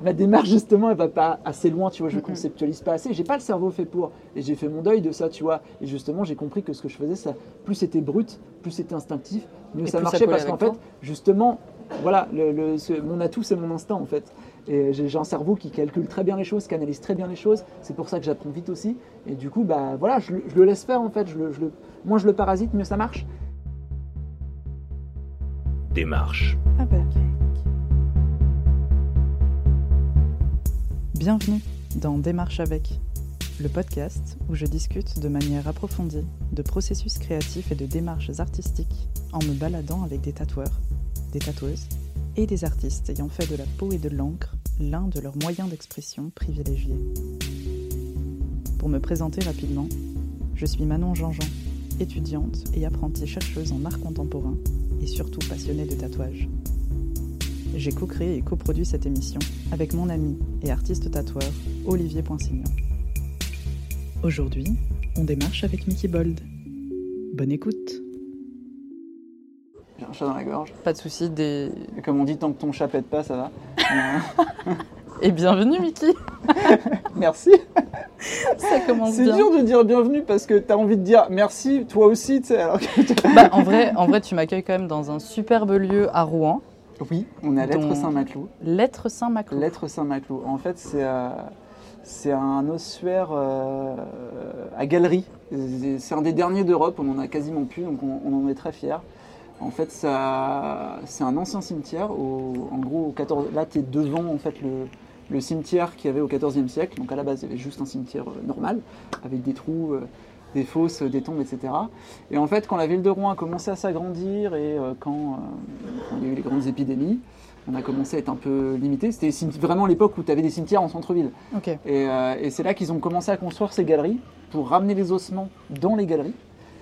ma démarche justement, elle va pas assez loin, tu vois, je conceptualise pas assez, j'ai pas le cerveau fait pour, et j'ai fait mon deuil de ça, tu vois, et justement j'ai compris que ce que je faisais, ça, plus c'était brut, plus c'était instinctif, mieux ça marchait parce qu'en fait, justement, voilà, mon atout c'est mon instinct en fait, et j'ai un cerveau qui calcule très bien les choses, qui analyse très bien les choses, c'est pour ça que j'apprends vite aussi, et du coup, bah voilà, je le laisse faire en fait, moins je le parasite, mieux ça marche. Démarche. Bienvenue dans Démarche avec, le podcast où je discute de manière approfondie de processus créatifs et de démarches artistiques en me baladant avec des tatoueurs, des tatoueuses et des artistes ayant fait de la peau et de l'encre l'un de leurs moyens d'expression privilégiés. Pour me présenter rapidement, je suis Manon Jean-Jean, étudiante et apprentie chercheuse en art contemporain et surtout passionnée de tatouage. J'ai co-créé et coproduit cette émission avec mon ami et artiste tatoueur Olivier Poinsignon. Aujourd'hui, on démarche avec Mickey Bold. Bonne écoute. J'ai un chat dans la gorge. Pas de soucis, Et comme on dit, tant que ton chat pète pas, ça va. Et bienvenue Mickey. Merci. Ça commence C'est bien. C'est dur de dire bienvenue parce que t'as envie de dire merci, toi aussi, tu sais. Alors que... Bah, en vrai, tu m'accueilles quand même dans un superbe lieu à Rouen. Oui, on est à Lettres Saint-Maclou. Lettres Saint-Maclou. Lettres Saint-Maclou. En fait, c'est un ossuaire à galerie. C'est un des derniers d'Europe, on en a quasiment plus, donc on en est très fiers. En fait, c'est un ancien cimetière. En gros, là, tu es devant en fait, le cimetière qu'il y avait au XIVe siècle. Donc à la base, il y avait juste un cimetière normal, avec des trous, des fosses, des tombes, etc. Et en fait, quand la ville de Rouen a commencé à s'agrandir et quand il y a eu les grandes épidémies, on a commencé à être un peu limité. C'était vraiment l'époque où tu avais des cimetières en centre-ville. Okay. Et c'est là qu'ils ont commencé à construire ces galeries pour ramener les ossements dans les galeries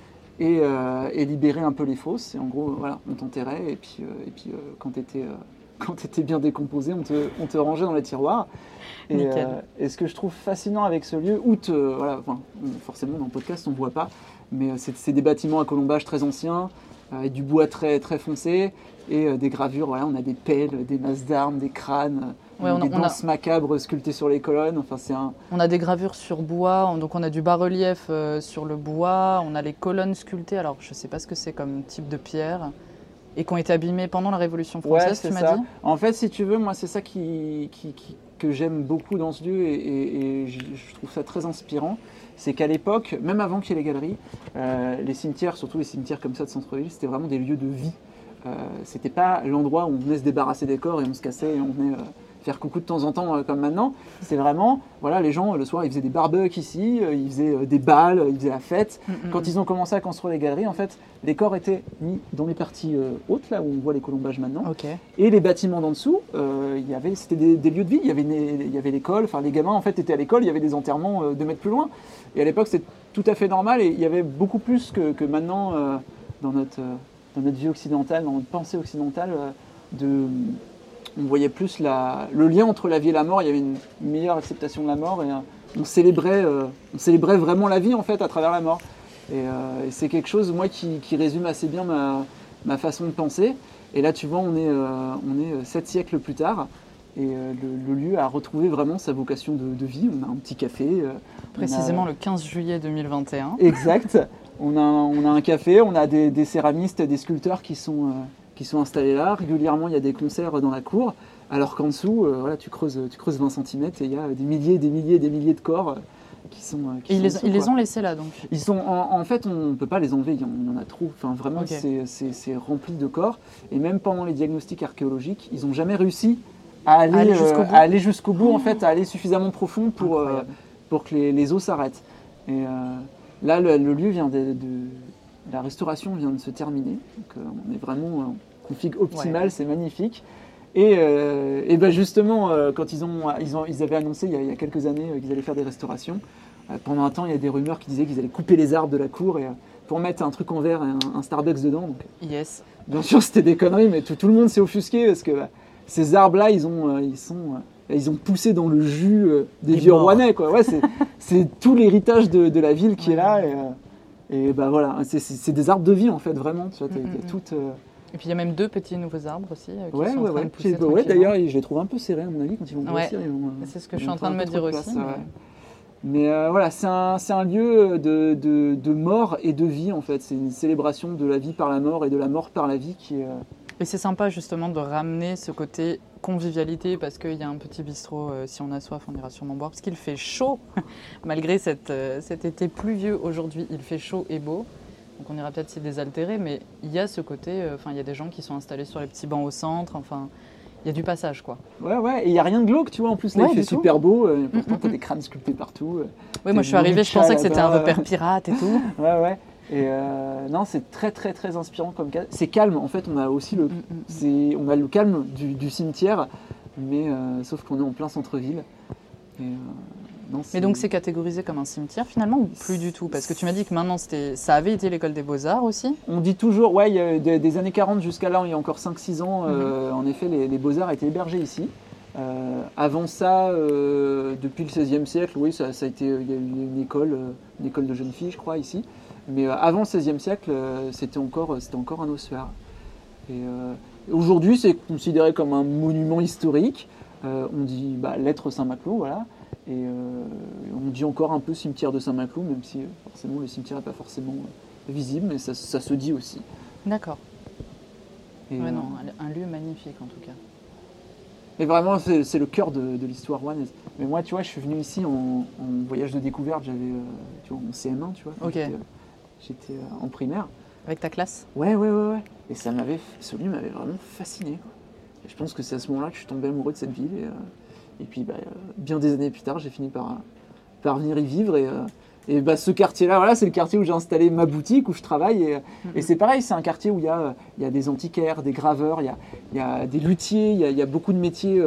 et libérer un peu les fosses. Et en gros, voilà, on t'enterrait et puis quand tu étais bien décomposé, on te rangeait dans les tiroirs. Et ce que je trouve fascinant avec ce lieu, forcément dans le podcast on ne voit pas, mais c'est des bâtiments à colombage très anciens, avec du bois très, très foncé, et des gravures, voilà, on a des pelles, des masses d'armes, des crânes, des danses macabres sculptées sur les colonnes. Enfin, On a des gravures sur bois, donc on a du bas-relief sur le bois, on a les colonnes sculptées, alors je ne sais pas ce que c'est comme type de pierre. Et qui ont été abîmés pendant la Révolution française, tu m'as dit ? En fait, si tu veux, moi, c'est ça que j'aime beaucoup dans ce lieu et je trouve ça très inspirant. C'est qu'à l'époque, même avant qu'il y ait les galeries, les cimetières, surtout les cimetières comme ça de centre-ville, c'était vraiment des lieux de vie. C'était pas l'endroit où on venait se débarrasser des corps et on se cassait et on venait faire coucou de temps en temps comme maintenant. C'est vraiment, voilà, les gens le soir ils faisaient des barbecues ici, ils faisaient des balles, ils faisaient la fête. Quand ils ont commencé à construire les galeries, en fait, les corps étaient mis dans les parties hautes, là où on voit les colombages maintenant. Okay. Et les bâtiments d'en dessous, c'était des lieux de vie. Il y avait l'école, enfin les gamins en fait étaient à l'école, il y avait des enterrements 2 mètres plus loin. Et à l'époque c'était tout à fait normal et il y avait beaucoup plus que maintenant dans notre vie occidentale, dans notre pensée occidentale, on voyait plus le lien entre la vie et la mort. Il y avait une meilleure acceptation de la mort et on célébrait vraiment la vie en fait à travers la mort. Et c'est quelque chose moi qui résume assez bien ma façon de penser. Et là tu vois on est 7 siècles plus tard et le lieu a retrouvé vraiment sa vocation de vie. On a un petit café. Précisément le 15 juillet 2021. Exact. On a un café, on a des céramistes, des sculpteurs qui sont installés là. Régulièrement, il y a des concerts dans la cour, alors qu'en dessous, tu creuses 20 cm et il y a des milliers de corps qui sont ils les ont laissés là, donc ils sont, en fait, on ne peut pas les enlever, il y en a trop. Enfin, vraiment, okay. C'est rempli de corps. Et même pendant les diagnostics archéologiques, ils n'ont jamais réussi à aller jusqu'au bout, en fait, à aller suffisamment profond pour que les os s'arrêtent. Et là, le lieu vient la restauration vient de se terminer. Donc, on est vraiment en config optimale, c'est magnifique. Et ben justement, quand ils avaient annoncé il y a quelques années qu'ils allaient faire des restaurations, pendant un temps, il y a des rumeurs qui disaient qu'ils allaient couper les arbres de la cour pour mettre un truc en verre et un Starbucks dedans. Donc, yes. Bien sûr, c'était des conneries, mais tout le monde s'est offusqué parce que ces arbres-là, ils ont poussé dans le jus des vieux Rouennais, quoi. Ouais, c'est tout l'héritage de la ville qui est là. Et ben voilà, c'est des arbres de vie en fait, vraiment. Tu vois, Et puis il y a même 2 petits nouveaux arbres aussi qui sont en train de pousser Ouais, tranquillement. d'ailleurs, je les trouve un peu serrés, à mon avis, quand ils vont grossir. C'est ce que je suis en train de me dire aussi. Mais voilà, c'est un lieu de mort et de vie, en fait. C'est une célébration de la vie par la mort et de la mort par la vie qui est... Et c'est sympa justement de ramener ce côté convivialité parce qu'il y a un petit bistrot, si on a soif, on ira sûrement boire. Parce qu'il fait chaud, malgré cet été pluvieux aujourd'hui, il fait chaud et beau. Donc on ira peut-être s'y désaltérer, mais il y a ce côté, il y a des gens qui sont installés sur les petits bancs au centre, il y a du passage, quoi. Ouais, et il n'y a rien de glauque, tu vois, en plus là il fait super beau, pourtant t'as des crânes sculptés partout. Oui, moi je suis arrivée, je pensais que c'était un repère pirate et tout. Ouais. Et non, c'est très très très inspirant comme cas. C'est calme, en fait, on a aussi on a le calme du cimetière, mais sauf qu'on est en plein centre-ville. Mais donc c'est catégorisé comme un cimetière finalement ou plus du tout? Parce que tu m'as dit que maintenant ça avait été l'école des beaux-arts aussi. On dit toujours, ouais, il y a des années 40 jusqu'à là, il y a encore 5-6 ans, en effet, les beaux-arts étaient hébergés ici. Avant ça, depuis le XVIe siècle, oui, ça a été, il y a eu une école de jeunes filles, je crois, ici. Mais avant le XVIe siècle, c'était encore un ossuaire. Et aujourd'hui, c'est considéré comme un monument historique. On dit lettre Saint-Maclou, voilà. Et on dit encore un peu cimetière de Saint-Maclou, même si forcément le cimetière n'est pas forcément visible, mais ça se dit aussi. D'accord. Ouais, non, un lieu magnifique en tout cas. Et vraiment, c'est le cœur de l'histoire rouennaise. Mais moi, tu vois, je suis venu ici en voyage de découverte, j'avais mon CM1, tu vois. Okay. J'étais en primaire. Avec ta classe? Ouais. Et ce lieu m'avait vraiment fasciné, quoi. Et je pense que c'est à ce moment-là que je suis tombé amoureux de cette ville. Et puis, bien des années plus tard, j'ai fini par venir y vivre. Et ce quartier-là, voilà, c'est le quartier où j'ai installé ma boutique, où je travaille. Et c'est pareil, c'est un quartier où il y a des antiquaires, des graveurs, il y a des luthiers, il y a beaucoup de métiers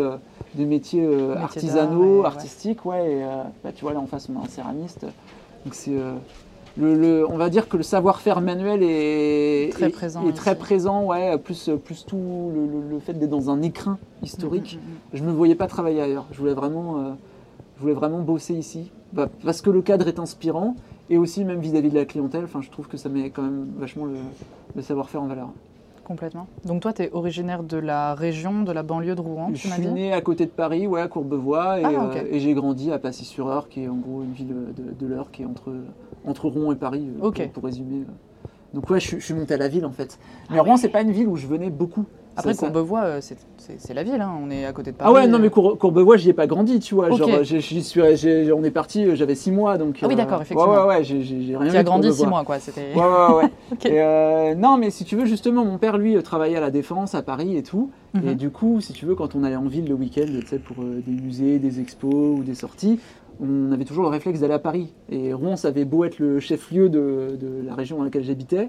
artisanaux, artistiques. Ouais. Et, tu vois, là en face, on a un céramiste. Donc c'est... on va dire que le savoir-faire manuel est très présent, ouais, plus tout le fait d'être dans un écrin historique. Je ne me voyais pas travailler ailleurs. Je voulais vraiment bosser ici, parce que le cadre est inspirant et aussi même vis-à-vis de la clientèle. Je trouve que ça met quand même vachement le savoir-faire en valeur. Complètement. Donc toi, tu es originaire de la région, de la banlieue de Rouen, tu m'as dit ? Je suis né à côté de Paris, ouais, à Courbevoie, et j'ai grandi à Passy-sur-Eure, qui est en gros une ville de l'Eure, qui est entre Rouen et Paris, pour résumer. Donc ouais, je suis monté à la ville en fait. Mais Rouen, c'est pas une ville où je venais beaucoup. Après, Courbevoie, c'est la ville, hein. On est à côté de Paris. Ah ouais, non, mais Courbevoie, j'y ai pas grandi, tu vois. Okay. Genre, on est parti, j'avais 6 mois, donc... Ah oui, d'accord, effectivement. Ouais, j'ai rien vu. Tu as grandi 6 mois, quoi. C'était... Ouais. Okay. Et, non, mais si tu veux, justement, mon père, lui, travaillait à la Défense, à Paris et tout. Et du coup, si tu veux, quand on allait en ville le week-end, tu sais, pour des musées, des expos ou des sorties, on avait toujours le réflexe d'aller à Paris. Et Rouen, ça avait beau être le chef-lieu de la région dans laquelle j'habitais,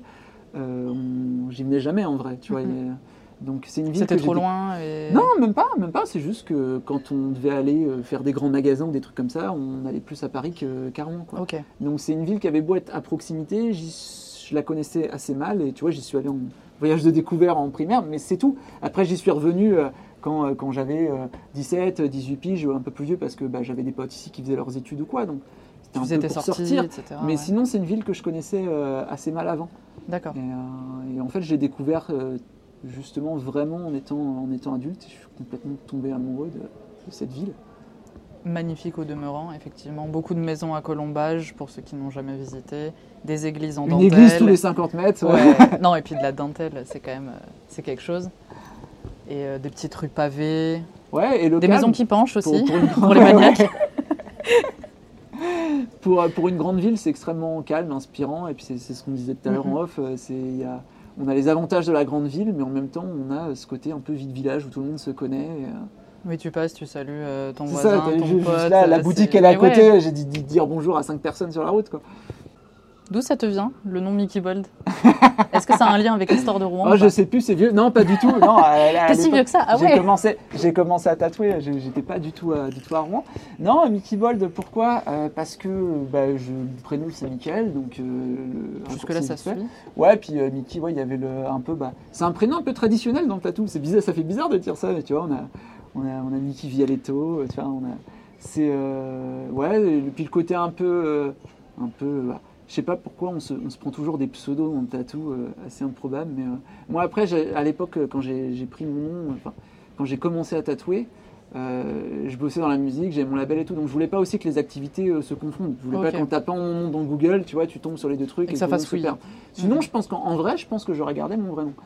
j'y venais jamais, en vrai, tu vois. Donc c'est une ville. C'était trop loin Non, même pas. C'est juste que quand on devait aller faire des grands magasins ou des trucs comme ça, on allait plus à Paris qu'à Rouen, quoi. Okay. Donc c'est une ville qui avait beau être à proximité, je la connaissais assez mal et tu vois, j'y suis allé en voyage de découverte en primaire, mais c'est tout. Après, j'y suis revenu quand j'avais 17, 18 piges, un peu plus vieux, parce que j'avais des potes ici qui faisaient leurs études ou quoi. Donc c'était un peu pour sortir. Etc., mais sinon, c'est une ville que je connaissais assez mal avant. D'accord. Et en fait, j'ai découvert justement vraiment en étant adulte. Je suis complètement tombé amoureux de cette ville. Magnifique au demeurant, effectivement. Beaucoup de maisons à colombage, pour ceux qui n'ont jamais visité. Des églises en dentelle. Une église tous les 50 mètres. Ouais. Non, et puis de la dentelle, c'est quand même quelque chose. Et des petites rues pavées. Ouais, et des maisons qui penchent aussi, pour les maniaques. Pour une grande ville, c'est extrêmement calme, inspirant. Et puis c'est ce qu'on disait tout à l'heure en off. On a les avantages de la grande ville, mais en même temps, on a ce côté un peu vide-village où tout le monde se connaît. Oui, tu passes, tu salues ton voisin, ton pote. Là, la boutique, elle est à côté. J'ai dit dire bonjour à 5 personnes sur la route, quoi. D'où ça te vient, le nom Mickey Bold? Est-ce que ça a un lien avec l'histoire de Rouen? Je sais plus, c'est vieux. Non, pas du tout. Non, t'es si vieux que ça? Ah ouais. J'ai commencé à tatouer, j'étais pas du tout à Rouen. Non, Mickey Bold, pourquoi? Parce que le prénom c'est Michael, donc... Jusque-là, ça suit. Ouais, puis Mickey, il y avait un peu... c'est un prénom un peu traditionnel dans le tatou. C'est bizarre, ça fait bizarre de dire ça, mais tu vois, on a Mickey Vialetto, tu vois, c'est... ouais, et puis le côté un peu je sais pas pourquoi on se prend toujours des pseudos dans le tatou assez improbables. Mais moi, après, à l'époque, quand j'ai pris mon nom, quand j'ai commencé à tatouer, je bossais dans la musique, j'avais mon label et tout, donc je voulais pas aussi que les activités se confondent. Je voulais pas qu'en tapant mon nom dans Google, tu vois, tu tombes sur les deux trucs et que ça fasse fouiller. Sinon, je pense qu'en vrai, je pense que j'aurais gardé mon vrai nom.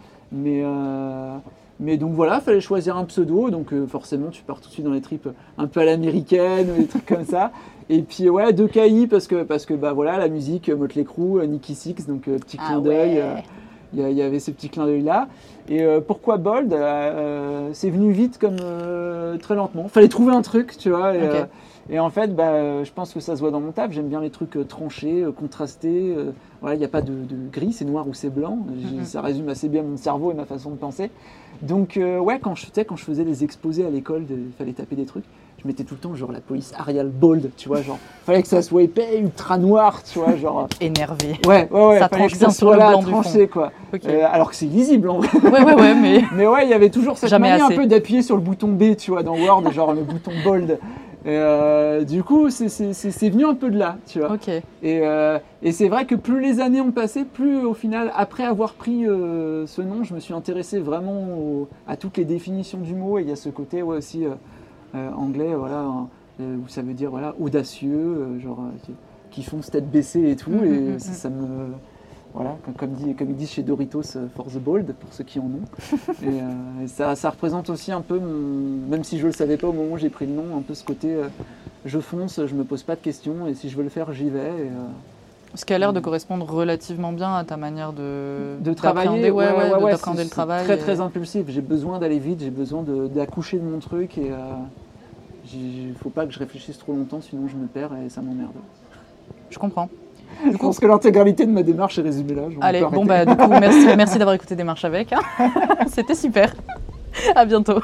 Mais donc voilà, fallait choisir un pseudo, donc forcément tu pars tout de suite dans les tripes un peu à l'américaine, des trucs comme ça. Et puis ouais, 2KI parce que bah voilà, la musique, Motley Crue, Nicky Six, donc petit clin d'œil. Il y avait ce petit clin d'œil là. Et pourquoi Bold c'est venu vite comme très lentement. Fallait trouver un truc, tu vois. Et en fait, je pense que ça se voit dans mon taf. J'aime bien les trucs tranchés, contrastés. Voilà, il n'y a pas de gris, c'est noir ou c'est blanc. Ça résume assez bien mon cerveau et ma façon de penser. Donc ouais, quand je faisais des exposés à l'école, il fallait taper des trucs. Je mettais tout le temps genre la police Arial Bold, tu vois, genre fallait que ça soit épais, ultra noir, tu vois, genre énervé. Ouais, ça tranche bien sur le blanc du fond. Quoi. Alors que c'est lisible en vrai. Ouais, mais ouais, il y avait toujours cette manière un peu d'appuyer sur le bouton B, tu vois, dans Word, genre le bouton Bold. Du coup, c'est venu un peu de là, tu vois. Et c'est vrai que plus les années ont passé, plus au final, après avoir pris ce nom, je me suis intéressé vraiment à toutes les définitions du mot. Et il y a ce côté aussi anglais, voilà, où ça veut dire voilà, audacieux, genre qui fonce tête baissée et tout. Et ça me... Voilà, comme ils disent chez Doritos, for the bold, pour ceux qui en ont. Et ça représente aussi un peu, même si je ne le savais pas au moment où j'ai pris le nom, un peu ce côté je fonce, je ne me pose pas de questions, et si je veux le faire, j'y vais. Ce qui a l'air de correspondre relativement bien à ta manière de travailler, d'appréhender le travail. Très, très impulsif. J'ai besoin d'aller vite, j'ai besoin d'accoucher de mon truc, et il ne faut pas que je réfléchisse trop longtemps, sinon je me perds et ça m'emmerde. Je comprends. Je pense que l'intégralité de ma démarche est résumée là. Allez, bon du coup, merci d'avoir écouté Démarche avec. Hein. C'était super. À bientôt.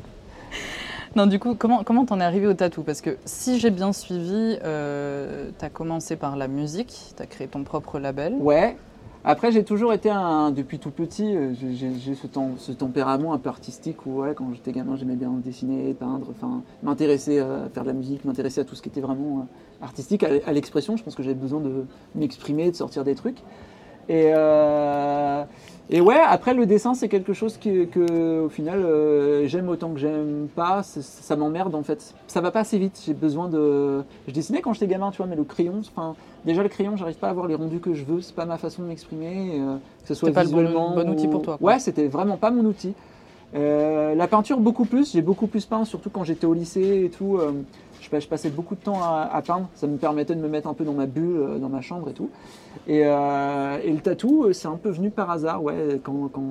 Non, du coup, comment t'en es arrivé au tatou? Parce que si j'ai bien suivi, t'as commencé par la musique, t'as créé ton propre label. Ouais. Après, j'ai toujours été depuis tout petit, j'ai ce tempérament un peu artistique où quand j'étais gamin, j'aimais bien dessiner, peindre, m'intéresser à faire de la musique, m'intéresser à tout ce qui était vraiment artistique, à l'expression. Je pense que j'avais besoin de m'exprimer, de sortir des trucs. Et ouais, après le dessin, c'est quelque chose que au final, j'aime autant que j'aime pas. Ça m'emmerde en fait. Ça va pas assez vite. J'ai besoin de... Je dessinais quand j'étais gamin, tu vois, mais le crayon, déjà le crayon, j'arrive pas à avoir les rendus que je veux. C'est pas ma façon de m'exprimer, que ce soit visuellement. Pas le bon outil pour toi, quoi. Ouais, c'était vraiment pas mon outil. La peinture, beaucoup plus. J'ai beaucoup plus peint, surtout quand j'étais au lycée et tout. Je passais beaucoup de temps à peindre. Ça me permettait de me mettre un peu dans ma bulle, dans ma chambre et tout. Et le tatou, c'est un peu venu par hasard. Ouais,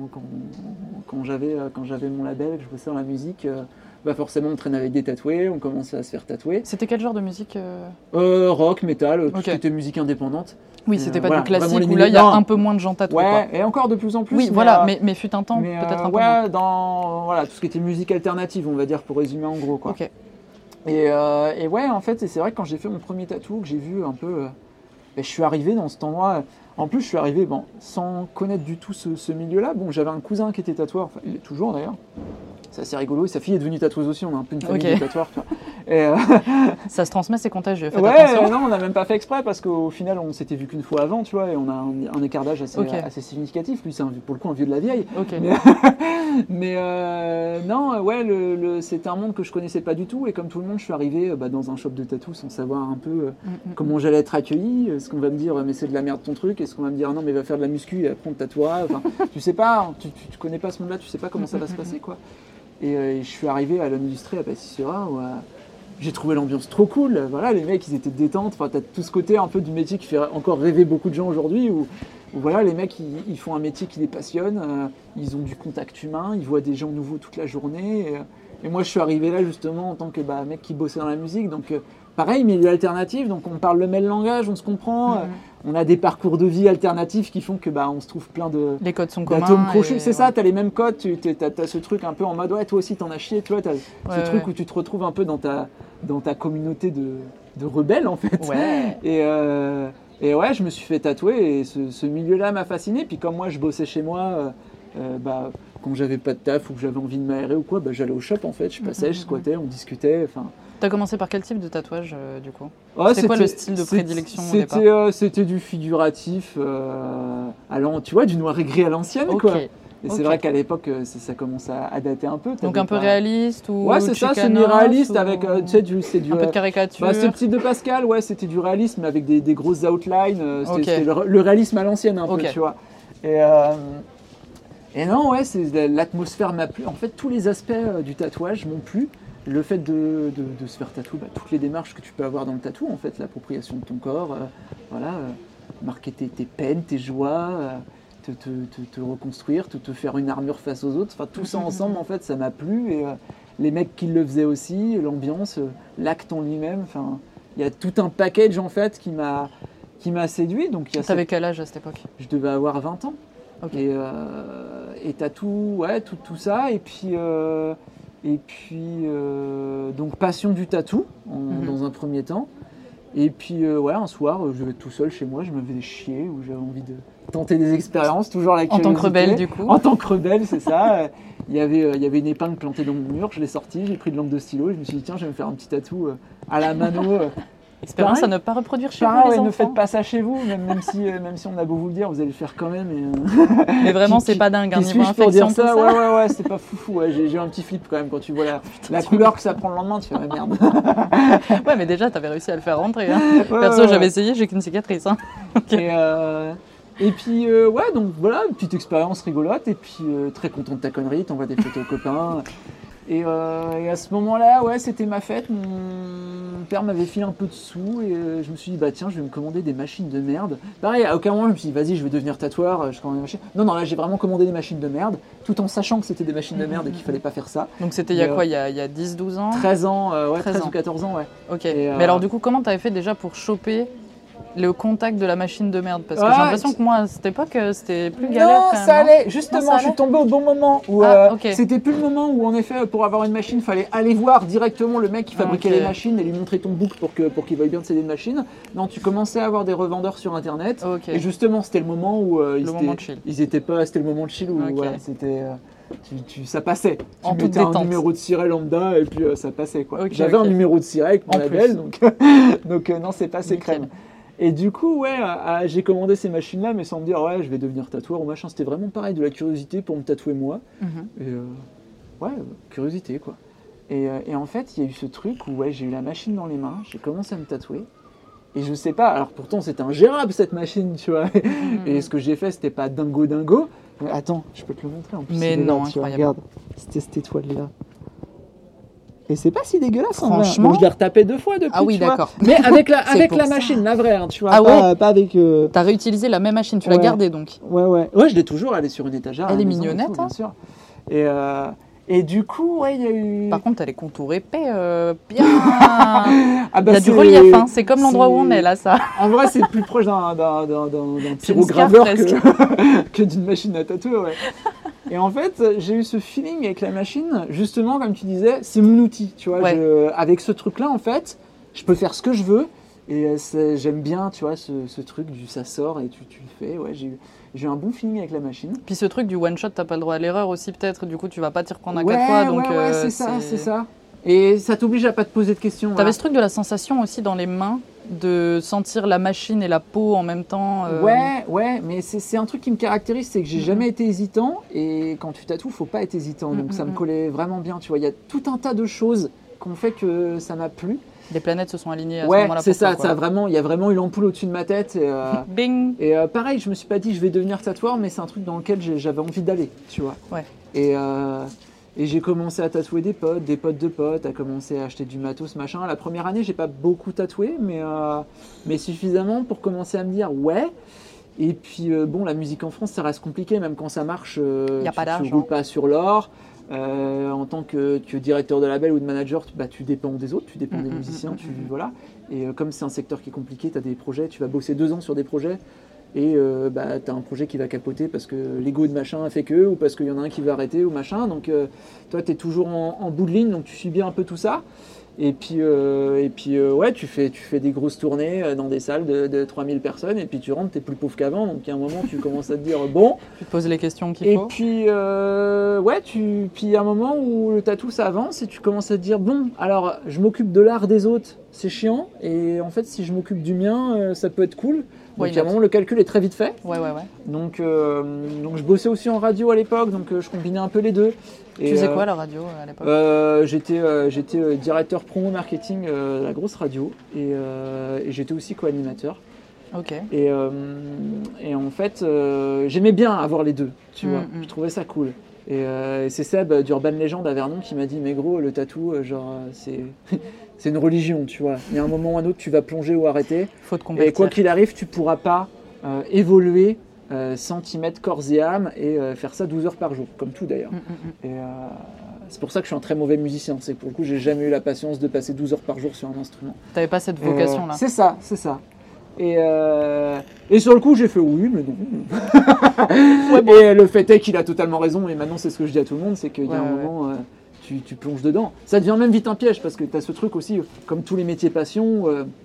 quand j'avais mon label, que je bossais dans la musique, forcément on traînait avec des tatoués, on commençait à se faire tatouer. C'était quel genre de musique Rock, métal, tout ce qui était musique indépendante. Oui, c'était pas du classique où là il y a un peu moins de gens tatoués. Ouais, quoi. Et encore de plus en plus. Oui, voilà, mais fut un temps peut-être un peu moins. Dans tout ce qui était musique alternative, on va dire, pour résumer en gros, quoi. Ok. Et ouais, en fait, c'est vrai que quand j'ai fait mon premier tatou, que j'ai vu un peu... je suis arrivé dans cet endroit... En plus, je suis arrivé sans connaître du tout ce milieu-là. Bon, j'avais un cousin qui était tatoueur, il est toujours d'ailleurs. C'est assez rigolo. Et sa fille est devenue tatoueuse aussi, on a un peu une famille de tatoueurs. Tu vois. Et ça se transmet, c'est contagieux. Ouais, non, on n'a même pas fait exprès parce qu'au final, on s'était vu qu'une fois avant, tu vois, et on a un écart d'âge assez significatif. Lui, c'est pour le coup un vieux de la vieille. Okay. Mais non, ouais, c'était un monde que je connaissais pas du tout. Et comme tout le monde, je suis arrivé dans un shop de tatou sans savoir un peu comment j'allais être accueilli. Est-ce qu'on va me dire, mais c'est de la merde ton truc? Est-ce qu'on va me dire, non, mais va faire de la muscu et après on te tatouera? Enfin, tu sais pas, tu connais pas ce monde-là, tu sais pas comment ça va se passer, quoi. Et je suis arrivé à l'industrie à Passissera où j'ai trouvé l'ambiance trop cool. Voilà, les mecs, ils étaient détentes. Enfin, t'as tout ce côté un peu du métier qui fait encore rêver beaucoup de gens aujourd'hui où voilà, les mecs, ils font un métier qui les passionne. Ils ont du contact humain, ils voient des gens nouveaux toute la journée. Et moi, je suis arrivé là justement en tant que mec qui bossait dans la musique. Donc, pareil, milieu alternatif. Donc, on parle le même langage, on se comprend. On a des parcours de vie alternatifs qui font que on se trouve plein de les codes sont communs, d'atomes crochus. C'est ça, t'as les mêmes codes, t'as ce truc un peu en mode ouais, toi aussi t'en as chié, tu vois, t'as ce truc où tu te retrouves un peu dans ta communauté de rebelles en fait. Ouais. Et ouais, je me suis fait tatouer et ce milieu-là m'a fasciné. Puis comme moi je bossais chez moi, quand j'avais pas de taf ou que j'avais envie de m'aérer ou quoi, j'allais au shop en fait, je passais, je squattais, on discutait. Enfin, T'as commencé par quel type de tatouage du coup? Ouais, c'est quoi le style de prédilection au départ? C'était du figuratif, allant, tu vois, du noir et gris à l'ancienne, quoi. Et c'est vrai qu'à l'époque, ça commence à dater un peu. Donc un peu réaliste ou ouais, c'est ça, semi-réaliste avec, tu sais, c'est du... un peu de caricature. Bah, c'est le style de Pascal, ouais, c'était du réalisme avec des grosses outlines. C'était le réalisme à l'ancienne un peu, tu vois. Et non, ouais, l'atmosphère m'a plu. En fait, tous les aspects du tatouage m'ont plu. Le fait de se faire tatouer, toutes les démarches que tu peux avoir dans le tatou, en fait, l'appropriation de ton corps, marquer tes peines, tes joies, te reconstruire, te faire une armure face aux autres, tout ça ensemble, en fait, ça m'a plu. Et les mecs qui le faisaient aussi, l'ambiance, l'acte en lui-même, il y a tout un package, en fait, qui m'a séduit. T'avais quel âge à cette époque? Je devais avoir 20 ans. Et tatou, ouais, tout ça, et puis, donc passion du tatou dans un premier temps. Et puis, un soir, je vais tout seul chez moi, je me faisais chier, où j'avais envie de tenter des expériences, toujours la curiosité. En tant que rebelle, du coup. En tant que rebelle, c'est ça. Il y avait une épingle plantée dans mon mur, je l'ai sortie, j'ai pris de l'encre de stylo, et je me suis dit, tiens, je vais me faire un petit tatou à la mano. Expérience à ne pas reproduire chez vous, les enfants. Ne faites pas ça chez vous, même si on a beau vous le dire, vous allez le faire quand même. Mais vraiment, c'est pas dingue, niveau infection, pour dire ça, ouais, c'est pas foufou. Ouais, j'ai eu un petit flip quand même quand tu vois la couleur que ça prend le lendemain, tu fais merde. Ouais, mais déjà, t'avais réussi à le faire rentrer. Hein. Perso, j'avais essayé, j'ai qu'une cicatrice. Hein. Et puis, donc voilà, une petite expérience rigolote, et puis très content de ta connerie, t'envoies des photos aux copains. Et à ce moment-là, ouais, c'était ma fête. Mon père m'avait filé un peu de sous et je me suis dit, bah tiens, je vais me commander des machines de merde. Pareil, à aucun moment, je me suis dit, vas-y, je vais devenir tatoueur, je commande des machines. Non, là, j'ai vraiment commandé des machines de merde, tout en sachant que c'était des machines de merde et qu'il fallait pas faire ça. Donc c'était il y a quoi, il y a 10-12 ans? 13 ans, 13 ou 14 ans, ouais. Ok. Mais alors, du coup, comment t'avais fait déjà pour choper le contact de la machine de merde? Parce que j'ai l'impression que moi, à cette époque, c'était plus galère. Non, ça allait. Justement, je suis tombé au bon moment où c'était plus le moment où, en effet, pour avoir une machine, il fallait aller voir directement le mec qui fabriquait les machines et lui montrer ton book pour qu'il veuille bien te céder une machine. Non, tu commençais à avoir des revendeurs sur Internet. Et justement, c'était le moment où ils étaient pas. C'était le moment de chill où c'était. Ça passait. Tu mettais un numéro de ciré lambda et puis ça passait, quoi. J'avais un numéro de ciré avec mon label, donc non, c'est passé crème. Et du coup, j'ai commandé ces machines-là, mais sans me dire, je vais devenir tatoueur ou machin. C'était vraiment pareil, de la curiosité pour me tatouer moi. Et curiosité, quoi. Et en fait, il y a eu ce truc où j'ai eu la machine dans les mains, j'ai commencé à me tatouer. Et je sais pas, alors pourtant c'était ingérable cette machine, tu vois. Et ce que j'ai fait, c'était pas dingo. Mais attends, je peux te le montrer en plus. Mais non, incroyable. Regarde, c'était cette étoile-là. Et c'est pas si dégueulasse, franchement. Bon, je l'ai retapé 2 fois depuis. Ah oui, d'accord. Mais avec la machine, la vraie, tu vois. Pas avec. T'as réutilisé la même machine, tu l'as gardée donc. Ouais, je l'ai toujours, elle est sur une étagère. Elle est mignonnette, bien sûr. Et du coup, il y a eu. Par contre, t'as les contours épais, bien. Il y a du relief, hein. C'est comme l'endroit où on est là, ça. En vrai, c'est plus proche d'un pyrograveur que d'une machine à tatouer, ouais. Et en fait, j'ai eu ce feeling avec la machine, justement, comme tu disais, c'est mon outil, tu vois. Avec ce truc-là, en fait, je peux faire ce que je veux. Et j'aime bien, tu vois, ce truc du ça sort et tu le fais. Ouais, j'ai eu un bon feeling avec la machine. Puis ce truc du one shot, t'as pas le droit à l'erreur aussi, peut-être. Du coup, tu vas pas t'y reprendre à 4 fois. Donc, c'est ça. Et ça t'oblige à pas te poser de questions. T'avais ce truc de la sensation aussi dans les mains, de sentir la machine et la peau en même temps. Ouais, mais c'est un truc qui me caractérise, c'est que j'ai jamais été hésitant. Et quand tu tatoues, faut pas être hésitant. Donc ça me collait vraiment bien, tu vois. Il y a tout un tas de choses qui ont fait que ça m'a plu. Les planètes se sont alignées à ce moment-là. Ouais, c'est ça. Il y a vraiment eu l'ampoule au-dessus de ma tête. Et, Bing. Et pareil, je me suis pas dit je vais devenir tatoueur, mais c'est un truc dans lequel j'avais envie d'aller, tu vois. Ouais. Et j'ai commencé à tatouer des potes de potes, à commencer à acheter du matos, machin. La première année, j'ai pas beaucoup tatoué, mais suffisamment pour commencer à me dire ouais. Et puis la musique en France, ça reste compliqué, même quand ça marche, tu roules pas sur l'or. En tant que directeur de label ou de manager, tu dépends des autres, tu dépends des musiciens, voilà. Et comme c'est un secteur qui est compliqué, tu as des projets, tu vas bosser 2 ans sur des projets et tu as un projet qui va capoter parce que l'ego de machin a fait que, ou parce qu'il y en a un qui va arrêter ou machin. Donc toi, tu es toujours en bout de ligne, donc tu subis un peu tout ça. Et puis, ouais, tu fais des grosses tournées dans des salles de 3000 personnes, et puis tu rentres, t'es plus pauvre qu'avant, donc à un moment, tu commences à te dire, bon. Tu te poses les questions qu'il Et faut. puis, ouais, puis il y a un moment où le tatou, ça avance, et tu commences à te dire, bon, alors, je m'occupe de l'art des autres, c'est chiant, et en fait, si je m'occupe du mien, ça peut être cool. Donc, Ouais, à un moment, le calcul est très vite fait. Ouais. Donc, je bossais aussi en radio à l'époque, donc je combinais un peu les deux. Tu faisais quoi, la radio, à l'époque? J'étais directeur promo marketing de la grosse radio, et j'étais aussi co-animateur. Ok. Et en fait, j'aimais bien avoir les deux, tu vois. Je trouvais ça cool. Et c'est Seb d'Urban Legend à Vernon qui m'a dit, mais gros, le tatou, c'est une religion, tu vois. Il y a un moment ou un autre, tu vas plonger ou arrêter. Faut te convertir. Et quoi qu'il arrive, tu pourras pas évoluer sans t'y mettre corps et âme et faire ça 12 heures par jour, comme tout d'ailleurs. Et c'est pour ça que je suis un très mauvais musicien. C'est que pour le coup, j'ai jamais eu la patience de passer 12 heures par jour sur un instrument. T'avais pas cette vocation-là. C'est ça. Et sur le coup, j'ai fait oui, mais non. Ouais, bon. Et le fait est qu'il a totalement raison, et maintenant c'est ce que je dis à tout le monde, c'est qu'il y a un moment, tu plonges dedans. Ça devient même vite un piège, parce que tu as ce truc aussi, comme tous les métiers passion,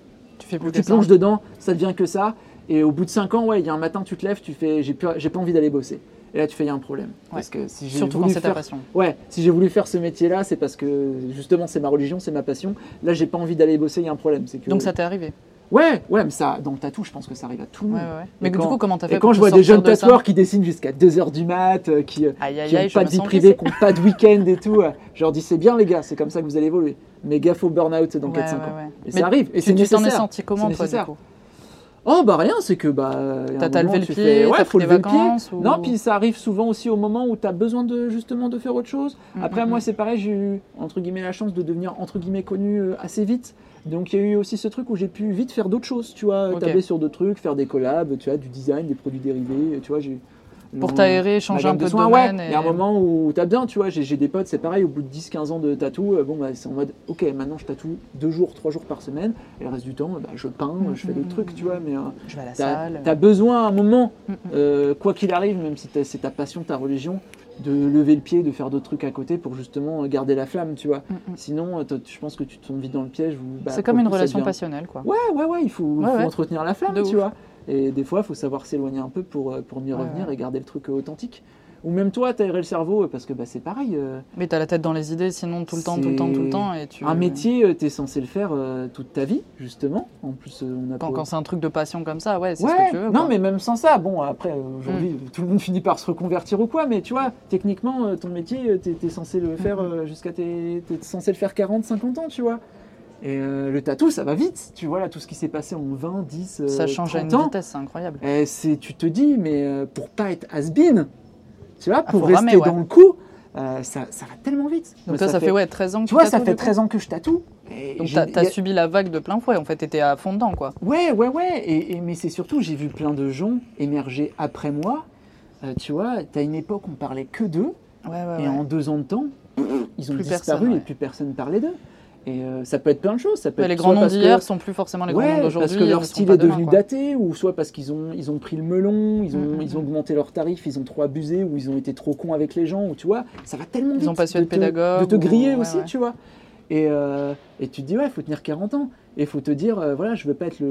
tu plonges dedans, ça devient que ça, et au bout de 5 ans, il y a un matin, tu te lèves, tu fais j'ai pas envie d'aller bosser. Et là, tu fais il y a un problème. Ouais. Parce que si j'ai surtout quand c'est ta passion. Ouais, si j'ai voulu faire ce métier-là, c'est parce que justement c'est ma religion, c'est ma passion. Là, j'ai pas envie d'aller bosser, il y a un problème. C'est que, donc ça t'est arrivé? Ouais, mais ça, dans le tatou, je pense que ça arrive à tout le monde. Ouais. Mais du coup, comment t'as fait? Et quand je vois des jeunes tatoueurs qui dessinent jusqu'à 2h du mat, qui n'ont pas de vie privée, qui n'ont pas de week-end et tout, je leur dis c'est bien les gars, c'est comme ça que vous allez évoluer. Mais gaffe au burn-out dans 4-5 ans. Et ça arrive, et c'est nécessaire. Tu t'en es senti comment, toi, du coup? Oh bah rien, c'est que t'as levé le pied, t'as pris des vacances ou... Non, puis ça arrive souvent aussi au moment où t'as besoin de faire autre chose. Après moi c'est pareil, j'ai eu entre guillemets la chance de devenir entre guillemets connu assez vite. Donc il y a eu aussi ce truc où j'ai pu vite faire d'autres choses, tu vois, tabler sur d'autres trucs, faire des collabs, tu vois, du design, des produits dérivés, tu vois, pour t'aérer, changer un peu de domaine. Ouais, il y a un moment où t'as bien, tu vois, j'ai des potes, c'est pareil, au bout de 10-15 ans de tatou, c'est en mode, ok, maintenant je tatoue 2 jours, 3 jours par semaine, et le reste du temps, je peins, je fais d'autres trucs, tu vois, mais je vais à la salle. T'as besoin à un moment, quoi qu'il arrive, même si c'est ta passion, ta religion, de lever le pied, de faire d'autres trucs à côté pour justement garder la flamme, tu vois. Sinon, je pense que tu tombes vite dans le piège. C'est comme une relation passionnelle, quoi. Ouais, il faut entretenir la flamme, tu vois. Et des fois, il faut savoir s'éloigner un peu pour m'y revenir et garder le truc authentique. Ou même toi, t'aérer le cerveau, parce que c'est pareil. Mais t'as la tête dans les idées, sinon tout le temps. Et un métier, t'es censé le faire toute ta vie, justement. En plus, quand c'est un truc de passion comme ça, c'est ce que tu veux. Non, mais même sans ça, bon, après, aujourd'hui, tout le monde finit par se reconvertir ou quoi, mais tu vois, techniquement, ton métier, t'es censé le faire t'es censé le faire 40, 50 ans, tu vois. Et le tatou, ça va vite, tu vois, là, tout ce qui s'est passé en 20, 10, ça change 30 à une ans. vitesse, c'est incroyable. Et tu te dis, mais pour pas être has-been, tu vois, pour rester dans le coup, ça va tellement vite. Donc toi, ça fait 13 ans que tu vois, ça fait 13 ans que je tatoue. Donc t'as subi la vague de plein fouet, en fait, t'étais à fond dedans, quoi. Ouais. Mais c'est surtout, j'ai vu plein de gens émerger après moi. Tu vois, t'as une époque, on parlait que d'eux. Et en 2 ans de temps, ils ont disparu et plus personne parlait d'eux. Et ça peut être plein de choses. Ça peut être les grands noms d'hier sont plus forcément les grands noms d'aujourd'hui. Parce que leur style est devenu daté, ou soit parce qu'ils ont pris le melon, ils ont augmenté leurs tarifs, ils ont trop abusé, ou ils ont été trop cons avec les gens, ou tu vois, ça va tellement vite. Ils ont pas su être pédagogues. De te griller aussi, tu vois. Et tu te dis, il faut tenir 40 ans. Et il faut te dire, je veux pas être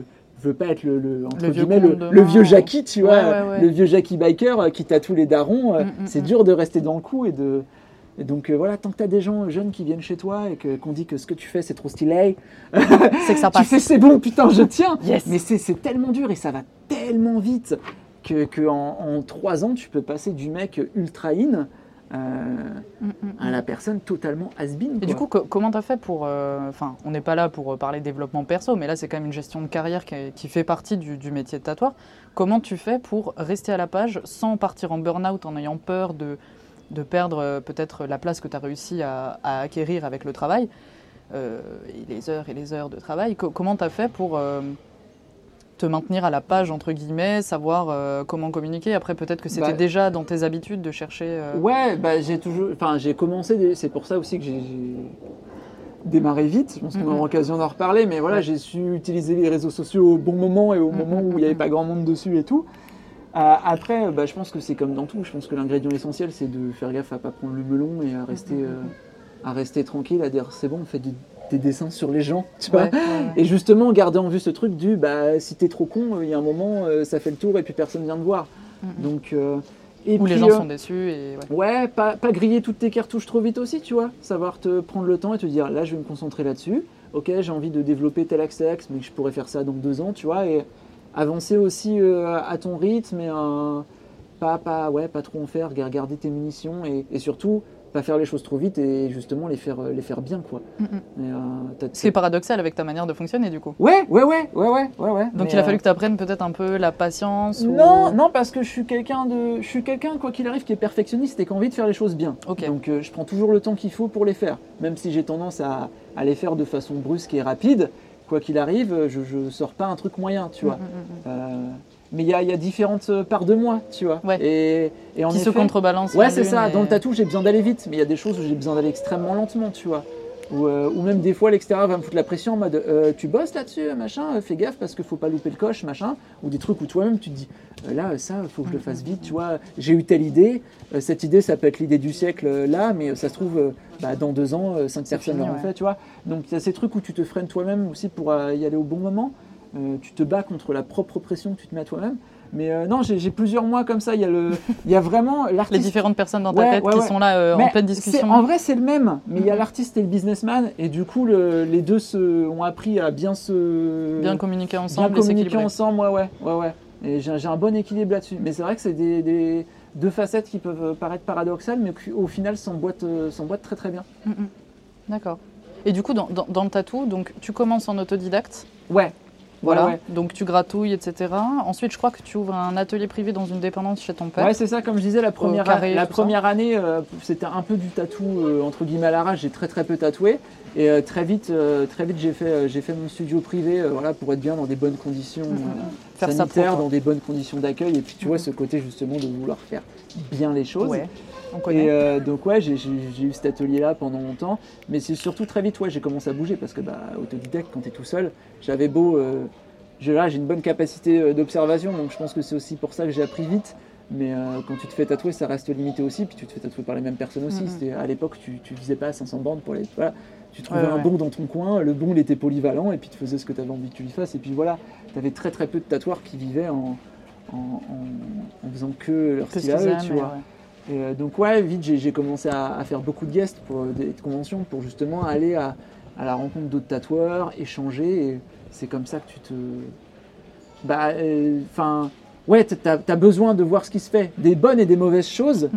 le vieux Jackie, tu vois, le vieux Jackie biker qui tatoue les darons. C'est dur de rester dans le coup et donc tant que tu as des gens jeunes qui viennent chez toi et qu'on dit que ce que tu fais c'est trop stylé, c'est que ça passe. Tu fais c'est bon, putain, je tiens. Yes. Mais c'est tellement dur et ça va tellement vite que en 3 ans tu peux passer du mec ultra in à la personne totalement has-been. Et du coup, comment tu as fait pour... on n'est pas là pour parler développement perso, mais là, c'est quand même une gestion de carrière qui fait partie du métier de tatoueur. Comment tu fais pour rester à la page sans partir en burn-out, en ayant peur de perdre peut-être la place que tu as réussi à acquérir avec le travail, et les heures de travail. Comment tu as fait pour te maintenir à la page, entre guillemets, savoir comment communiquer? Après, peut-être que c'était déjà dans tes habitudes de chercher... j'ai commencé, c'est pour ça aussi que j'ai démarré vite. Je pense qu'on aura l'occasion d'en reparler, mais j'ai su utiliser les réseaux sociaux au bon moment et au moment où il n'y avait pas grand monde dessus et tout. Après, je pense que c'est comme dans tout. Je pense que l'ingrédient essentiel, c'est de faire gaffe à ne pas prendre le melon et à rester tranquille, à dire c'est bon, on fait tes dessins sur les gens, tu vois. Et justement, garder en vue ce truc du si t'es trop con, il y a un moment, ça fait le tour et puis personne vient te voir. Donc, et puis, les gens sont déçus. Et pas griller toutes tes cartouches trop vite aussi, tu vois. Savoir te prendre le temps et te dire, là, je vais me concentrer là-dessus. Ok, j'ai envie de développer tel axe, mais je pourrais faire ça dans 2 ans, tu vois. Et avancer aussi à ton rythme et pas trop en faire, garder tes munitions et surtout pas faire les choses trop vite et justement les faire bien, quoi. Ce qui est paradoxal avec ta manière de fonctionner, du coup. Ouais. Donc il a fallu que tu apprennes peut-être un peu la patience. Non, parce que je suis quelqu'un quoi qu'il arrive qui est perfectionniste et qui a envie de faire les choses bien. Okay. Donc je prends toujours le temps qu'il faut pour les faire, même si j'ai tendance à les faire de façon brusque et rapide. Quoi qu'il arrive, je sors pas un truc moyen, tu vois. Mais il y a différentes parts de moi, tu vois. Ouais. Et en qui effet, se contrebalancent. Ouais, c'est ça. Dans le tatou, j'ai besoin d'aller vite, mais il y a des choses où j'ai besoin d'aller extrêmement lentement, tu vois. Ou même des fois, l'extérieur va me foutre la pression en mode tu bosses là-dessus, machin, fais gaffe parce qu'il faut pas louper le coche, machin. Ou des trucs où toi-même tu te dis là, ça, faut que je le fasse vite, tu vois. J'ai eu telle idée, cette idée, ça peut être l'idée du siècle là, mais ça se trouve, dans 2 ans, 5 personnes l'ont fait, tu vois. Donc il y a ces trucs où tu te freines toi-même aussi pour y aller au bon moment. Tu te bats contre la propre pression que tu te mets à toi-même. Mais non, j'ai plusieurs mois comme ça. Il y a vraiment l'artiste. Les différentes personnes dans ta tête qui sont là en pleine discussion. En vrai, c'est le même. Mais il y a l'artiste et le businessman. Et du coup, les deux ont appris à bien communiquer ensemble. Bien communiquer ensemble, ouais. Et j'ai un bon équilibre là-dessus. Mais c'est vrai que c'est des 2 facettes qui peuvent paraître paradoxales, mais qui au final s'emboîtent très très bien. D'accord. Et du coup, dans le tatou, donc, tu commences en autodidacte. Ouais. Voilà, ouais. Donc tu gratouilles, etc. Ensuite, je crois que tu ouvres un atelier privé dans une dépendance chez ton père. Ouais, c'est ça, comme je disais, la première année, c'était un peu du tatou, entre guillemets à l'arrache, j'ai très très peu tatoué. Et très vite j'ai fait mon studio privé pour être bien dans des bonnes conditions sanitaires, dans des bonnes conditions d'accueil. Et puis tu vois, ce côté justement de vouloir faire bien les choses. Ouais. On connaît. Et donc j'ai eu cet atelier-là pendant longtemps, mais c'est surtout très vite j'ai commencé à bouger parce que autodidacte quand tu es tout seul, j'avais beau, j'ai une bonne capacité d'observation, donc je pense que c'est aussi pour ça que j'ai appris vite. Mais quand tu te fais tatouer, ça reste limité aussi, puis tu te fais tatouer par les mêmes personnes aussi. C'était, à l'époque, tu visais pas à 500 bandes pour les. Voilà. Tu trouvais un bon dans ton coin, le bon il était polyvalent, et puis tu faisais ce que tu avais envie que tu lui fasses, et puis voilà, tu avais très très peu de tatoueurs qui vivaient en faisant que leur style à eux, tu vois. Et donc vite j'ai commencé à faire beaucoup de guests pour des conventions pour justement aller à la rencontre d'autres tatoueurs, échanger, et c'est comme ça que tu te... t'as besoin de voir ce qui se fait, des bonnes et des mauvaises choses,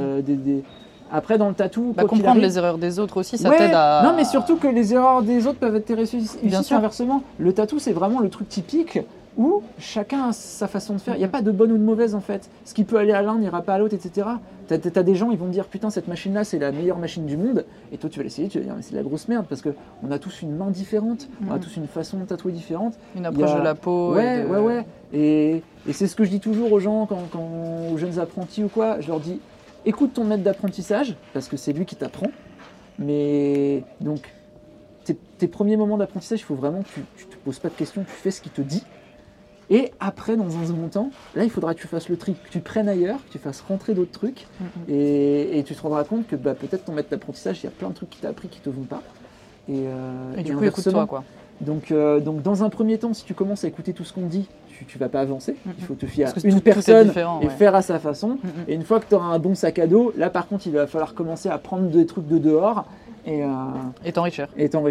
Après, dans le tatou, comprendre les erreurs des autres aussi, ça t'aide à... Non, mais surtout que les erreurs des autres peuvent être tes réussites. Bien sûr. Inversement, le tatou, c'est vraiment le truc typique où chacun a sa façon de faire. Il n'y a pas de bonne ou de mauvaise, en fait. Ce qui peut aller à l'un n'ira pas à l'autre, etc. T'as des gens, ils vont me dire, putain, cette machine-là, c'est la meilleure machine du monde. Et toi, tu vas l'essayer, tu vas dire, mais c'est de la grosse merde, parce qu'on a tous une main différente, on a tous une façon de tatouer différente. Une approche de la peau. Ouais. Et c'est ce que je dis toujours aux gens, aux jeunes apprentis ou quoi, je leur dis, écoute ton maître d'apprentissage, parce que c'est lui qui t'apprend. Mais donc, tes premiers moments d'apprentissage, il faut vraiment que tu te poses pas de questions, tu fais ce qu'il te dit. Et après, dans un second temps, là, il faudra que tu fasses le tri, que tu prennes ailleurs, que tu fasses rentrer d'autres trucs. Et tu te rendras compte que peut-être ton maître d'apprentissage, il y a plein de trucs qu'il t'a appris qui te vont pas. Et du coup, écoute-toi, quoi. Donc, dans un premier temps, si tu commences à écouter tout ce qu'on dit, tu vas pas avancer. Il faut te fier à une personne et faire à sa façon. Et une fois que tu auras un bon sac à dos, là, par contre, il va falloir commencer à prendre des trucs de dehors. Et t'enrichir.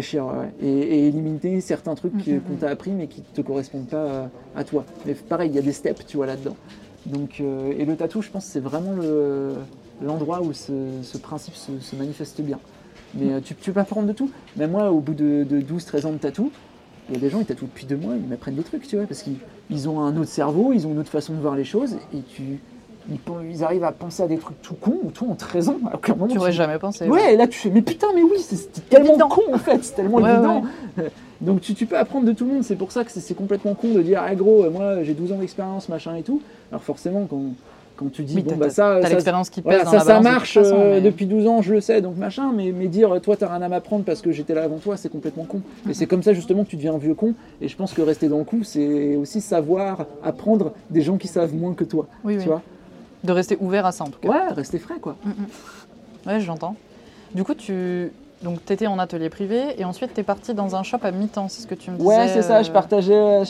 Et éliminer certains trucs qu'on t'a appris mais qui ne te correspondent pas à toi. Mais pareil, il y a des steps, tu vois, là-dedans. Donc, et le tatou, je pense que c'est vraiment l'endroit où ce principe se manifeste bien. Mais tu peux pas prendre de tout. Même moi, au bout de 12-13 ans de tatou, il y a des gens, ils tatouent depuis 2 mois, ils m'apprennent des trucs, tu vois, parce qu'ils ont un autre cerveau, ils ont une autre façon de voir les choses, et ils arrivent à penser à des trucs tout cons, ou toi en 13 ans, alors qu'à un moment, tu aurais jamais pensé. Ouais, et là tu fais, mais putain, mais oui, c'est tellement con en fait, c'est tellement évident. Ouais. Donc tu peux apprendre de tout le monde, c'est pour ça que c'est complètement con de dire, ah gros, moi j'ai 12 ans d'expérience, machin et tout. Alors forcément, quand tu dis, t'as l'expérience qui pèse dans la balance, ça marche depuis 12 ans, je le sais, donc machin, mais dire, toi t'as rien à m'apprendre parce que j'étais là avant toi, c'est complètement con. Et c'est comme ça justement que tu deviens un vieux con, et je pense que rester dans le coup, c'est aussi savoir apprendre des gens qui savent moins que toi, tu vois. De rester ouvert à ça en tout cas. Ouais, rester frais quoi. Ouais, j'entends. Du coup, Donc, tu étais en atelier privé et ensuite, tu es parti dans un shop à mi-temps, c'est ce que tu me disais. Ouais, c'est ça. Je partageais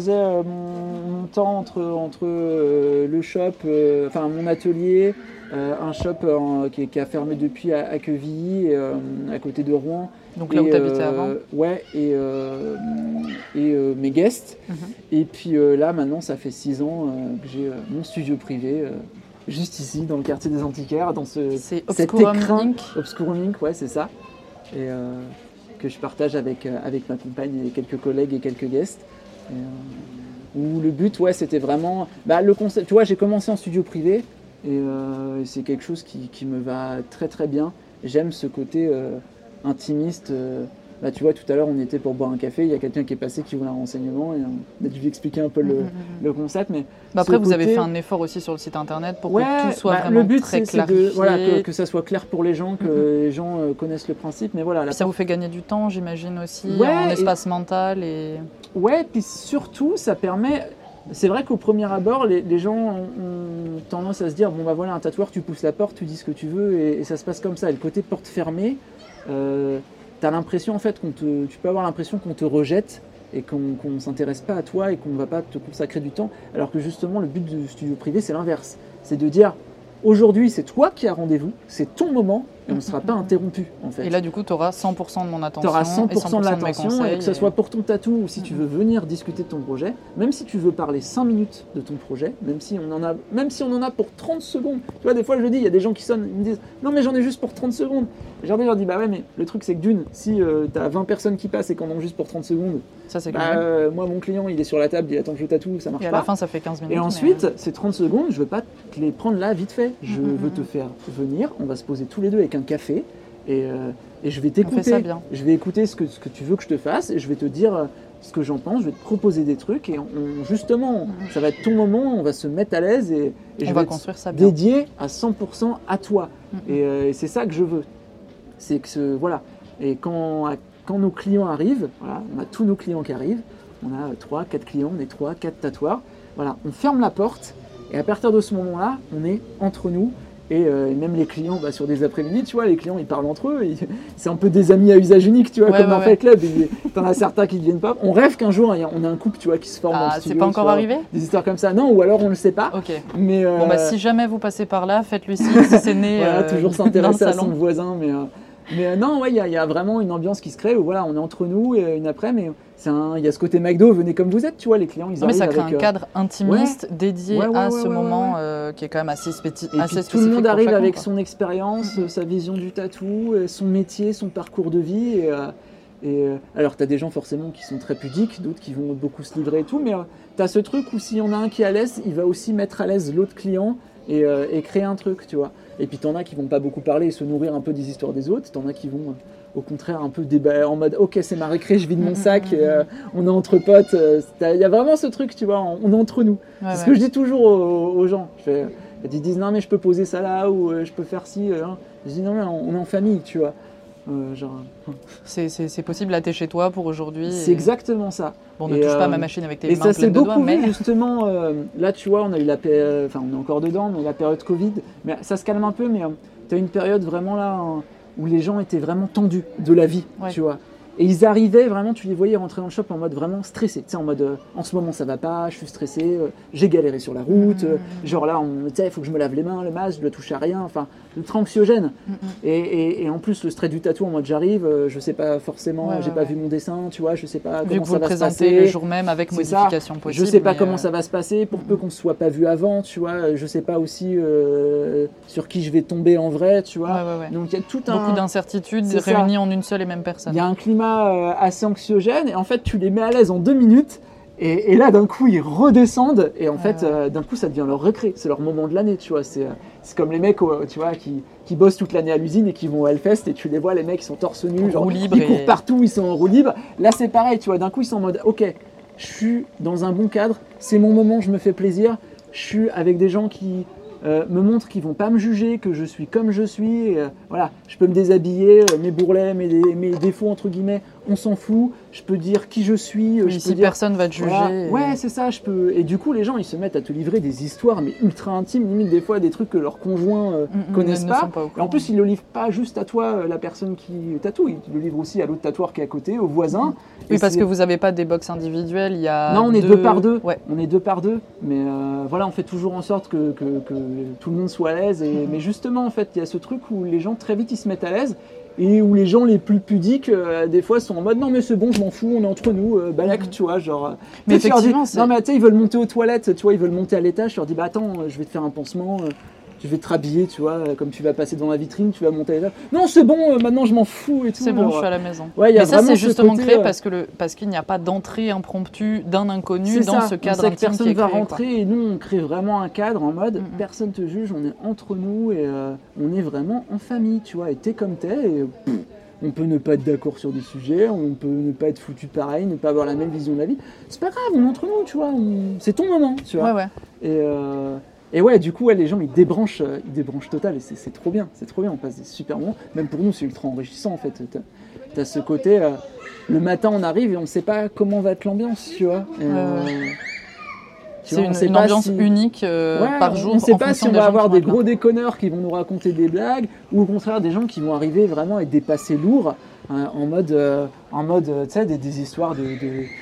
mon temps entre le shop, mon atelier, un shop qui a fermé depuis à Quevilly, à côté de Rouen. Donc là où tu habitais avant. Ouais, et mes guests. Et puis là, maintenant, ça fait 6 ans que j'ai mon studio privé. Juste ici, dans le quartier des Antiquaires, dans c'est Obscurum Inc. Obscurum Inc, ouais, c'est ça. Et que je partage avec ma compagne et quelques collègues et quelques guests. Où le but, ouais, c'était vraiment... le concept, tu vois, j'ai commencé en studio privé et c'est quelque chose qui me va très très bien. J'aime ce côté intimiste. Tu vois, tout à l'heure, on était pour boire un café, il y a quelqu'un qui est passé qui voulait un renseignement et on a dû lui expliquer un peu le concept. Mais après, vous avez fait un effort aussi sur le site internet pour que tout soit vraiment le but, très clarifié. Que ça soit clair pour les gens, que les gens connaissent le principe. Mais voilà, ça vous fait gagner du temps, j'imagine aussi, en espace mental. Ouais, puis surtout, ça permet... C'est vrai qu'au premier abord, les gens ont tendance à se dire, voilà, un tatoueur, tu pousses la porte, tu dis ce que tu veux et ça se passe comme ça. Et le côté porte fermée... t'as l'impression en fait tu peux avoir l'impression qu'on te rejette et qu'on ne s'intéresse pas à toi et qu'on ne va pas te consacrer du temps, alors que justement le but du studio privé c'est l'inverse, c'est de dire aujourd'hui c'est toi qui as rendez-vous, c'est ton moment et on ne sera pas interrompu en fait. Et là du coup tu auras 100% de mon attention, tu auras 100% de l'attention de et que ce soit pour ton tatou ou si tu veux venir discuter de ton projet, même si tu veux parler 5 minutes de ton projet, même si on en a pour 30 secondes. Tu vois, des fois je le dis, il y a des gens qui sonnent, ils me disent non mais j'en ai juste pour 30 secondes. Je leur dis bah ouais mais le truc c'est que d'une, si tu as 20 personnes qui passent et qu'on en a juste pour 30 secondes, ça, c'est moi mon client il est sur la table, il attend que je tatoue, ça marche pas. Et à la fin ça fait 15 minutes. Et ensuite ces 30 secondes, je veux pas te les prendre là vite fait, je veux te faire venir, on va se poser tous les deux avec un café. Et je vais t'écouter, je vais écouter ce que tu veux que je te fasse et je vais te dire ce que j'en pense, je vais te proposer des trucs et justement, ça va être ton moment, on va se mettre à l'aise et je vais construire ça bien. Dédié à 100% à toi. Et c'est ça que je veux. C'est que voilà. Et quand nos clients arrivent, voilà, on a tous nos clients qui arrivent, on a 3, 4 clients, on est 3, 4 tatoueurs, voilà, on ferme la porte et à partir de ce moment-là, on est entre nous. Et même les clients, sur des après-midi, tu vois, les clients, ils parlent entre eux. C'est un peu des amis à usage unique, tu vois, comme dans Fight Club. T'en as certains qui ne viennent pas. On rêve qu'un jour, on a un couple, tu vois, qui se forme dans le studio. C'est pas encore arrivé ? Des histoires comme ça. Non, ou alors on ne le sait pas. Ok. Mais, si jamais vous passez par là, faites-lui signe si c'est né toujours s'intéresser à son voisin. Mais non, il y a vraiment une ambiance qui se crée où voilà, on est entre nous et une après, mais il y a ce côté McDo, venez comme vous êtes, tu vois, les clients, ils arrivent ça crée un cadre intimiste dédié à ce moment qui est quand même assez spécifique. Tout le monde arrive avec son expérience, sa vision du tatou, son métier, son parcours de vie. Alors, tu as des gens forcément qui sont très pudiques, d'autres qui vont beaucoup se livrer et tout, mais tu as ce truc où s'il y en a un qui est à l'aise, il va aussi mettre à l'aise l'autre client et créer un truc, tu vois. Et puis, tu en as qui vont pas beaucoup parler et se nourrir un peu des histoires des autres, tu en as qui vont... au contraire un peu débat en mode ok c'est ma récré, je vide mon sac, on est entre potes, il y a vraiment ce truc, tu vois, on est entre nous. C'est ce que je dis toujours aux gens. Ils disent non mais je peux poser ça là ou je peux faire ci, je dis non mais on est en famille, tu vois. C'est possible là t'es chez toi pour aujourd'hui. C'est exactement ça. Bon, ne touche pas à ma machine avec tes mains pleines de doigts. Et ça s'est beaucoup vu justement, là tu vois on a eu on est encore dedans, mais la période Covid, mais ça se calme un peu, mais tu as une période vraiment là où les gens étaient vraiment tendus de la vie, tu vois. Et ils arrivaient vraiment, tu les voyais rentrer dans le shop en mode vraiment stressé, tu sais, en mode en ce moment ça va pas, je suis stressé, j'ai galéré sur la route, genre là, tu sais, il faut que je me lave les mains, le masque, je ne touche à rien, enfin, ultra anxiogène. Et en plus, le stress du tatou en mode j'arrive, je sais pas forcément, j'ai pas vu mon dessin, tu vois, je sais pas comment ça va se passer. le jour même avec modification possible. Je sais pas comment ça va se passer, pour peu qu'on se soit pas vu avant, tu vois, je sais pas aussi sur qui je vais tomber en vrai, tu vois. Donc il y a beaucoup d'incertitudes réunies en une seule et même personne. Il y a un climat assez anxiogène et en fait tu les mets à l'aise en 2 minutes et là d'un coup ils redescendent et en fait d'un coup ça devient leur récré, c'est leur moment de l'année, tu vois. C'est comme les mecs tu vois, qui bossent toute l'année à l'usine et qui vont au Hellfest et tu les vois, les mecs ils sont torse nu, genre, ils courent partout, ils sont en roue libre. Là c'est pareil, tu vois, d'un coup ils sont en mode ok, je suis dans un bon cadre, c'est mon moment, je me fais plaisir, je suis avec des gens qui me montrent qu'ils vont pas me juger, que je suis comme je suis, voilà, je peux me déshabiller, mes bourrelets, mes défauts entre guillemets, on s'en fout, je peux dire qui je suis. Oui, je si peux dire, personne va te juger. voilà, ouais, c'est ça, je peux. Et du coup, les gens, ils se mettent à te livrer des histoires, mais ultra intimes, limite des fois des trucs que leurs conjoints connaissent pas. Et en plus, ils le livrent pas juste à toi, la personne qui tatoue, ils le livrent aussi à l'autre tatoueur qui est à côté, au voisin. Oui, parce que vous n'avez pas des box individuelles, il y a. Non, on est deux par deux. Ouais. On est 2 par 2, mais voilà, on fait toujours en sorte que tout le monde soit à l'aise. Mais justement, en fait, il y a ce truc où les gens très vite ils se mettent à l'aise et où les gens les plus pudiques, des fois, sont en mode non mais c'est bon, je m'en fous, on est entre nous, balak, tu vois, genre. Mais effectivement, non mais tu sais, ils veulent monter aux toilettes, tu vois, ils veulent monter à l'étage. Je leur dis bah attends, je vais te faire un pansement. Je vais te rhabiller, tu vois, comme tu vas passer devant la vitrine, tu vas monter à l'étage. Non, c'est bon, maintenant je m'en fous et tout. C'est bon, je suis à la maison. Ouais, mais ça, c'est justement créé parce qu'il n'y a pas d'entrée impromptue d'un inconnu dans ce cadre intime. Personne qui est va créé, rentrer quoi. et nous, on crée vraiment un cadre en mode personne te juge, on est entre nous et on est vraiment en famille, tu vois, et t'es comme t'es. Et, on peut ne pas être d'accord sur des sujets, on peut ne pas être foutu pareil, ne pas avoir la même vision de la vie. C'est pas grave, on est entre nous, tu vois, c'est ton moment, tu vois. Ouais. Et ouais, du coup, les gens, ils débranchent total, et c'est trop bien, on passe des super moments. Même pour nous, c'est ultra enrichissant, en fait. T'as ce côté, le matin, on arrive et on sait pas comment va être l'ambiance, tu vois. C'est une ambiance unique par jour. On ne sait pas si on va avoir des gros déconneurs qui vont nous raconter des blagues, ou au contraire des gens qui vont arriver vraiment et dépasser lourd, en mode tu sais, des histoires de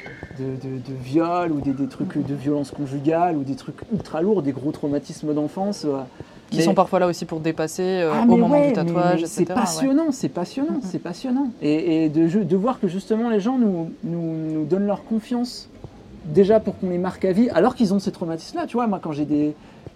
viol ou des trucs de violence conjugale ou des trucs ultra lourds, des gros traumatismes d'enfance. Qui sont parfois là aussi pour dépasser au moment du tatouage, etc. C'est passionnant. Et de voir que justement les gens nous donnent leur confiance, déjà pour qu'on les marque à vie, alors qu'ils ont ces traumatismes-là. Tu vois, moi quand j'ai des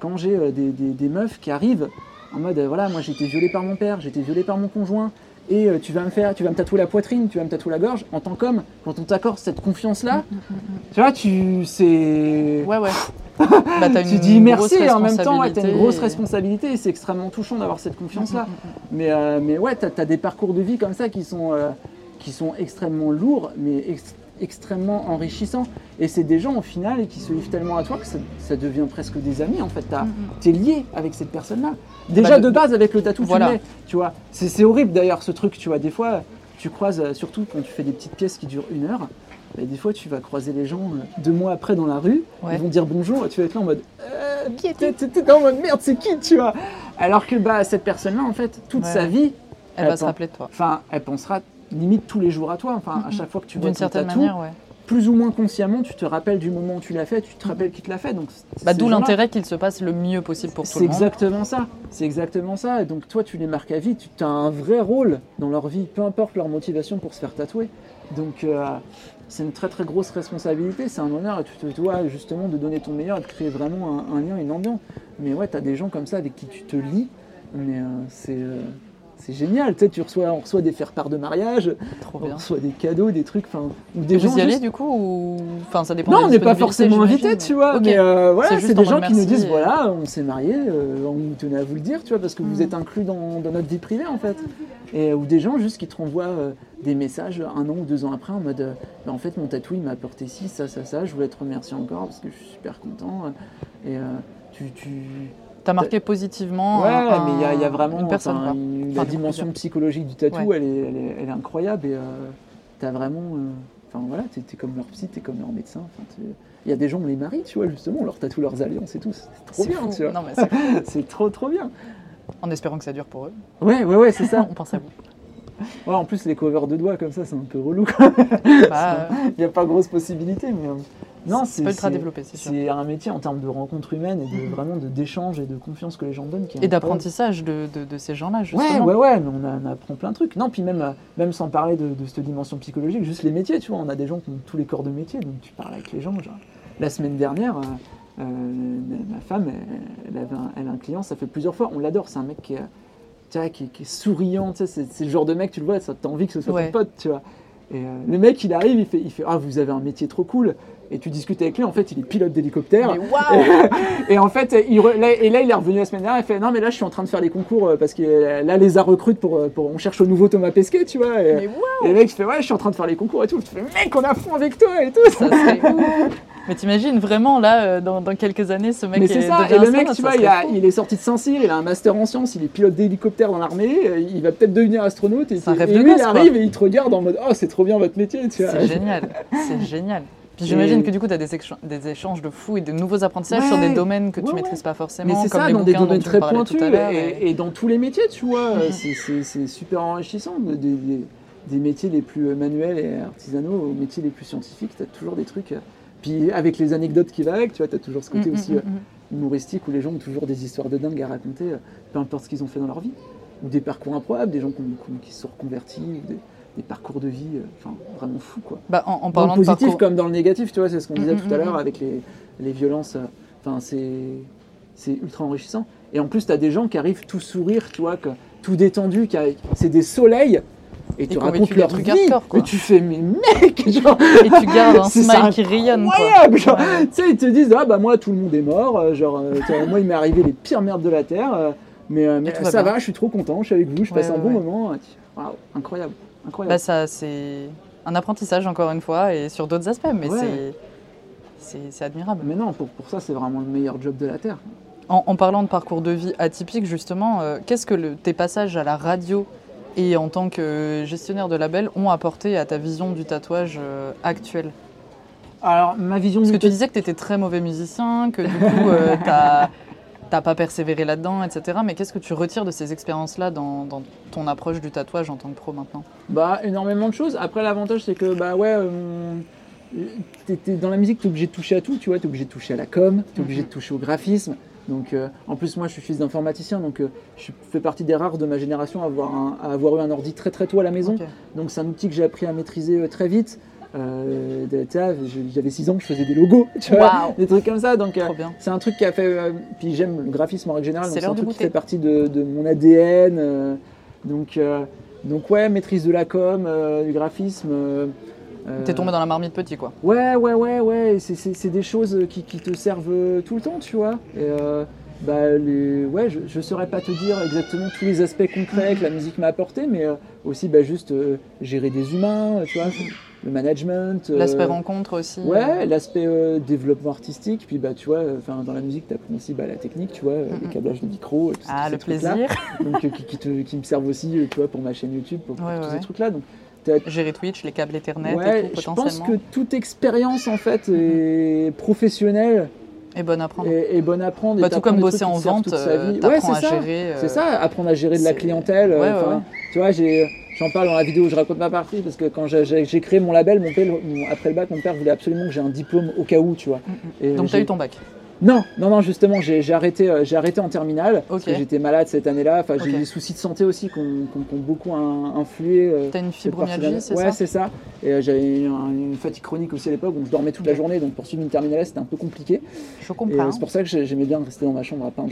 meufs qui arrivent en mode voilà, moi j'ai été violée par mon père, j'ai été violée par mon conjoint, et tu vas me tatouer la poitrine, tu vas me tatouer la gorge, en tant qu'homme, quand on t'accorde cette confiance-là, tu vois, c'est... Ouais. Bah, tu dis merci et en même temps t'as une grosse responsabilité et c'est extrêmement touchant d'avoir cette confiance-là. Mais ouais, t'as des parcours de vie comme ça qui sont extrêmement lourds, mais extrêmement enrichissants. Et c'est des gens au final qui se livrent tellement à toi que ça devient presque des amis en fait. T'es lié avec cette personne-là. Déjà de base avec le tatou, voilà. Tu l'es, tu vois. C'est horrible d'ailleurs ce truc, tu vois. Des fois, tu croises, surtout quand tu fais des petites pièces qui durent 1 heure, et des fois tu vas croiser les gens 2 mois après dans la rue, ils vont dire bonjour et tu vas être là en mode t'es en mode merde, c'est qui, tu vois. Alors que cette personne-là en fait, toute sa vie, elle va se rappeler de toi. Enfin, elle pensera limite tous les jours à toi, enfin à chaque fois que tu vois ton tatou, manière, plus ou moins consciemment, tu te rappelles du moment où tu l'as fait, tu te rappelles qui te l'a fait. Donc d'où l'intérêt qu'il se passe le mieux possible pour tout le monde. C'est exactement ça. Et donc toi, tu les marques à vie, tu as un vrai rôle dans leur vie, peu importe leur motivation pour se faire tatouer. Donc c'est une très très grosse responsabilité, c'est un honneur et tu te dois justement de donner ton meilleur et de créer vraiment un lien, une ambiance. Mais ouais, tu as des gens comme ça avec qui tu te lies, mais c'est génial, tu sais, on reçoit des faire-part de mariage, on reçoit des cadeaux, des trucs, enfin, ou des gens. Vous y allez du coup ou enfin ça dépend. Non, on n'est pas forcément invité, tu vois, okay. Mais voilà, c'est des gens qui nous disent et... voilà, on s'est mariés, on tenait à vous le dire, tu vois, parce que vous êtes inclus dans notre vie privée en fait, et ou des gens juste qui te renvoient des messages 1 an ou 2 ans après en mode en fait mon tatou il m'a apporté ci, ça, je voulais te remercier encore parce que je suis super content et T'as marqué positivement. Ouais, mais il y a vraiment une personne. La dimension psychologique du tatou, elle est incroyable et t'as vraiment. Enfin voilà, t'es comme leur psy, t'es comme leur médecin. Il y a des gens, on les marie, tu vois, justement, on leur tatoue leurs alliances et tout. C'est trop bien, tu vois. Non, mais c'est trop bien. En espérant que ça dure pour eux. Ouais, c'est ça. On pense à vous. Ouais, en plus, les covers de doigts comme ça, c'est un peu relou. Il n'y a pas grosse possibilité, mais. Non, c'est pas ultra développé, c'est sûr. C'est un métier en termes de rencontres humaines et vraiment d'échanges et de confiance que les gens donnent. Et d'apprentissage de ces gens-là, justement. Ouais, mais on apprend plein de trucs. Non, puis même sans parler de cette dimension psychologique, juste les métiers, tu vois, on a des gens qui ont tous les corps de métier, donc tu parles avec les gens. Genre, la semaine dernière, ma femme, elle a un client, ça fait plusieurs fois, on l'adore, c'est un mec qui est souriant, tu sais, c'est le genre de mec, tu le vois, t'as envie que ce soit ton pote, tu vois. Et le mec, il arrive, il fait ah, vous avez un métier trop cool. Et tu discutes avec lui, en fait, il est pilote d'hélicoptère. Mais waouh. Et en fait, là, il est revenu la semaine dernière, il fait non, mais là, je suis en train de faire les concours parce que là, les recrutent pour on cherche au nouveau Thomas Pesquet, tu vois. Et le mec, il fait ouais, je suis en train de faire les concours et tout. Je fais mec, on a fond avec toi et tout. Ça serait ouf. Mais t'imagines vraiment là, dans quelques années, ce mec mais c'est ça, devient et le mec, astronaute, tu ça vois, serait fou. il est sorti de Saint-Cyr, il a un master en sciences, il est pilote d'hélicoptère dans l'armée, il va peut-être devenir astronaute, et C'est un rêve et de lui, gosse, il quoi. arrive et il te regarde en mode « Oh, c'est trop bien votre métier », tu vois. C'est génial, c'est génial. Puis j'imagine que du coup, tu as des échanges de fou et de nouveaux apprentissages sur des domaines que tu maîtrises pas forcément, Mais c'est comme ça, les dans des bouquins dont domaines tu me très parlais pointus tout à l'heure. et dans tous les métiers, tu vois, c'est super enrichissant. Des métiers les plus manuels et artisanaux aux métiers les plus scientifiques, tu as toujours des trucs. Puis avec les anecdotes qui va avec, tu vois, tu as toujours ce côté aussi humoristique où les gens ont toujours des histoires de dingue à raconter, peu importe ce qu'ils ont fait dans leur vie. Ou des parcours improbables, des gens qui se sont reconvertis, ou des parcours de vie vraiment fous, quoi. Bah, en Dans parlant le de positif parcours... comme dans le négatif, tu vois, c'est ce qu'on disait tout à l'heure avec les violences. C'est ultra enrichissant. Et en plus, tu as des gens qui arrivent tout sourire, tu vois, tout détendu, c'est des soleils. Et tu racontes leur vie, hardcore, quoi. mais tu fais, mais mec, genre... Et tu gardes un smile qui rayonne, quoi. Incroyable, genre, Ouais. tu sais, ils te disent, ah bah moi, tout le monde est mort, moi, il m'est arrivé les pires merdes de la Terre, mais tout va ça bien. va, je suis trop content, je suis avec vous, je passe un bon ouais. moment. Waouh, incroyable, incroyable. Bah ça, c'est un apprentissage, encore une fois, et sur d'autres aspects, mais Ouais. c'est admirable. Mais non, pour ça, c'est vraiment le meilleur job de la Terre. En parlant de parcours de vie atypique, justement, qu'est-ce que tes passages à la radio et en tant que gestionnaire de label ont apporté à ta vision du tatouage actuel? Alors, ma vision Parce du que tu disais que tu étais très mauvais musicien, que du coup, t'as pas persévéré là-dedans, etc. Mais qu'est-ce que tu retires de ces expériences-là dans ton approche du tatouage en tant que pro maintenant? Bah, énormément de choses. Après, l'avantage, c'est que, t'es dans la musique, t'es obligé de toucher à tout, tu vois. T'es obligé de toucher à la com, t'es obligé de toucher au graphisme. Donc, en plus, moi, je suis fils d'informaticien, donc je fais partie des rares de ma génération à avoir eu un ordi très très tôt à la maison. Okay. Donc, c'est un outil que j'ai appris à maîtriser très vite. J'avais 6 ans, je faisais des logos, tu vois, des trucs comme ça. Donc, c'est un truc qui a fait. Puis j'aime le graphisme en règle générale, donc c'est un truc qui fait partie de mon ADN. Donc, ouais, maîtrise de la com, du graphisme. T'es tombé dans la marmite petit, quoi. Ouais. C'est des choses qui te servent tout le temps, tu vois. Et je saurais pas te dire exactement tous les aspects concrets que la musique m'a apporté, mais aussi juste gérer des humains, tu vois, le management. L'aspect rencontre aussi. Ouais, l'aspect développement artistique. Puis tu vois, dans la musique, tu apprends aussi la technique, tu vois, les câblages de micro, tout le plaisir. Donc qui me servent aussi, tu vois, pour ma chaîne YouTube, pour tous ces trucs-là. Donc gérer Twitch, les câbles Ethernet et tout, potentiellement. Je pense que toute expérience en fait est professionnelle et bonne à prendre. Et bonne à prendre. Tout comme bosser en vente, t'apprends à gérer. C'est ça, apprendre à gérer de la clientèle. Tu vois, j'en parle dans la vidéo où je raconte ma partie parce que quand j'ai créé mon label, après le bac, mon père voulait absolument que j'ai un diplôme au cas où, tu vois. Donc t'as eu ton bac? Non, justement, j'ai arrêté en terminale parce que j'étais malade cette année-là. Enfin, j'ai des soucis de santé aussi qui ont beaucoup influé. T'as une fibromyalgie, c'est ça? Ouais, c'est ça. Et j'avais une fatigue chronique aussi à l'époque, donc je dormais toute la journée, donc pour suivre une terminale, c'était un peu compliqué. Je comprends. Et c'est pour ça que j'aimais bien rester dans ma chambre à peindre.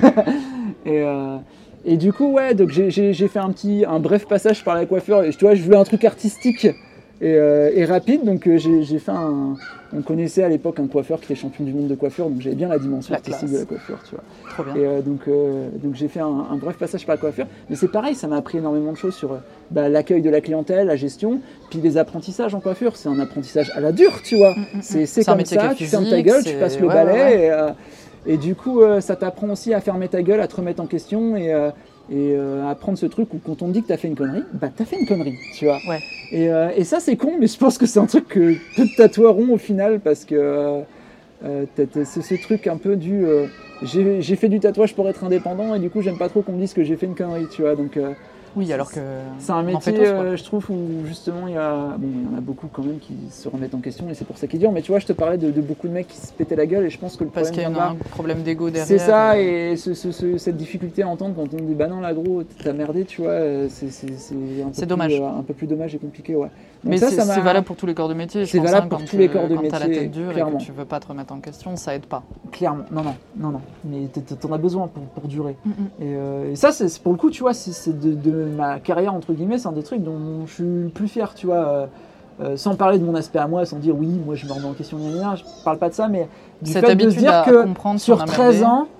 Et du coup, donc j'ai fait un bref passage par la coiffure. Et tu vois, je voulais un truc artistique et rapide, donc j'ai fait on connaissait à l'époque un coiffeur qui était champion du monde de coiffure, donc j'avais bien la dimension artistique de la coiffure, tu vois. Trop bien. Et donc j'ai fait un bref passage par la coiffure, mais c'est pareil, ça m'a appris énormément de choses sur l'accueil de la clientèle, la gestion, puis les apprentissages en coiffure, c'est un apprentissage à la dure, tu vois. C'est comme ça, tu fermes ta gueule, tu passes le balai, et du coup ça t'apprend aussi à fermer ta gueule, à te remettre en question et à prendre ce truc où quand on te dit que t'as fait une connerie, t'as fait une connerie, tu vois. Ouais. Et ça c'est con, mais je pense que c'est un truc que peu de tatoueurs ont au final parce que c'est ce truc un peu du j'ai fait du tatouage pour être indépendant et du coup j'aime pas trop qu'on me dise que j'ai fait une connerie, tu vois. Donc oui, alors que c'est un métier, je trouve, où justement il y en a beaucoup quand même qui se remettent en question et c'est pour ça qu'il est dur. Mais tu vois, je te parlais de beaucoup de mecs qui se pétaient la gueule et je pense que le parce problème qu'il y a un problème d'ego derrière. C'est ça, et cette difficulté à entendre quand on dit bah non là gros t'as merdé, tu vois, c'est dommage. Un peu plus dommage et compliqué, ouais. Donc mais c'est valable pour tous les corps de métier. C'est valable pour tous les corps de métier. Quand t'as la tête dure clairement. et que tu veux pas te remettre en question, ça aide pas. Clairement, non. Mais t'en as besoin pour durer. Et ça, c'est pour le coup, tu vois, c'est de ma carrière entre guillemets, c'est un des trucs dont je suis le plus fier, tu vois. Sans parler de mon aspect à moi, sans dire oui, moi je me remets en question, je parle pas de ça, mais du fait de se dire que sur 13 ans,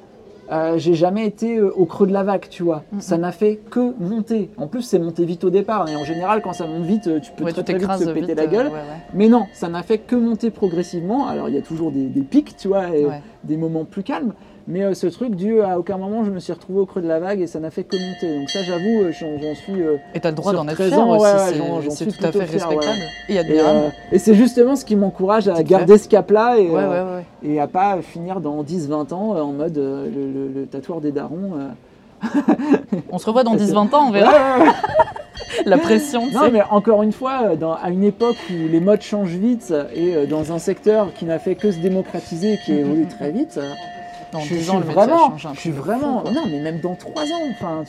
j'ai jamais été au creux de la vague, tu vois. Ça n'a fait que monter. En plus, c'est monté vite au départ. Et en général, quand ça monte vite, tu peux très vite te péter la gueule. Mais non, ça n'a fait que monter progressivement. Alors, il y a toujours des pics, tu vois, et des moments plus calmes. Mais ce truc à aucun moment je me suis retrouvé au creux de la vague et ça n'a fait que monter. Donc ça, j'avoue, j'en suis. Et tu as le droit d'en être fier aussi, c'est tout à fait respectable et admirable. Et c'est justement ce qui m'encourage à garder ce cap-là et à pas finir dans 10-20 ans en mode le tatoueur des darons. On se revoit dans 10-20 ans, on verra. La pression. Non, mais encore une fois, à une époque où les modes changent vite et dans un secteur qui n'a fait que se démocratiser et qui évolue très vite. Dans 10 ans, le métier change un peu. Je suis vraiment. Non, mais même dans 3 ans. Enfin,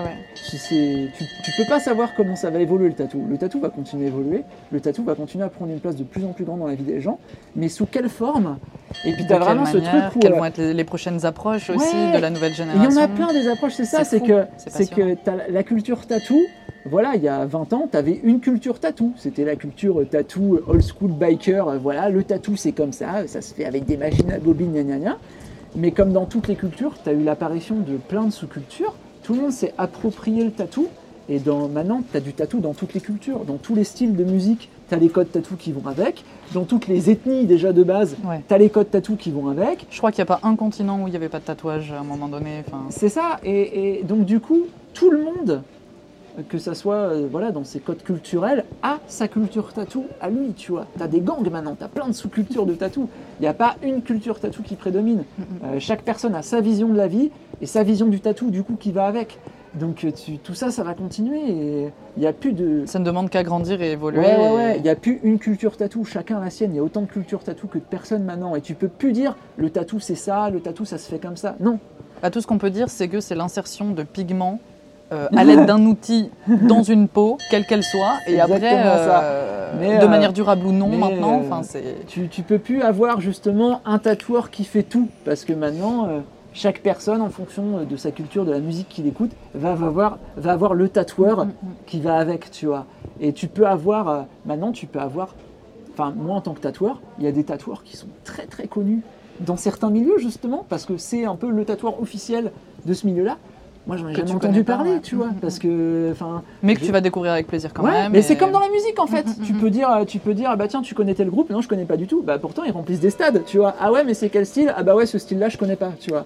tu peux pas savoir comment ça va évoluer le tatou. Le tatou va continuer à évoluer. Le tatou va continuer à prendre une place de plus en plus grande dans la vie des gens. Mais sous quelle forme? Et puis tu as vraiment ce truc où. Quelles vont être les prochaines approches aussi de la nouvelle génération? Il y en a plein des approches, c'est ça. C'est que tu as la culture tatou. Voilà, il y a 20 ans, tu avais une culture tatou. C'était la culture tatou old school biker. Voilà, le tatou c'est comme ça se fait avec des machines à bobines, gna gna gna. Mais comme dans toutes les cultures, tu as eu l'apparition de plein de sous-cultures. Tout le monde s'est approprié le tatou. Et maintenant, tu as du tatou dans toutes les cultures. Dans tous les styles de musique, tu as les codes tatou qui vont avec. Dans toutes les ethnies déjà de base, tu as les codes tatou qui vont avec. Je crois qu'il n'y a pas un continent où il n'y avait pas de tatouage à un moment donné. C'est ça. Et donc du coup, tout le monde, que ça soit dans ses codes culturels, a sa culture tatou à lui, tu vois. Tu as des gangs maintenant, tu as plein de sous-cultures de tatou. Il n'y a pas une culture tatou qui prédomine. Chaque personne a sa vision de la vie et sa vision du tatou, du coup, qui va avec. Donc tout ça, ça va continuer et il n'y a plus de... Ça ne demande qu'à grandir et évoluer. Ouais. Il n'y a plus une culture tatou, chacun a la sienne. Il y a autant de cultures tatou que de personnes maintenant. Et tu peux plus dire, le tatou c'est ça, le tatou ça se fait comme ça. Non. Tout ce qu'on peut dire, c'est que c'est l'insertion de pigments à l'aide d'un outil dans une peau, quelle qu'elle soit, et après, de manière durable ou non, maintenant, tu peux plus avoir justement un tatoueur qui fait tout, parce que maintenant, chaque personne, en fonction de sa culture, de la musique qu'il écoute, va avoir le tatoueur qui va avec, tu vois. Et tu peux avoir, enfin moi en tant que tatoueur, il y a des tatoueurs qui sont très très connus dans certains milieux justement, parce que c'est un peu le tatoueur officiel de ce milieu-là. Moi, j'en ai jamais entendu parler, tu vois, parce que, mais que tu vas découvrir avec plaisir quand même. Mais c'est comme dans la musique, en fait. Tu peux dire, bah tiens, tu connais tel groupe, non, je connais pas du tout. Bah pourtant, ils remplissent des stades, tu vois. Ah ouais, mais c'est quel style? Ah bah ouais, ce style-là, je connais pas, tu vois.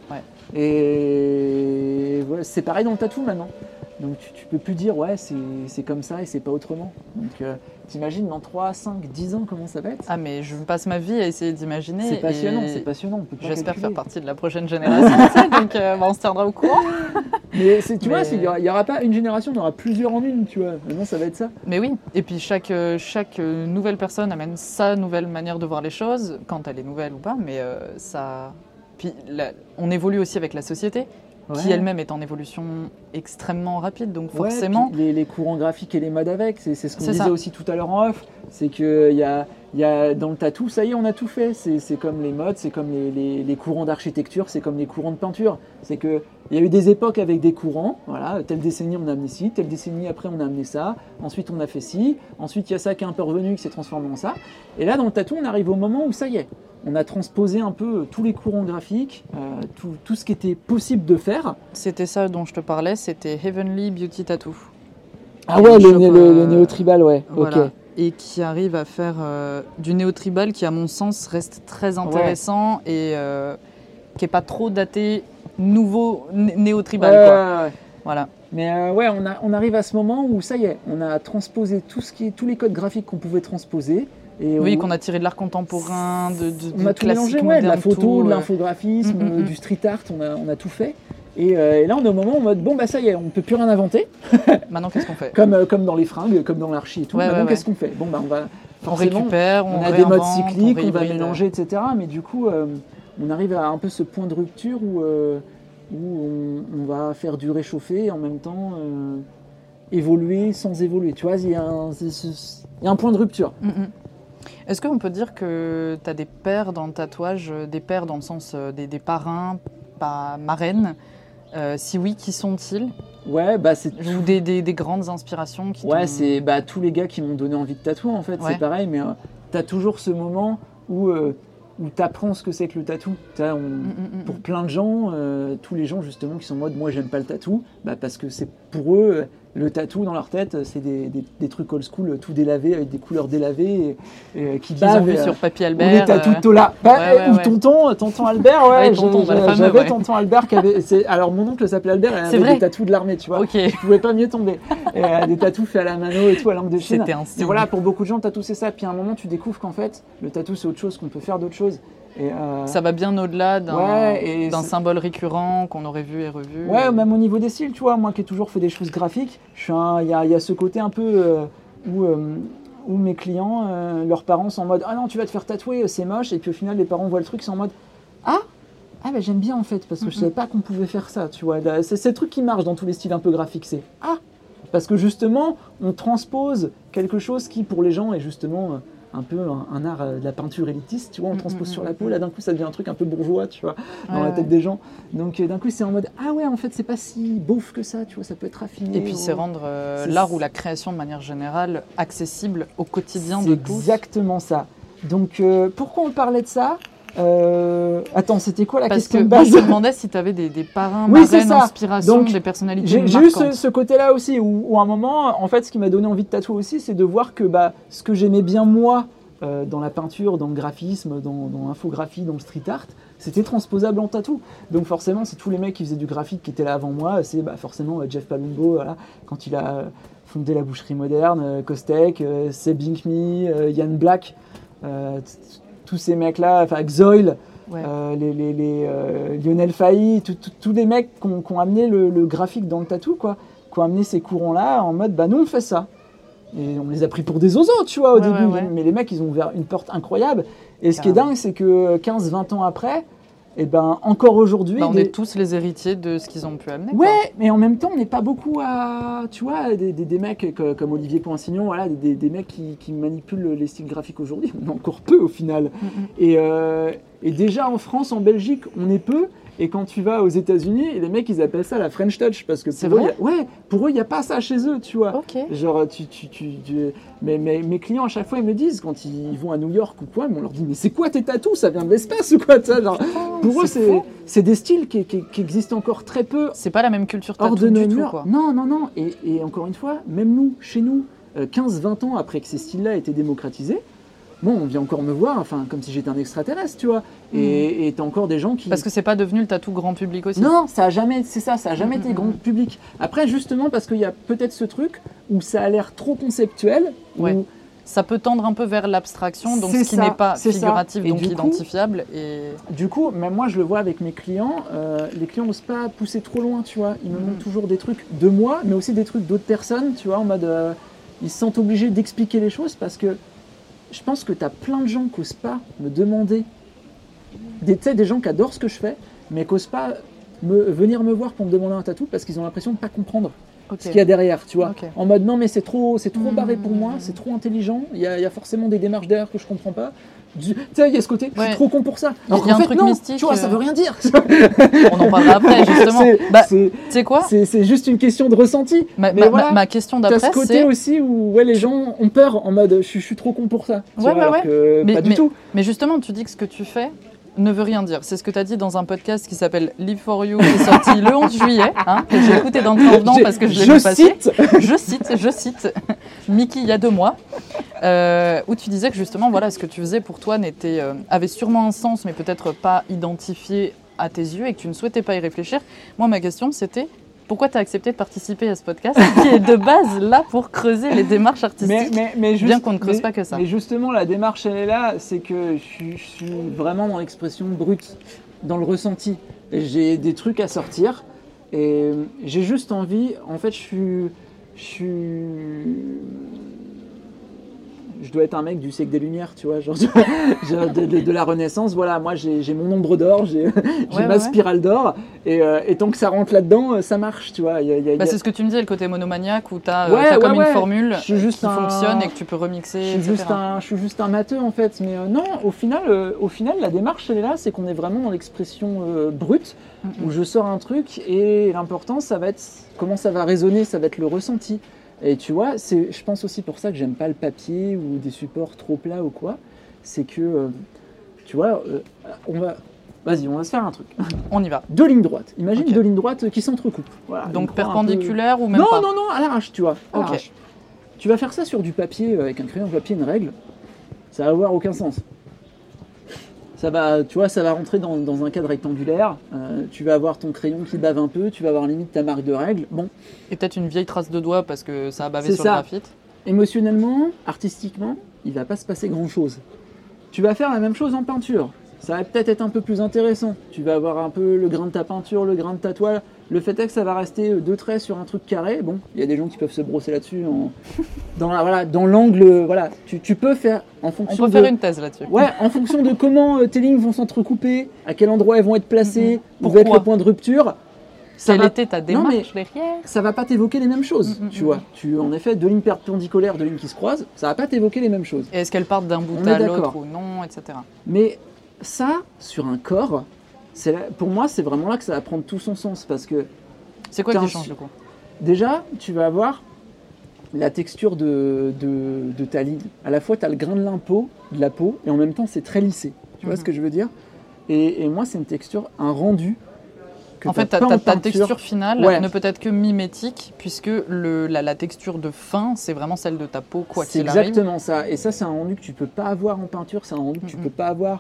Et c'est pareil dans le tatou maintenant. Donc tu peux plus dire, ouais, c'est comme ça et c'est pas autrement. Donc t'imagines dans 3, 5, 10 ans comment ça va être? Ah mais je passe ma vie à essayer d'imaginer. C'est passionnant, on peut pas j'espère calculer. faire partie de la prochaine génération, donc on se tiendra au courant. Mais tu vois, il y aura pas une génération, il y aura plusieurs en une, tu vois. Maintenant ça va être ça. Mais oui, et puis chaque nouvelle personne amène sa nouvelle manière de voir les choses, quand elle est nouvelle ou pas, mais ça... Puis on évolue aussi avec la société. Qui elle-même est en évolution extrêmement rapide, donc forcément... Les courants graphiques et les modes avec, c'est ce qu'on disait aussi tout à l'heure en off, c'est qu'il y a dans le tatou, ça y est, on a tout fait, c'est comme les modes, c'est comme les courants d'architecture, c'est comme les courants de peinture, c'est qu'il y a eu des époques avec des courants, voilà, telle décennie on a amené ci, telle décennie après on a amené ça, ensuite on a fait ci, ensuite il y a ça qui est un peu revenu, qui s'est transformé en ça, et là dans le tatou on arrive au moment où ça y est, on a transposé un peu tous les courants graphiques, tout ce qui était possible de faire. C'était ça dont je te parlais, c'était Heavenly Beauty Tattoo. Ah ouais, le néo-tribal, ouais. Voilà. Ok. Et qui arrive à faire du néo-tribal qui, à mon sens, reste très intéressant et qui n'est pas trop daté nouveau néo-tribal. Ouais. Voilà. Mais on arrive à ce moment où ça y est, on a transposé tous les codes graphiques qu'on pouvait transposer. Et qu'on a tiré de l'art contemporain, on a tout mélangé, de la photo, de l'infographisme, du street art, on a tout fait. Et là, on est au moment où on mode, bon, bah ça y est, on ne peut plus rien inventer. Maintenant, qu'est-ce qu'on fait? Comme dans les fringues, comme dans l'archi et tout. Maintenant, qu'est-ce qu'on fait? Bon, bah on récupère, on a des modes cycliques, on va mélanger, etc. Mais du coup, on arrive à un peu ce point de rupture où on va faire du réchauffé et en même temps évoluer sans évoluer. Tu vois, il y a un point de rupture. Est-ce qu'on peut dire que tu as des pairs dans le tatouage, des pairs dans le sens des parrains, pas marraines? Si oui, qui sont-ils? Ouais, bah c'est ou des grandes inspirations qui c'est tous les gars qui m'ont donné envie de tatouer en fait, c'est pareil, mais tu as toujours ce moment où où tu apprends ce que c'est que le tatou. Pour plein de gens, tous les gens justement qui sont en mode moi j'aime pas le tatou, parce que c'est pour eux le tatou dans leur tête c'est des trucs old school tout délavés avec des couleurs délavées qui bavent sur Papy Albert. Ou les tatous de Tola. Ou tonton Albert, j'avais tonton Albert qui avait. Alors mon oncle s'appelait Albert et avait des tatous de l'armée, tu vois. Okay. Je pouvais pas mieux tomber. Des tatous faits à la mano et tout à langue de Chine. C'était un signe. Et voilà, pour beaucoup de gens, le tatou c'est ça. Puis à un moment, tu découvres qu'en fait, le tatou c'est autre chose, qu'on peut faire d'autres choses. Et ça va bien au-delà d'un symbole récurrent qu'on aurait vu et revu. Ouais, même au niveau des styles, tu vois, moi qui ai toujours fait des choses graphiques, il y a ce côté un peu où mes clients, leurs parents sont en mode « Ah non, tu vas te faire tatouer, c'est moche », et puis au final, les parents voient le truc, ils sont en mode « Ah, j'aime bien en fait, parce que je savais pas qu'on pouvait faire ça », tu vois. C'est le truc qui marche dans tous les styles un peu graphiques, c'est « Ah », parce que justement, on transpose quelque chose qui, pour les gens, est justement... un peu un art de la peinture élitiste, tu vois, on transpose sur la peau, là d'un coup ça devient un truc un peu bourgeois, tu vois, dans la tête des gens. Donc d'un coup c'est en mode, ah ouais, en fait c'est pas si beauf que ça, tu vois, ça peut être raffiné. Et puis c'est rendre l'art ou la création de manière générale accessible au quotidien de tous. C'est exactement ça. Donc pourquoi on parlait de ça ? Attends, c'était quoi la question de base ? Parce que je me demandais si tu avais des parrains, marraines, inspirations, donc, des personnalités marquantes. J'ai eu ce côté-là aussi, où à un moment, en fait, ce qui m'a donné envie de tatouer aussi, c'est de voir que ce que j'aimais bien moi, dans la peinture, dans le graphisme, dans l'infographie, dans le street art, c'était transposable en tatou. Donc forcément, c'est tous les mecs qui faisaient du graphique qui étaient là avant moi, c'est forcément Jeff Palumbo, voilà, quand il a fondé la boucherie moderne, Kostek, Seb Binkme, Yann Black, tous ces mecs-là, enfin Xoil, les Lionel Fahy, tous les mecs qui ont amené le graphique dans le tatou, quoi, qui ont amené ces courants-là en mode, nous on fait ça. Et on les a pris pour des oiseaux, tu vois, au début. Mais les mecs, ils ont ouvert une porte incroyable. Et ce qui est dingue, c'est que 15-20 ans après, encore aujourd'hui... on est tous les héritiers de ce qu'ils ont pu amener. Ouais, quoi. Mais en même temps, on n'est pas beaucoup à... Tu vois, des mecs comme Olivier Poinsignon, voilà, des mecs qui manipulent les styles graphiques aujourd'hui. On est encore peu, au final. Et déjà, en France, en Belgique, on est peu. Et quand tu vas aux États-Unis, les mecs ils appellent ça la French Touch parce que pour eux il y a pas ça chez eux, tu vois. Okay. Genre mais mes clients à chaque fois ils me disent quand ils vont à New York ou quoi, on leur dit mais c'est quoi tes tatous, ça vient de l'espace ou quoi, ça, genre, pour eux c'est des styles qui existent encore très peu. C'est pas la même culture tatou du tout, quoi. Non. Et encore une fois, même nous, chez nous, 15-20 ans après que ces styles-là aient été démocratisés. Bon, on vient encore me voir, enfin, comme si j'étais un extraterrestre, tu vois. Et t'as encore des gens qui... Parce que c'est pas devenu le tatou grand public aussi. Non, ça a jamais été grand public. Après, justement, parce qu'il y a peut-être ce truc où ça a l'air trop conceptuel. Ouais. Où... Ça peut tendre un peu vers l'abstraction, donc ce qui n'est pas figuratif, donc identifiable. Du coup, même moi, je le vois avec mes clients, les clients n'osent pas pousser trop loin, tu vois. Ils me montrent toujours des trucs de moi, mais aussi des trucs d'autres personnes, tu vois, en mode... ils se sentent obligés d'expliquer les choses parce que je pense que tu as plein de gens qui n'osent pas me demander, des gens qui adorent ce que je fais, mais qui n'osent pas venir me voir pour me demander un tatou parce qu'ils ont l'impression de ne pas comprendre ce qu'il y a derrière, tu vois. En mode non mais c'est trop barré pour moi, c'est trop intelligent, il y a forcément des démarches derrière que je ne comprends pas. Tu sais, il y a ce côté, je suis trop con pour ça. Alors qu'en fait, non, mystique, tu vois, ça veut rien dire. On en parlera après, justement. Tu sais quoi ? C'est juste une question de ressenti. Ma question d'après, c'est... T'as ce côté aussi où les gens ont peur en mode, je suis trop con pour ça. Pas du tout. Mais justement, tu dis que ce que tu fais ne veut rien dire. C'est ce que tu as dit dans un podcast qui s'appelle Live for You, qui est sorti le 11 juillet, que j'ai écouté dans le train venant parce que je l'ai vu passer. Je cite Mickey il y a 2 mois, où tu disais que justement, voilà, ce que tu faisais pour toi avait sûrement un sens, mais peut-être pas identifié à tes yeux et que tu ne souhaitais pas y réfléchir. Moi, ma question, c'était pourquoi tu as accepté de participer à ce podcast qui est de base là pour creuser les démarches artistiques, bien qu'on ne creuse pas que ça. Mais justement, la démarche, elle est là, c'est que je suis vraiment dans l'expression brute, dans le ressenti. J'ai des trucs à sortir et j'ai juste envie, en fait, je dois être un mec du siècle des Lumières, tu vois, genre de la Renaissance. Voilà, moi j'ai mon ombre d'or, j'ai ma spirale d'or, et tant que ça rentre là-dedans, ça marche, tu vois. C'est ce que tu me disais, le côté monomaniaque où tu as comme une formule qui fonctionne et que tu peux remixer. Je suis juste un matheux en fait, mais non, au final, la démarche elle est là, c'est qu'on est vraiment dans l'expression brute, où je sors un truc et l'important ça va être comment ça va résonner, ça va être le ressenti. Et tu vois, je pense aussi pour ça que j'aime pas le papier ou des supports trop plats ou quoi. C'est que tu vois, Vas-y, on va se faire un truc. On y va. 2 lignes droites. Imagine 2 lignes droites qui s'entrecoupent. Voilà, donc perpendiculaires ou même non, pas? Non, à l'arrache, tu vois. À l'arrache. Tu vas faire ça sur du papier avec un crayon de papier, une règle. Ça va avoir aucun sens. Ça va rentrer dans un cadre rectangulaire. Tu vas avoir ton crayon qui bave un peu. Tu vas avoir limite ta marque de règle. Bon. Et peut-être une vieille trace de doigt parce que ça a bavé sur le graphite. Émotionnellement, artistiquement, il va pas se passer grand-chose. Tu vas faire la même chose en peinture. Ça va peut-être être un peu plus intéressant. Tu vas avoir un peu le grain de ta peinture, le grain de ta toile. Le fait est que ça va rester 2 traits sur un truc carré. Bon, il y a des gens qui peuvent se brosser là-dessus. Dans l'angle, voilà. Tu peux faire en fonction. On peut faire une thèse là-dessus. Ouais, en fonction de comment tes lignes vont s'entrecouper, à quel endroit elles vont être placées, où va être le point de rupture. Quelle était ta démarche derrière? Ça va pas t'évoquer les mêmes choses, tu vois. En effet, 2 lignes perpendiculaires, 2 lignes qui se croisent, ça va pas t'évoquer les mêmes choses. Et est-ce qu'elles partent d'un bout à l'autre ou non, etc. Mais ça, sur un corps, pour moi, c'est vraiment là que ça va prendre tout son sens. Parce que c'est quoi qui change du coup? Déjà, tu vas avoir la texture de ta ligne. À la fois, tu as le grain de la peau, et en même temps, c'est très lissé. Tu vois ce que je veux dire? Et moi, c'est une texture, un rendu. En fait, ta texture finale ne peut être que mimétique, puisque la texture de fin, c'est vraiment celle de ta peau, quoi qu'il arrive. C'est exactement ça. Et ça, c'est un rendu que tu peux pas avoir en peinture, c'est un rendu que tu peux pas avoir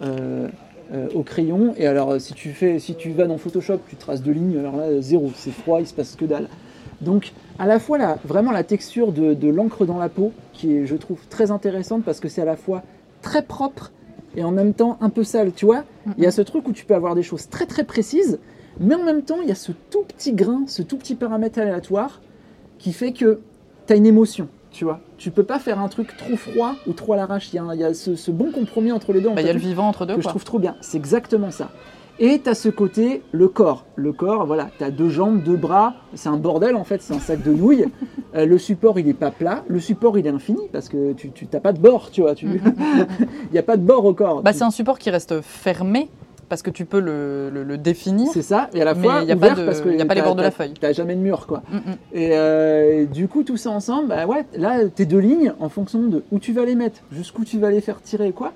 au crayon. Et alors, si tu vas dans Photoshop, tu traces 2 lignes, alors là, 0, c'est froid, il se passe que dalle. Donc, à la fois, vraiment la texture de l'encre dans la peau, qui est, je trouve, très intéressante, parce que c'est à la fois très propre et en même temps un peu sale, tu vois. Il y a ce truc où tu peux avoir des choses très très précises, mais en même temps, il y a ce tout petit grain, ce tout petit paramètre aléatoire qui fait que tu as une émotion, tu vois. Tu peux pas faire un truc trop froid ou trop à l'arrache. Il y a ce bon compromis entre les deux. Il y a le vivant entre deux, que je trouve trop bien. C'est exactement ça. Et tu as ce côté, le corps. Le corps, voilà, tu as 2 jambes, 2 bras. C'est un bordel, en fait, c'est un sac de nouilles. Le support, il est pas plat. Le support, il est infini parce que tu n'as pas de bord, tu vois. Il n'y a pas de bord au corps. C'est un support qui reste fermé. Parce que tu peux le définir. C'est ça, et à la fois il ouvert parce qu'il n'y a pas les bords de la feuille. Tu n'as jamais de mur, quoi. Et du coup, tout ça ensemble, là, tes 2 lignes, en fonction de où tu vas les mettre, jusqu'où tu vas les faire tirer, quoi.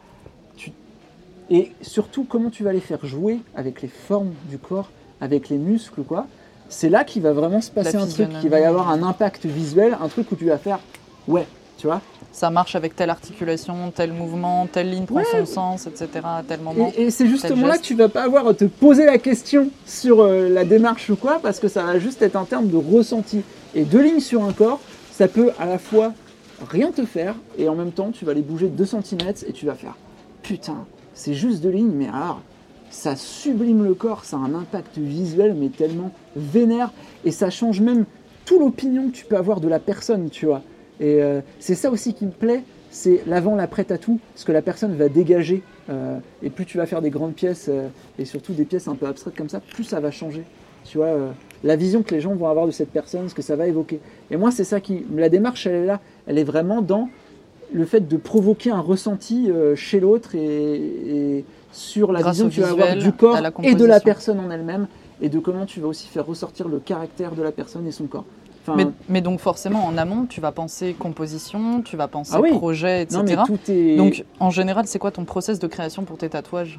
Et surtout, comment tu vas les faire jouer avec les formes du corps, avec les muscles, quoi. C'est là qu'il va vraiment se passer un truc, qu'il va y avoir un impact visuel, un truc où tu vas faire, tu vois. Ça marche avec telle articulation, tel mouvement, telle ligne prend son sens, etc. à tel moment. Et c'est justement là que tu vas pas avoir à te poser la question sur la démarche ou quoi, parce que ça va juste être en termes de ressenti. Et 2 lignes sur un corps, ça peut à la fois rien te faire, et en même temps, tu vas les bouger de 2 cm et tu vas faire putain, c'est juste 2 lignes, mais alors ça sublime le corps, ça a un impact visuel, mais tellement vénère, et ça change même toute l'opinion que tu peux avoir de la personne, tu vois. Et c'est ça aussi qui me plaît, c'est l'avant, l'après tatou, ce que la personne va dégager. Et plus tu vas faire des grandes pièces, et surtout des pièces un peu abstraites comme ça, plus ça va changer. Tu vois, la vision que les gens vont avoir de cette personne, ce que ça va évoquer. Et moi, c'est ça la démarche, elle est là. Elle est vraiment dans le fait de provoquer un ressenti chez l'autre et sur la vision que tu vas avoir du corps et de la personne en elle-même, et de comment tu vas aussi faire ressortir le caractère de la personne et son corps. Mais donc forcément, en amont, tu vas penser composition, tu vas penser projet, etc. Non, mais tout est... Donc, en général, c'est quoi ton process de création pour tes tatouages?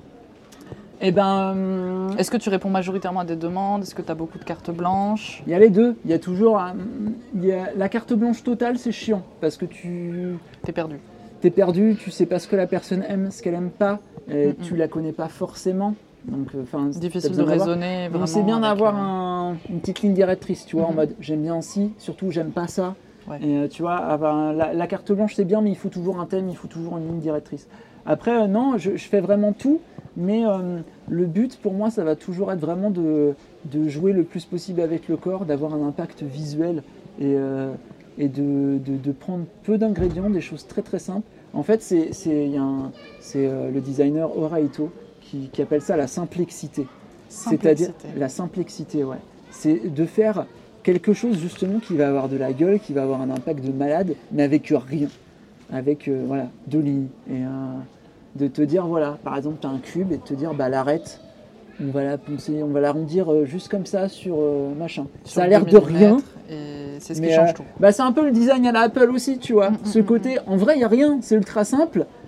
Est-ce que tu réponds majoritairement à des demandes? Est-ce que tu as beaucoup de cartes blanches? Il y a les deux. Il y a toujours... la carte blanche totale, c'est chiant, parce que T'es perdu. T'es perdu, tu sais pas ce que la personne aime, ce qu'elle aime pas, tu la connais pas forcément. Donc, difficile de raisonner. Donc c'est bien d'avoir une petite ligne directrice, tu vois, en mode j'aime bien ci, surtout j'aime pas ça. Ouais. Et tu vois, la carte blanche c'est bien, mais il faut toujours un thème, il faut toujours une ligne directrice. Après, non, je fais vraiment tout, mais le but pour moi, ça va toujours être vraiment de jouer le plus possible avec le corps, d'avoir un impact visuel et de prendre peu d'ingrédients, des choses très très simples. En fait, c'est le designer Ora Ito qui appelle ça la simplexité. C'est-à-dire la simplexité, ouais. C'est de faire quelque chose justement qui va avoir de la gueule, qui va avoir un impact de malade, mais avec rien. Avec 2 lignes. Et de te dire, voilà, par exemple, tu as un cube et de te dire, l'arête, on va la poncer, on va l'arrondir juste comme ça sur machin. Ça a l'air de rien. Et c'est ce qui change tout. C'est un peu le design à la Apple aussi, tu vois. Ce côté, en vrai, il n'y a rien, c'est ultra simple.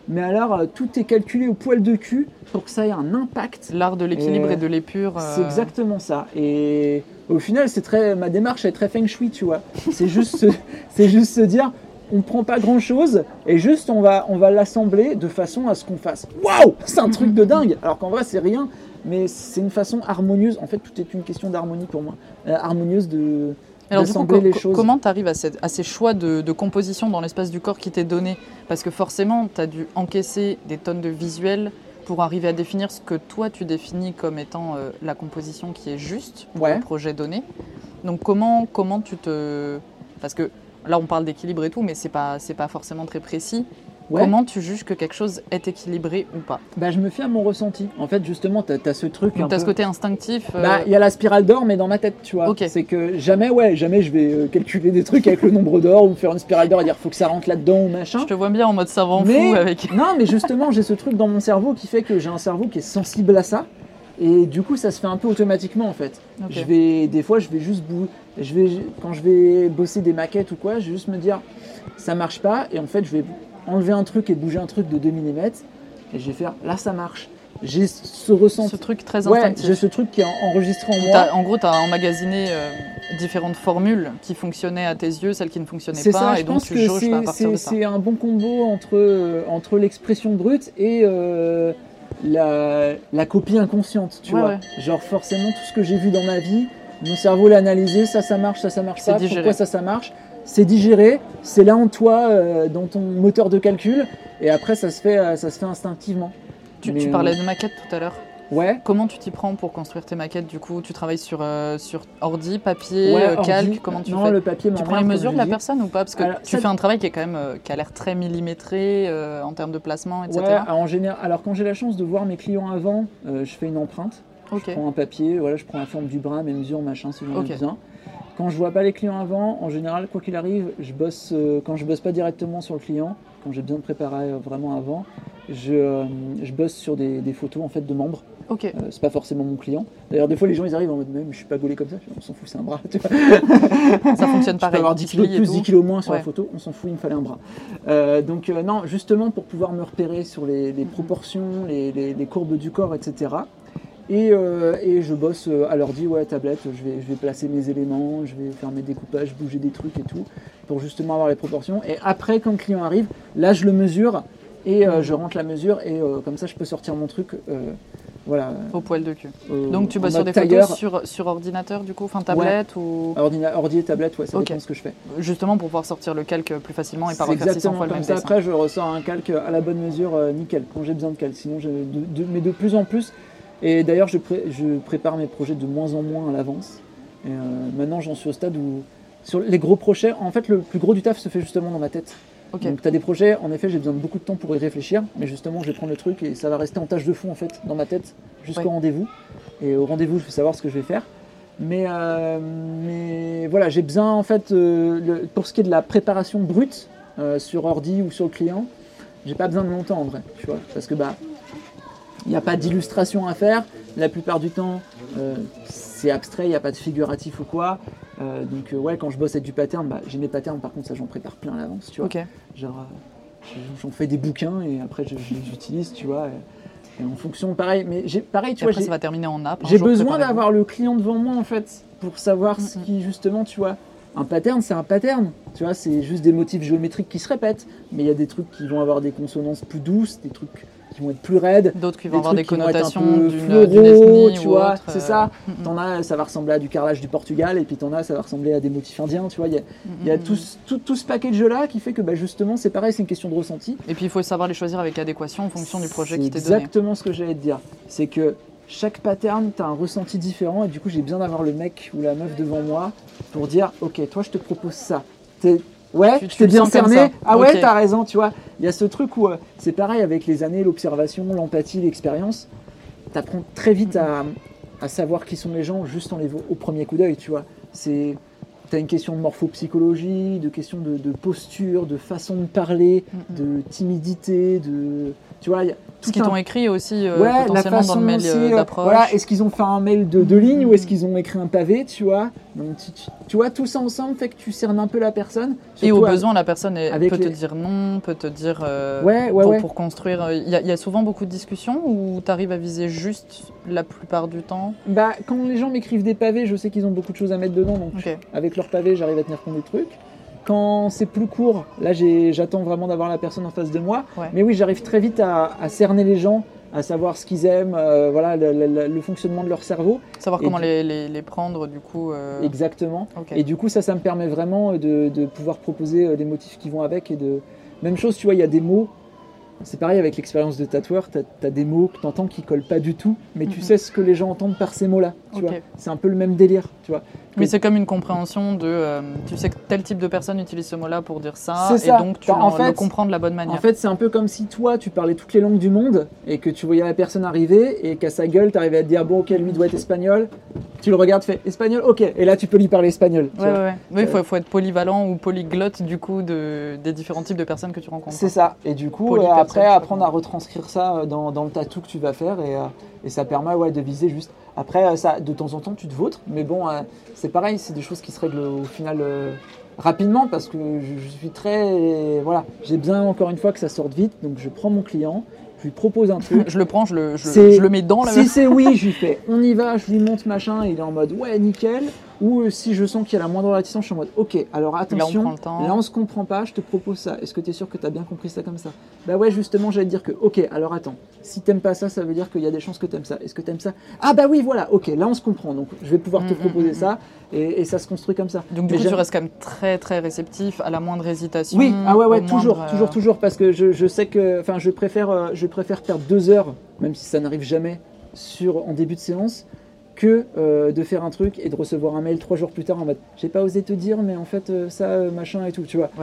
mais alors tout est calculé au poil de cul pour que ça ait un impact. L'art de l'équilibre et de l'épure. C'est exactement ça. Et au final, ma démarche est très feng shui, tu vois. C'est juste se dire, on prend pas grand chose et juste on va l'assembler de façon à ce qu'on fasse. Waouh, c'est un truc de dingue. Alors qu'en vrai, c'est rien, mais c'est une façon harmonieuse. En fait, tout est une question d'harmonie pour moi. Harmonieuse d'assembler les choses. Comment tu arrives à ces choix de composition dans l'espace du corps qui t'est donné? Parce que forcément, tu as dû encaisser des tonnes de visuels pour arriver à définir ce que toi tu définis comme étant la composition qui est juste pour le projet donné. Donc comment tu te... Parce que là on parle d'équilibre et tout, mais c'est pas forcément très précis. Ouais. Comment tu juges que quelque chose est équilibré ou pas? Je me fie à mon ressenti. En fait, justement, tu as ce truc. Donc, tu as ce côté instinctif. Il y a la spirale d'or, mais dans ma tête, tu vois. Okay. C'est que jamais je vais calculer des trucs avec le nombre d'or ou faire une spirale d'or et dire faut que ça rentre là-dedans ou machin. Je te vois bien en mode savant fou avec. Non, mais justement, j'ai ce truc dans mon cerveau qui fait que j'ai un cerveau qui est sensible à ça. Et du coup, ça se fait un peu automatiquement en fait. Okay. Des fois, je vais juste quand je vais bosser des maquettes ou quoi, je vais juste me dire ça marche pas. Et en fait, je vais enlever un truc et bouger un truc de 2 mm et je vais faire là ça marche. J'ai ce ressenti. Ce truc très instinctif. J'ai ce truc qui est enregistré en moi. En gros, tu as emmagasiné différentes formules qui fonctionnaient à tes yeux, celles qui ne fonctionnaient pas. Ça, et donc tu jauges à partir de ça. C'est un bon combo entre l'expression brute et la copie inconsciente, tu vois. Genre forcément tout ce que j'ai vu dans ma vie, mon cerveau l'a analysé, ça marche, ça marche pas, pourquoi ça marche. C'est digéré, c'est là en toi, dans ton moteur de calcul, et après ça se fait instinctivement. Tu parlais de maquettes tout à l'heure. Ouais. Comment tu t'y prends pour construire tes maquettes du coup? Tu travailles sur ordi, papier, calque? Comment tu fais? Non, le papier. Tu prends les mesures de la personne ou pas? Parce que tu fais un travail qui est quand même qui a l'air très millimétré en termes de placement, etc. Ouais. En général, alors quand j'ai la chance de voir mes clients avant, je fais une empreinte. Je prends un papier, je prends la forme du bras, mes mesures, machin, si j'en ai besoin. Quand je vois pas les clients avant, en général, quoi qu'il arrive, je bosse quand je bosse pas directement sur le client, quand j'ai bien préparé vraiment avant, je bosse sur des photos en fait de membres. C'est pas forcément mon client. D'ailleurs, des fois, les gens ils arrivent en mode même, je suis pas gaulé comme ça. On s'en fout, c'est un bras. Tu vois. Ça fonctionne pareil. Je peux avoir 10 kilos de plus, 10 kilos moins sur la photo. On s'en fout, il me fallait un bras. Donc non, justement pour pouvoir me repérer sur les proportions, les courbes du corps, etc. Et je bosse à l'ordi, tablette, je vais placer mes éléments, je vais faire mes découpages, bouger des trucs et tout, pour justement avoir les proportions. Et après, quand le client arrive, là je le mesure et je rentre la mesure et comme ça je peux sortir mon truc. Au poil de cul. Donc tu bosses sur des photos sur ordinateur du coup, enfin tablette ou... Ordi et tablette, ça dépend ce que je fais. Justement pour pouvoir sortir le calque plus facilement et pas refaire 600 fois le même dessin. Après je ressors un calque à la bonne mesure, nickel, quand j'ai besoin de calque. Sinon, mais de plus en plus. Et d'ailleurs, je prépare mes projets de moins en moins à l'avance. Et maintenant, j'en suis au stade où, sur les gros projets, en fait, le plus gros du taf se fait justement dans ma tête. Donc, tu as des projets, en effet, j'ai besoin de beaucoup de temps pour y réfléchir, mais justement, je vais prendre le truc et ça va rester en tâche de fond, en fait, dans ma tête, jusqu'au rendez-vous. Et au rendez-vous, je vais savoir ce que je vais faire. Mais voilà, j'ai besoin, en fait, pour ce qui est de la préparation brute, sur ordi ou sur le client, j'ai pas besoin de longtemps, en vrai, tu vois, parce que, il n'y a pas d'illustration à faire. La plupart du temps, c'est abstrait, il n'y a pas de figuratif ou quoi. Donc, quand je bosse avec du pattern, j'ai mes patterns, par contre, ça, j'en prépare plein à l'avance, tu vois. Genre, j'en fais des bouquins et après, je les utilise, tu vois. Et en fonction, pareil. Mais tu vois, ça va terminer en app. J'ai besoin d'avoir le client devant moi, en fait, pour savoir ce qui, justement, tu vois. Un pattern, c'est un pattern. Tu vois, c'est juste des motifs géométriques qui se répètent. Mais il y a des trucs qui vont avoir des consonances plus douces, des trucs qui vont être plus raides, d'autres qui vont avoir des connotations d'une ethnie, tu vois, c'est ça. T'en as, ça va ressembler à du carrelage du Portugal, et puis t'en as, ça va ressembler à des motifs indiens, tu vois. Il y a tout ce package-là qui fait que justement, c'est pareil, c'est une question de ressenti. Et puis il faut savoir les choisir avec adéquation en fonction du projet qui t'est donné. C'est exactement ce que j'allais te dire. C'est que chaque pattern, t'as un ressenti différent, et du coup, j'ai besoin d'avoir le mec ou la meuf devant moi pour dire, ok, toi, je te propose ça. Je t'ai bien cerné. Ah ouais, t'as raison, tu vois. Il y a ce truc où c'est pareil avec les années, l'observation, l'empathie, l'expérience. T'apprends très vite à savoir qui sont les gens juste au premier coup d'œil, tu vois. T'as une question de morphopsychologie, de question de posture, de façon de parler, de timidité, Tu vois, ce qu'ils t'ont écrit aussi potentiellement dans le mail d'approche. Voilà, est-ce qu'ils ont fait un mail de 2 lignes ou est-ce qu'ils ont écrit un pavé, tu vois. Donc tu vois, tout ça ensemble fait que tu cernes un peu la personne. Et au besoin, la personne peut te dire non, peut te dire pour construire. Il y a souvent beaucoup de discussions ou tu arrives à viser juste la plupart du temps? Bah, quand les gens m'écrivent des pavés, je sais qu'ils ont beaucoup de choses à mettre dedans, donc avec leurs pavés, j'arrive à tenir compte des trucs. Quand c'est plus court, là j'attends vraiment d'avoir la personne en face de moi. Ouais. Mais oui, j'arrive très vite à cerner les gens, à savoir ce qu'ils aiment, voilà, le fonctionnement de leur cerveau. Savoir comment les prendre du coup. Exactement. Okay. Et du coup, ça me permet vraiment de pouvoir proposer des motifs qui vont avec. Même chose, tu vois, il y a des mots. C'est pareil avec l'expérience de tatoueur, tu as des mots que tu entends qui ne collent pas du tout, mais tu sais ce que les gens entendent par ces mots-là. Tu vois. C'est un peu le même délire. Tu vois. Mais c'est comme une compréhension de... tu sais que tel type de personne utilise ce mot-là pour dire ça, et donc tu le comprends de la bonne manière. En fait, c'est un peu comme si toi, tu parlais toutes les langues du monde, et que tu voyais la personne arriver, et qu'à sa gueule, tu arrivais à te dire, bon, ok, lui doit être espagnol. Tu le regardes, fais espagnol, ok, et là, tu peux lui parler espagnol. Oui, il faut être polyvalent ou polyglotte, du coup, des différents types de personnes que tu rencontres. C'est ça, et du coup, après, apprendre à retranscrire ça dans le tatou que tu vas faire, et ça permet de viser juste. Après, ça, de temps en temps, tu te vautres, mais bon, c'est pareil, c'est des choses qui se règlent au final rapidement, parce que je suis très... Voilà, j'ai besoin, encore une fois, que ça sorte vite, donc je prends mon client, je lui propose un truc. Je le prends, je le mets dans la... Si c'est oui, je lui fais, on y va, je lui monte machin, et il est en mode, ouais, nickel. Ou si je sens qu'il y a la moindre réticence, je suis en mode, ok, alors attention, là on se comprend pas, je te propose ça. Est-ce que tu es sûr que tu as bien compris ça comme ça? Bah ouais, justement, j'allais te dire que, ok, alors attends, si t'aimes pas ça, ça veut dire qu'il y a des chances que t'aimes ça. Est-ce que t'aimes ça? Ah bah oui, voilà, ok, là on se comprend, donc je vais pouvoir te proposer ça, et ça se construit comme ça. Donc du coup, tu restes quand même très très réceptif à la moindre hésitation. Oui, toujours, parce que je sais que, enfin, je préfère perdre 2 heures, même si ça n'arrive jamais, en début de séance, que de faire un truc et de recevoir un mail 3 jours plus tard en mode j'ai pas osé te dire mais en fait ça machin et tout, tu vois.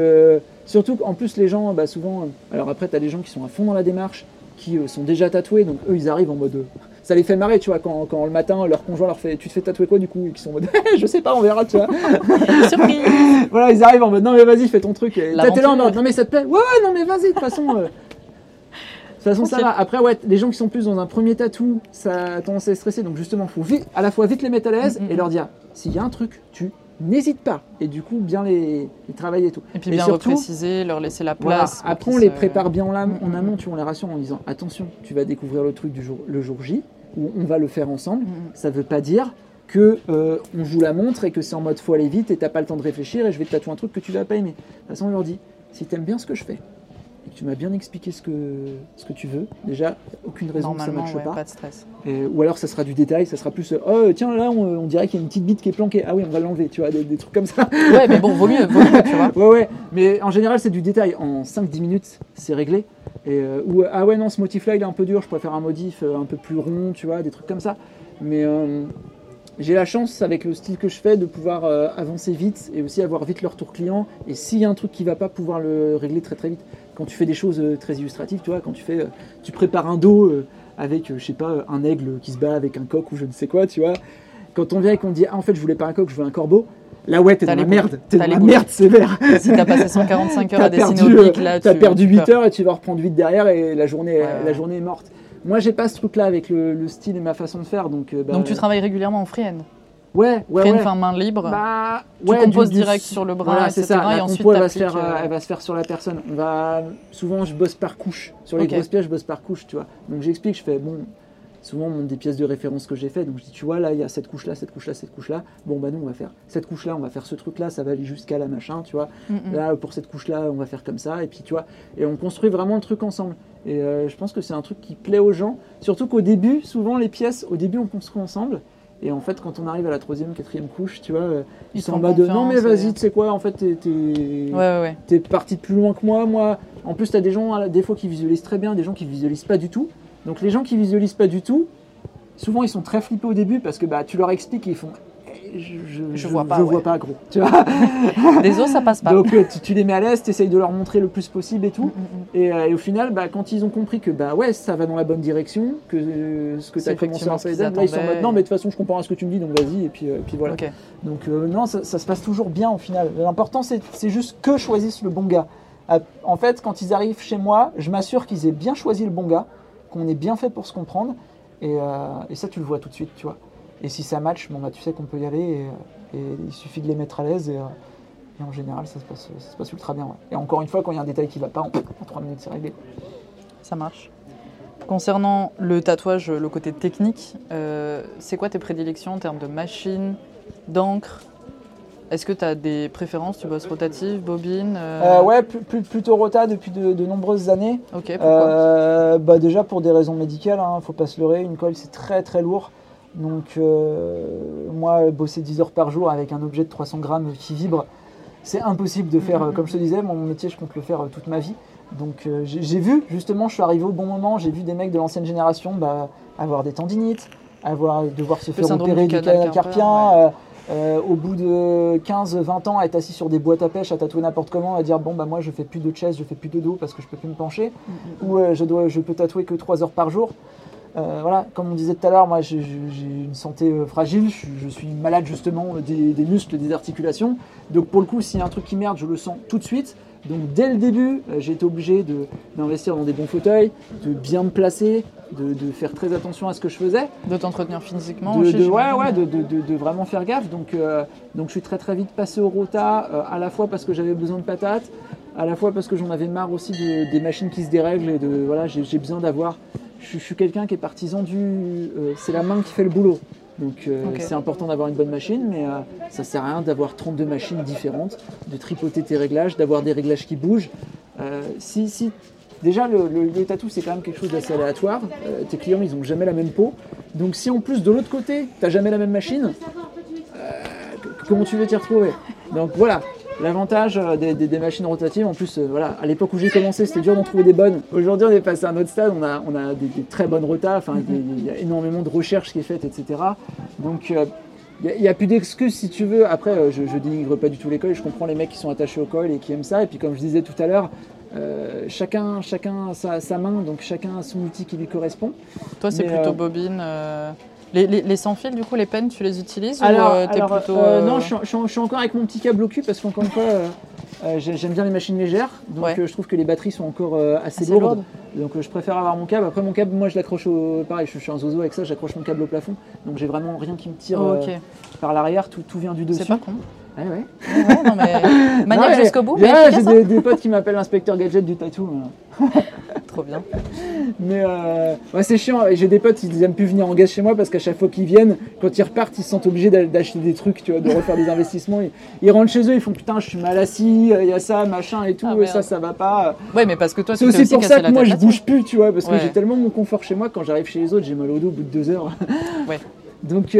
Surtout qu'en plus les gens souvent alors après t'as des gens qui sont à fond dans la démarche, qui sont déjà tatoués, donc eux ils arrivent en mode ça les fait marrer, tu vois, quand le matin leur conjoint leur fait tu te fais tatouer quoi du coup, et qu'ils sont en mode je sais pas, on verra, tu vois. Surprise. Voilà, ils arrivent en mode non mais vas-y fais ton truc, t'es là en mode non mais ça te plaît, ouais non mais vas-y de toute façon de toute façon, ça va. Après, les gens qui sont plus dans un premier tatou, ça a tendance à les stresser. Donc justement, il faut à la fois vite les mettre à l'aise et leur dire, s'il y a un truc, tu n'hésites pas. Et du coup, bien les travailler et tout. Et puis bien surtout, repréciser, leur laisser la place. Voilà. Après, on les prépare bien en amont, tu vois, on les rassure en disant, attention, tu vas découvrir le truc le jour J, où on va le faire ensemble. Ça ne veut pas dire que on joue la montre et que c'est en mode faut aller vite et t'as pas le temps de réfléchir et je vais te tatouer un truc que tu vas pas aimer. De toute façon, on leur dit, si t'aimes bien ce que je fais, et que tu m'as bien expliqué ce que tu veux, déjà, aucune raison que ça ne marche pas de stress. Ou alors ça sera du détail, ça sera plus oh tiens là on dirait qu'il y a une petite bite qui est planquée, ah oui on va l'enlever, tu vois, des trucs comme ça. Ouais mais bon, vaut mieux tu vois. Ouais, mais en général c'est du détail, en 5-10 minutes c'est réglé. Ou ah ouais non ce motif là il est un peu dur, je préfère un motif un peu plus rond, tu vois, des trucs comme ça. Mais j'ai la chance avec le style que je fais de pouvoir avancer vite et aussi avoir vite le retour client, et s'il y a un truc qui va pas, pouvoir le régler très très vite. Quand tu fais des choses très illustratives, tu vois, quand tu prépares un dos avec, je sais pas, un aigle qui se bat avec un coq ou je ne sais quoi, tu vois, quand on vient et qu'on dit, ah en fait je voulais pas un coq, je veux un corbeau, là ouais, t'es dans la merde, sévère. Si t'as passé 145 heures à dessiner au pic, là t'as perdu 8 heures et tu vas reprendre 8 derrière et la journée est morte. Moi j'ai pas ce truc là avec le style et ma façon de faire, donc... donc tu travailles régulièrement en freehand? Ouais. Fin main libre. Tu composes direct sur le bras, etc. Ça. La et ensuite compo, elle va se faire sur la personne. Souvent, je bosse par couche. Sur les grosses pièces, je bosse par couche, tu vois. Donc j'explique, je fais souvent on monte des pièces de référence que j'ai fait. Donc je dis, tu vois, là, il y a cette couche-là, cette couche-là, cette couche-là. Bon, bah nous, on va faire cette couche-là, on va faire ce truc-là, ça va aller jusqu'à la machin, tu vois. Là, pour cette couche-là, on va faire comme ça. Et puis, tu vois, et on construit vraiment le truc ensemble. Et je pense que c'est un truc qui plaît aux gens. Surtout qu'au début, souvent, les pièces, au début, on construit ensemble. Et en fait, quand on arrive à la 3e, 4e couche, tu vois, ils sont en mode non mais vas-y, tu sais quoi, en fait, t'es parti de plus loin que moi. En plus, t'as des gens, des fois, qui visualisent très bien, des gens qui visualisent pas du tout. Donc les gens qui visualisent pas du tout, souvent, ils sont très flippés au début parce que tu leur expliques et ils font je vois pas gros, tu vois. Les os ça passe pas. Donc tu les mets à l'aise, tu essayes de leur montrer le plus possible et tout. Et au final, quand ils ont compris que ça va dans la bonne direction, que ce que tu as commencé à faire, là ils sont en mode non mais de toute façon je comprends à ce que tu me dis, donc vas-y, et puis voilà. Donc non, ça se passe toujours bien au final. L'important c'est juste que choisissent le bon gars. En fait, quand ils arrivent chez moi, je m'assure qu'ils aient bien choisi le bon gars, qu'on ait bien fait pour se comprendre. Et ça, tu le vois tout de suite, tu vois. Et si ça match, tu sais qu'on peut y aller et il suffit de les mettre à l'aise. Et en général, ça se passe ultra bien. Ouais. Et encore une fois, quand il y a un détail qui ne va pas, en 3 minutes, c'est réglé. Ça marche. Concernant le tatouage, le côté technique, c'est quoi tes prédilections en termes de machine, d'encre ? Est-ce que tu as des préférences ? Tu bosses rotative, bobine Ouais, plutôt rota depuis de nombreuses années. Ok, pourquoi ? Déjà pour des raisons médicales, ne faut pas se leurrer. Une colle, c'est très très lourd. Donc moi, bosser 10 heures par jour avec un objet de 300 grammes qui vibre, c'est impossible de faire. Comme je te disais, mon métier, je compte le faire toute ma vie. Donc j'ai vu, justement, je suis arrivé au bon moment, j'ai vu des mecs de l'ancienne génération avoir des tendinites, devoir se faire opérer du canal carpien. Au bout de 15-20 ans, à être assis sur des boîtes à pêche, à tatouer n'importe comment, à dire moi je fais plus de chest, je fais plus de dos parce que je peux plus me pencher, ou je peux tatouer que 3 heures par jour. Voilà, comme on disait tout à l'heure, moi j'ai une santé fragile, je suis malade justement des muscles, des articulations. Donc pour le coup, s'il y a un truc qui merde, je le sens tout de suite. Donc dès le début, j'ai été obligé d'investir dans des bons fauteuils, de bien me placer, de faire très attention à ce que je faisais. De t'entretenir physiquement de vraiment faire gaffe. Donc je suis très très vite passé au rota, à la fois parce que j'avais besoin de patates, à la fois parce que j'en avais marre aussi des machines qui se dérèglent et j'ai besoin d'avoir... Je suis quelqu'un qui est partisan c'est la main qui fait le boulot. Donc c'est important d'avoir une bonne machine, mais ça sert à rien d'avoir 32 machines différentes, de tripoter tes réglages, d'avoir des réglages qui bougent. Déjà le tatou c'est quand même quelque chose d'assez aléatoire. Tes clients ils n'ont jamais la même peau. Donc si en plus de l'autre côté tu n'as jamais la même machine, comment tu veux t'y retrouver? Donc voilà. L'avantage des machines rotatives, en plus, à l'époque où j'ai commencé, c'était dur d'en trouver des bonnes. Aujourd'hui, on est passé à un autre stade, on a des très bonnes rotas, il y a énormément de recherche qui est faite, etc. Donc, il n'y a plus d'excuses si tu veux. Après, je dénigre pas du tout les coils, je comprends les mecs qui sont attachés au coil et qui aiment ça. Et puis, comme je disais tout à l'heure, chacun a sa main, donc chacun a son outil qui lui correspond. Toi, c'est plutôt bobine Les sans fil, du coup, les pennes, tu les utilises Non, je suis encore avec mon petit câble au cul parce qu'encore une fois, j'aime bien les machines légères. Donc je trouve que les batteries sont encore assez lourdes. Donc je préfère avoir mon câble. Après, mon câble, moi, je l'accroche pareil, je suis un zozo avec ça, j'accroche mon câble au plafond. Donc j'ai vraiment rien qui me tire par l'arrière, tout vient du dessus. C'est pas con. Ah ouais. Non, mais maniaque jusqu'au bout. J'ai des potes qui m'appellent l'inspecteur gadget du tatou. Trop bien. Mais c'est chiant. J'ai des potes, ils n'aiment plus venir en gaz chez moi parce qu'à chaque fois qu'ils viennent, quand ils repartent, ils se sentent obligés d'acheter des trucs, tu vois, de refaire des investissements. Ils rentrent chez eux, ils font putain, je suis mal assis, il y a ça, machin et tout, ça va pas. Ouais, mais parce que toi, c'est aussi pour ça que moi je bouge plus, tu vois, parce que j'ai tellement mon confort chez moi. Quand j'arrive chez les autres, j'ai mal au dos au bout de 2 heures. Ouais. Donc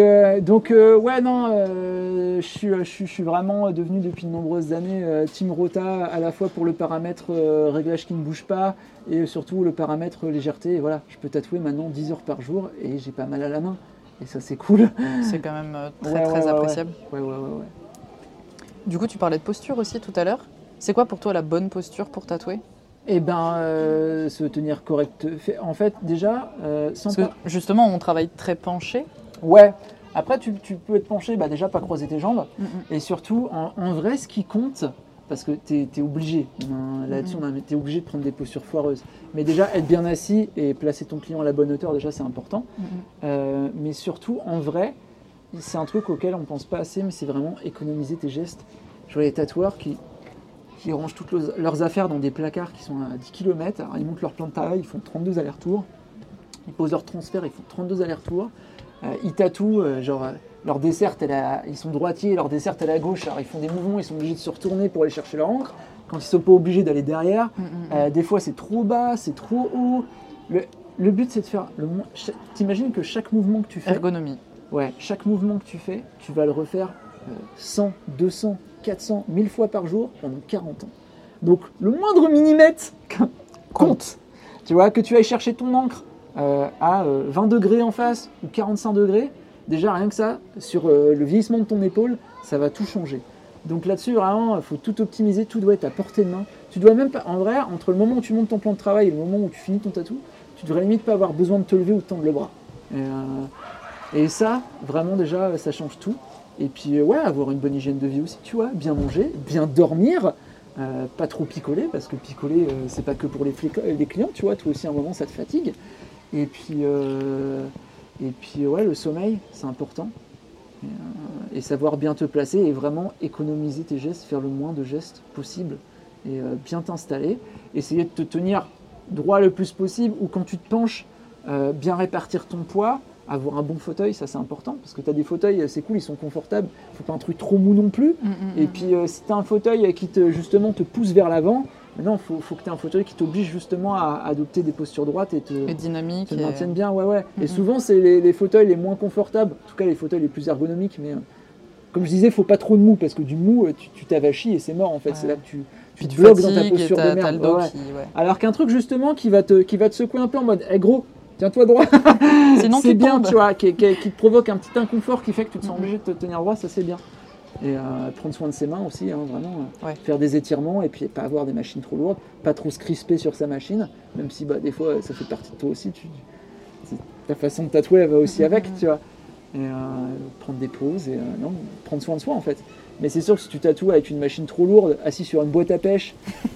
je suis vraiment devenu depuis de nombreuses années team rota, à la fois pour le paramètre réglage qui ne bouge pas et surtout le paramètre légèreté. Et voilà, je peux tatouer maintenant 10 heures par jour et j'ai pas mal à la main. Et ça, c'est cool. C'est quand même très appréciable. Ouais. Du coup, tu parlais de posture aussi tout à l'heure. C'est quoi pour toi la bonne posture pour tatouer ? Se tenir correct. En fait, déjà, justement, on travaille très penché. Ouais. Après, tu peux être penché, déjà pas croiser tes jambes. Et surtout, en vrai, ce qui compte, parce que t'es obligé, là-dessus, t'es obligé de prendre des postures foireuses. Mais déjà, être bien assis et placer ton client à la bonne hauteur, déjà, c'est important. Mais surtout, en vrai, c'est un truc auquel on pense pas assez, mais c'est vraiment économiser tes gestes. Je vois les tatoueurs qui rangent toutes leurs affaires dans des placards qui sont à 10 km. Alors, ils montent leur plan de travail, ils font 32 allers-retours. Ils posent leur transfert, ils font 32 allers-retours. Ils tatouent, leur dessert, ils sont droitiers, leur dessert est à gauche, alors ils font des mouvements, ils sont obligés de se retourner pour aller chercher leur encre, quand ils ne sont pas obligés d'aller derrière. Des fois c'est trop bas, c'est trop haut. Le but c'est de faire, t'imagines que chaque mouvement que tu fais... Ergonomie. Ouais, chaque mouvement que tu fais, tu vas le refaire 100, 200, 400, 1000 fois par jour pendant 40 ans. Donc le moindre millimètre compte. Tu vois, que tu ailles chercher ton encre à 20 degrés en face ou 45 degrés, déjà rien que ça, sur le vieillissement de ton épaule, ça va tout changer. Donc là-dessus, vraiment, il faut tout optimiser, tout doit être à portée de main. Tu dois même pas, en vrai, entre le moment où tu montes ton plan de travail et le moment où tu finis ton tatou, tu devrais limite pas avoir besoin de te lever ou de tendre le bras. Et ça, vraiment déjà, ça change tout. Et puis avoir une bonne hygiène de vie aussi, tu vois, bien manger, bien dormir. pas trop picoler, parce que picoler, c'est pas que pour les clients, tu vois, toi aussi à un moment ça te fatigue. Et puis ouais, le sommeil, c'est important. Et savoir bien te placer et vraiment économiser tes gestes, faire le moins de gestes possible et bien t'installer. Essayer de te tenir droit le plus possible, ou quand tu te penches, bien répartir ton poids, avoir un bon fauteuil, ça c'est important, parce que tu as des fauteuils, c'est cool, ils sont confortables, il ne faut pas un truc trop mou non plus. Et puis si tu as un fauteuil qui justement te pousse vers l'avant, maintenant il faut que tu aies un fauteuil qui t'oblige justement à adopter des postures droites et dynamique, te maintienne bien. Ouais. Et souvent c'est les fauteuils les moins confortables, en tout cas les fauteuils les plus ergonomiques, mais comme je disais, il ne faut pas trop de mou, parce que du mou, tu t'avachis et c'est mort en fait, c'est là que tu te bloques dans ta posture de merde. Alors qu'un truc justement qui va te secouer un peu en mode gros, tiens-toi droit, sinon c'est bien, tu vois, qui te provoque un petit inconfort qui fait que tu te sens obligé de te tenir droit, ça c'est bien. Et prendre soin de ses mains aussi, vraiment, faire des étirements et puis pas avoir des machines trop lourdes, pas trop se crisper sur sa machine, même si des fois ça fait partie de toi aussi, ta façon de tatouer elle va aussi avec, tu vois. Et prendre des pauses et prendre soin de soi en fait. Mais c'est sûr que si tu tatoues avec une machine trop lourde, assis sur une boîte à pêche,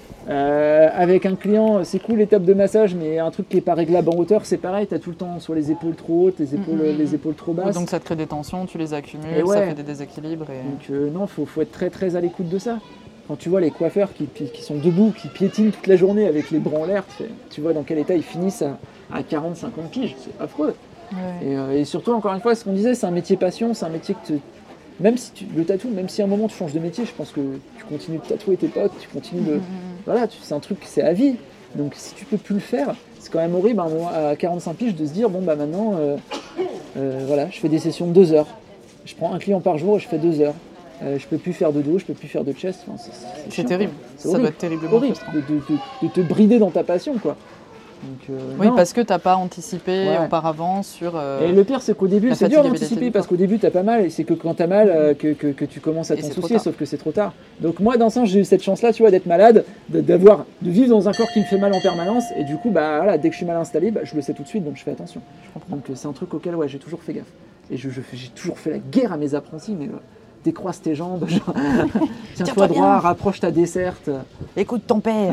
avec un client, c'est cool les tables de massage, mais un truc qui n'est pas réglable en hauteur, c'est pareil, tu as tout le temps sur les épaules trop hautes, les épaules trop basses. Donc ça te crée des tensions, tu les accumules, ça fait des déséquilibres. Donc non, faut être très très à l'écoute de ça. Quand tu vois les coiffeurs qui sont debout, qui piétinent toute la journée avec les bras en l'air, tu vois dans quel état ils finissent à 40-50 piges, c'est affreux. Et surtout, encore une fois, ce qu'on disait, c'est un métier passion, c'est un métier que même si le tatou, même si à un moment tu changes de métier, je pense que tu continues de tatouer tes potes, tu continues de... Voilà, c'est un truc, c'est à vie. Donc si tu peux plus le faire, c'est quand même horrible à 45 piges de se dire, bon bah maintenant, voilà, je fais des sessions de 2 heures. Je prends un client par jour et je fais 2 heures. Je peux plus faire de dos, je peux plus faire de chest. Enfin, c'est terrible. Ça doit être terriblement frustrant. De te brider dans ta passion, quoi. Donc, oui, parce que tu n'as pas anticipé auparavant sur. Et le pire, c'est qu'au début, c'est dur d'anticiper parce qu'au début, tu as pas mal. Et c'est que quand tu as mal, que tu commences à t'en soucier, sauf que c'est trop tard. Donc, moi, dans le sens, j'ai eu cette chance-là, tu vois, d'être malade, de vivre dans un corps qui me fait mal en permanence. Et du coup, bah, voilà, dès que je suis mal installé, bah, je le sais tout de suite, donc je fais attention. Donc, c'est un truc auquel j'ai toujours fait gaffe. Et j'ai toujours fait la guerre à mes apprentis, mais décroise tes jambes, genre, tiens-toi droit, rapproche ta desserte. Écoute ton père.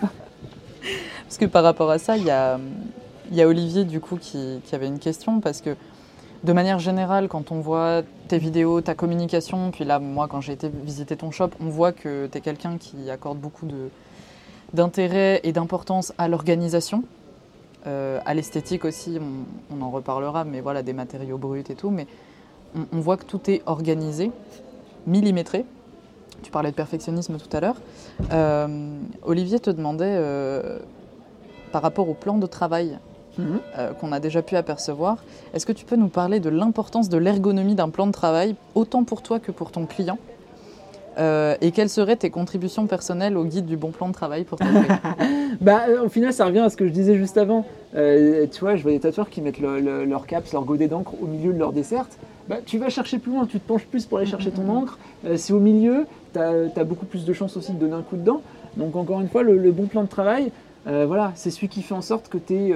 Parce que par rapport à ça, il y a Olivier du coup qui avait une question, parce que de manière générale, quand on voit tes vidéos, ta communication, puis là, moi, quand j'ai été visiter ton shop, on voit que tu es quelqu'un qui accorde beaucoup d'intérêt et d'importance à l'organisation, à l'esthétique aussi, on en reparlera, mais voilà, des matériaux bruts et tout, mais on voit que tout est organisé, millimétré. Tu parlais de perfectionnisme tout à l'heure. Olivier te demandait, par rapport au plan de travail qu'on a déjà pu apercevoir, est-ce que tu peux nous parler de l'importance de l'ergonomie d'un plan de travail, autant pour toi que pour ton client, et quelles seraient tes contributions personnelles au guide du bon plan de travail pour ton client? Au final, ça revient à ce que je disais juste avant. Tu vois, je vois des tatoueurs qui mettent leur caps, leur godet d'encre au milieu de leur desserte. Tu vas chercher plus loin, tu te penches plus pour aller chercher ton encre. C'est au milieu, tu as beaucoup plus de chances aussi de donner un coup dedans. Donc encore une fois, le bon plan de travail, voilà, c'est celui qui fait en sorte que tu es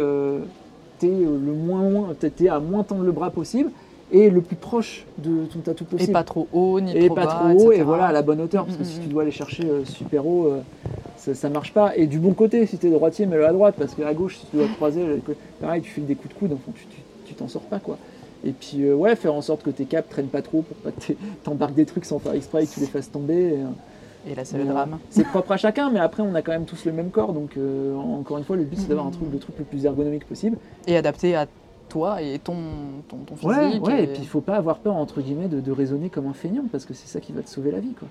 à moins tendre le bras possible et le plus proche de ton tatou possible. Et pas trop haut, ni trop bas, et pas trop haut, et voilà, à la bonne hauteur, parce que si tu dois aller chercher super haut, ça marche pas. Et du bon côté, si tu es droitier, mets-le à droite, parce qu'à gauche, si tu dois croiser, pareil, tu files des coups de coude, enfin, tu t'en sors pas, quoi. Et puis, faire en sorte que tes caps traînent pas trop pour pas que t'embarques des trucs sans faire exprès et que tu les fasses tomber. Et là, c'est le drame. C'est propre à chacun, mais après, on a quand même tous le même corps. Donc, encore une fois, le but, c'est d'avoir le truc le plus ergonomique possible. Et adapté à toi et ton physique. Et puis, il faut pas avoir peur, entre guillemets, de raisonner comme un feignant, parce que c'est ça qui va te sauver la vie, quoi.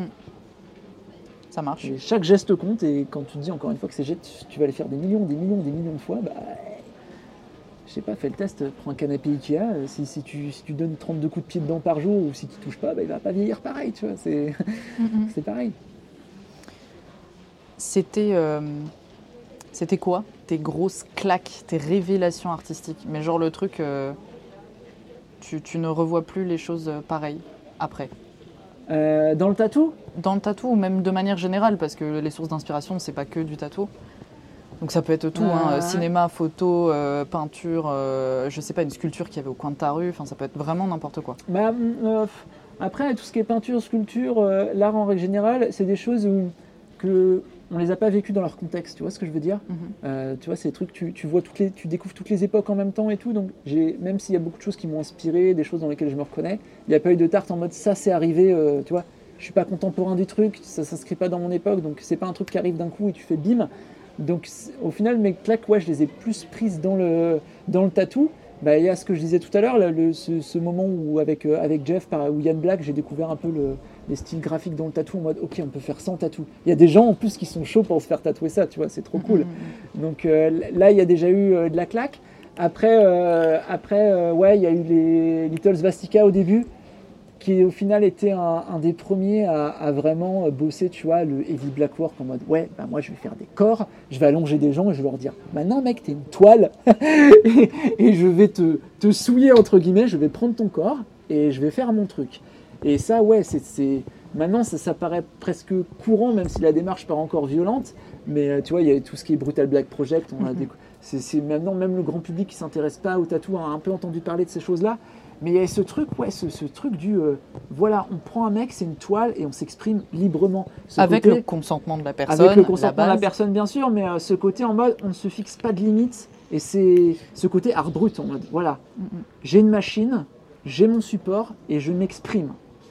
Ça marche. Et chaque geste compte, et quand tu te dis, encore une fois, que ces gestes, tu vas les faire des millions de fois, je sais pas, fais le test, prends un canapé Ikea, si tu donnes 32 coups de pied dedans par jour, ou si tu touches pas, il va pas vieillir pareil, tu vois, c'est pareil. C'était quoi tes grosses claques, tes révélations artistiques? Mais genre le truc, tu ne revois plus les choses pareilles après? Dans le tatou? Dans le tatou, ou même de manière générale, parce que les sources d'inspiration, c'est pas que du tatou. Donc ça peut être tout, cinéma, photo, peinture, je sais pas, une sculpture qu'il y avait au coin de ta rue, enfin ça peut être vraiment n'importe quoi. Après, tout ce qui est peinture, sculpture, l'art en règle générale, c'est des choses qu'on les a pas vécus dans leur contexte, tu vois ce que je veux dire? Tu vois, c'est des trucs, tu vois tu découvres toutes les époques en même temps et tout, donc même s'il y a beaucoup de choses qui m'ont inspiré, des choses dans lesquelles je me reconnais, il n'y a pas eu de tarte en mode ça c'est arrivé, tu vois, je suis pas contemporain du truc, ça s'inscrit pas dans mon époque, donc c'est pas un truc qui arrive d'un coup et tu fais bim. Donc au final mes claques, ouais, je les ai plus prises dans le tatou. Bah, il y a ce que je disais tout à l'heure, là, ce moment où avec Jeff ou Yann Black, j'ai découvert un peu les styles graphiques dans le tatou en mode ok, on peut faire ça en tatou. Il y a des gens en plus qui sont chauds pour se faire tatouer ça, tu vois, c'est trop cool. Donc là, il y a déjà eu de la claque. Après, ouais, il y a eu les Little Svastika au début, qui au final était un des premiers à vraiment bosser, tu vois, le heavy black work en mode ouais, bah moi je vais faire des corps, je vais allonger des gens et je vais leur dire maintenant mec t'es une toile et je vais te souiller entre guillemets, je vais prendre ton corps et je vais faire mon truc. Et ça ouais, maintenant ça paraît presque courant même si la démarche paraît encore violente, mais tu vois il y a tout ce qui est Brutal Black Project, c'est maintenant même le grand public qui s'intéresse pas au tatou a un peu entendu parler de ces choses-là. Mais il y a ce truc, ouais, ce truc du voilà, on prend un mec, c'est une toile et on s'exprime librement. Avec le consentement de la personne. Avec le consentement de la personne, bien sûr, mais ce côté en mode on ne se fixe pas de limites et c'est ce côté art brut en mode voilà, j'ai une machine, j'ai mon support et je m'exprime.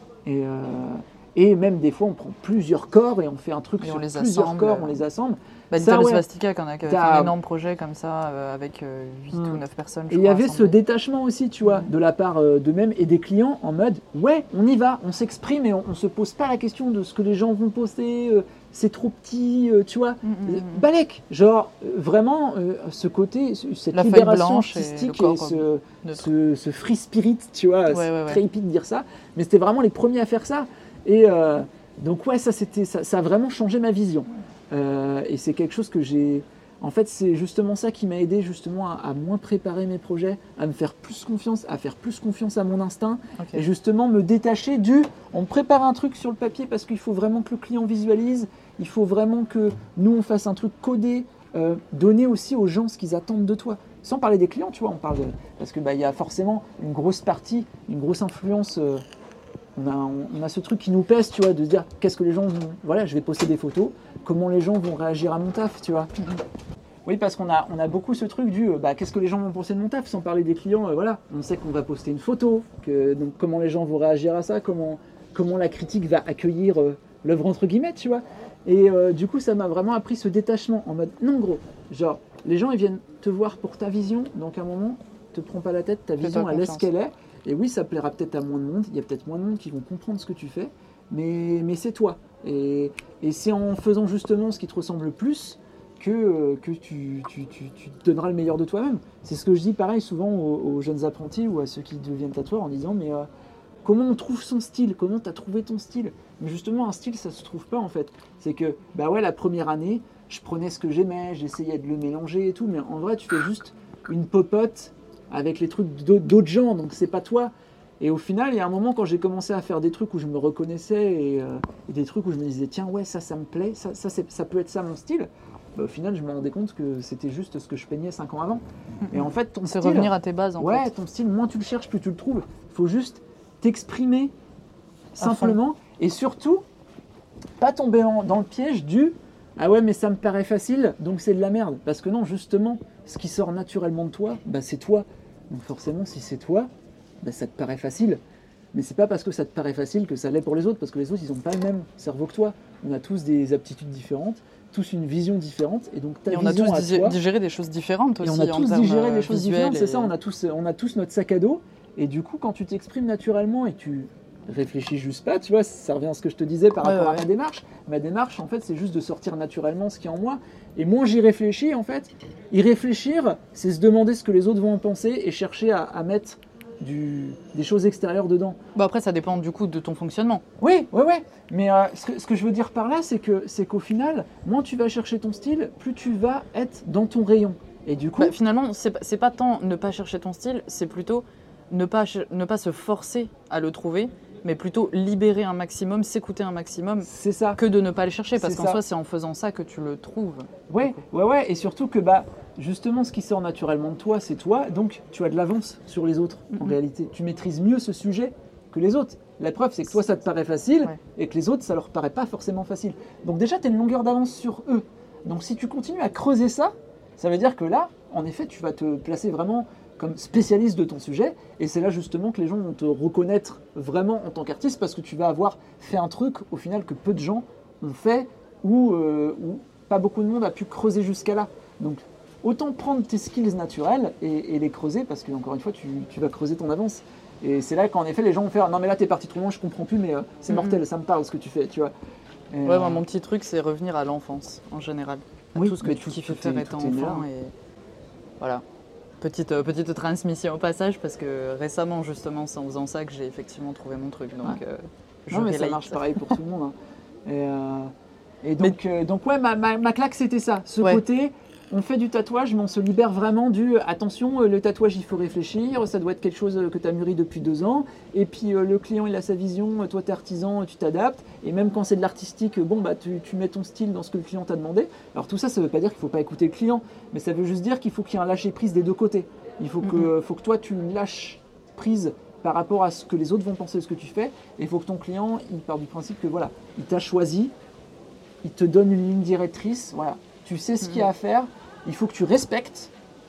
Et même des fois, on prend plusieurs corps et on fait un truc sur plusieurs corps, on les assemble. Little Svastika, qu'on a fait un énorme projet comme ça, avec 8 ou 9 personnes. Et il y avait ce détachement aussi, tu vois, de la part d'eux-mêmes et des clients en mode ouais, on y va, on s'exprime et on ne se pose pas la question de ce que les gens vont poster, c'est trop petit, tu vois. Balèque, genre vraiment ce côté, cette libération artistique et ce free spirit, tu vois, c'est très hippie de dire ça, mais c'était vraiment les premiers à faire ça. Et donc ouais, ça a vraiment changé ma vision. Et c'est quelque chose que j'ai... En fait, c'est justement ça qui m'a aidé justement à moins préparer mes projets, à me faire plus confiance, à faire plus confiance à mon instinct, et justement me détacher on prépare un truc sur le papier parce qu'il faut vraiment que le client visualise, il faut vraiment que nous on fasse un truc codé, donner aussi aux gens ce qu'ils attendent de toi. Sans parler des clients, tu vois, parce que y a forcément une grosse partie, une grosse influence... On a ce truc qui nous pèse, tu vois, de se dire qu'est-ce que les gens vont... Voilà, je vais poster des photos, comment les gens vont réagir à mon taf, tu vois. Oui, parce qu'on a beaucoup ce truc qu'est-ce que les gens vont penser de mon taf, sans parler des clients, voilà. On sait qu'on va poster une photo, donc comment les gens vont réagir à ça, comment la critique va accueillir l'œuvre entre guillemets, tu vois. Et du coup, ça m'a vraiment appris ce détachement en mode, non gros, genre, les gens ils viennent te voir pour ta vision, donc à un moment, te prends pas la tête, ta vision elle est ce qu'elle est. Et oui, ça plaira peut-être à moins de monde, il y a peut-être moins de monde qui vont comprendre ce que tu fais, mais c'est toi. Et c'est en faisant justement ce qui te ressemble le plus que tu te donneras le meilleur de toi-même. C'est ce que je dis pareil souvent aux jeunes apprentis ou à ceux qui deviennent tatoueurs en disant mais comment on trouve son style? Comment tu as trouvé ton style? Mais justement, un style, ça se trouve pas en fait. C'est que, la première année, je prenais ce que j'aimais, j'essayais de le mélanger et tout, mais en vrai, tu fais juste une popote avec les trucs d'autres gens, donc c'est pas toi. Et au final, il y a un moment quand j'ai commencé à faire des trucs où je me reconnaissais et des trucs où je me disais tiens ouais ça me plaît, ça peut être ça mon style. Au final, je me rendais compte que c'était juste ce que je peignais 5 ans avant. Et en fait, ton style, c'est revenir à tes bases. Ouais, ton style, moins tu le cherches, plus tu le trouves. Il faut juste t'exprimer simplement et surtout pas tomber dans le piège ah ouais mais ça me paraît facile donc c'est de la merde. Parce que non, justement, ce qui sort naturellement de toi, c'est toi. Donc forcément, si c'est toi, ça te paraît facile. Mais c'est pas parce que ça te paraît facile que ça l'est pour les autres, parce que les autres, ils n'ont pas le même cerveau que toi. On a tous des aptitudes différentes, tous une vision différente, et donc ta vision à toi... Et on a tous digéré des choses différentes aussi. Et on a tous digéré des choses différentes, c'est ça, on a tous notre sac à dos, et du coup, quand tu t'exprimes naturellement et tu réfléchis juste pas, tu vois, ça revient à ce que je te disais par rapport à ma démarche. Ma démarche, en fait, c'est juste de sortir naturellement ce qui est en moi, et moins j'y réfléchis, en fait. Y réfléchir, c'est se demander ce que les autres vont en penser, et chercher à mettre... des choses extérieures dedans. Après, ça dépend du coup de ton fonctionnement. Oui. Mais ce que je veux dire par là, c'est qu'au final, moins tu vas chercher ton style, plus tu vas être dans ton rayon. Et du coup, finalement, c'est pas tant ne pas chercher ton style, c'est plutôt ne pas se forcer à le trouver, mais plutôt libérer un maximum, s'écouter un maximum. C'est ça. Que de ne pas le chercher, parce qu'en soi, c'est en faisant ça que tu le trouves. Ouais. Et surtout que justement, ce qui sort naturellement de toi, c'est toi. Donc, tu as de l'avance sur les autres, en réalité. Tu maîtrises mieux ce sujet que les autres. La preuve, c'est que toi, ça te paraît facile et que les autres, ça leur paraît pas forcément facile. Donc déjà, tu as une longueur d'avance sur eux. Donc si tu continues à creuser ça, ça veut dire que là, en effet, tu vas te placer vraiment comme spécialiste de ton sujet. Et c'est là justement que les gens vont te reconnaître vraiment en tant qu'artiste parce que tu vas avoir fait un truc, au final, que peu de gens ont fait ou pas beaucoup de monde a pu creuser jusqu'à là. Donc autant prendre tes skills naturels et les creuser parce que, encore une fois, tu vas creuser ton avance. Et c'est là qu'en effet, les gens vont faire « Non mais là, t'es parti trop loin, je comprends plus, mais c'est mortel, ça me parle ce que tu fais. » tu vois. Moi, mon petit truc, c'est revenir à l'enfance, en général. Tout ce que tu kiffais faire étant enfant. Et voilà. Petite transmission au passage, parce que récemment, justement, c'est en faisant ça que j'ai effectivement trouvé mon truc. Donc, non, mais ça marche pareil pour tout le monde. Hein. Et donc ouais, ma claque, c'était ça. Ce côté, on fait du tatouage, mais on se libère vraiment du « Attention, le tatouage, il faut réfléchir, ça doit être quelque chose que tu as mûri depuis 2 ans. Et puis le client, il a sa vision, toi, tu es artisan, tu t'adaptes. Et même quand c'est de l'artistique, tu mets ton style dans ce que le client t'a demandé. » Alors tout ça, ça ne veut pas dire qu'il ne faut pas écouter le client, mais ça veut juste dire qu'il faut qu'il y ait un lâcher-prise des deux côtés. Il faut que toi, tu lâches prise par rapport à ce que les autres vont penser de ce que tu fais. Et il faut que ton client, il part du principe que voilà, il t'a choisi, il te donne une ligne directrice, voilà. Tu sais ce qu'il y a à faire, il faut que tu respectes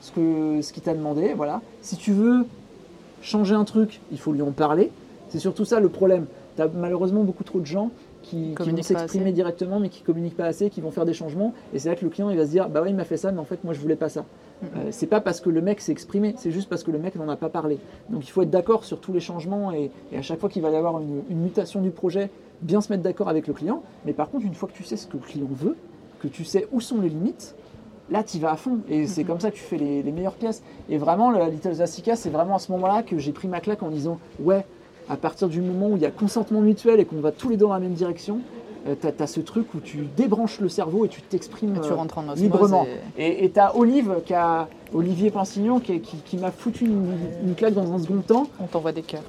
ce qu'il t'a demandé. Voilà. Si tu veux changer un truc, il faut lui en parler. C'est surtout ça le problème. Tu as malheureusement beaucoup trop de gens qui vont s'exprimer directement, mais qui ne communiquent pas assez, qui vont faire des changements. Et c'est là que le client il va se dire « Bah ouais, il m'a fait ça, mais en fait, moi, je ne voulais pas ça. » C'est pas parce que le mec s'est exprimé, c'est juste parce que le mec n'en a pas parlé. Donc il faut être d'accord sur tous les changements et à chaque fois qu'il va y avoir une mutation du projet, bien se mettre d'accord avec le client. Mais par contre, une fois que tu sais ce que le client veut, que tu sais où sont les limites, là tu y vas à fond et c'est comme ça que tu fais les meilleures pièces. Et vraiment, la Little Zasika, c'est vraiment à ce moment-là que j'ai pris ma claque en disant ouais, à partir du moment où il y a consentement mutuel et qu'on va tous les deux dans la même direction, tu as ce truc où tu débranches le cerveau et tu t'exprimes librement. Et tu as Olivier Pinsignon qui m'a foutu une claque dans un second temps. On t'envoie des cœurs.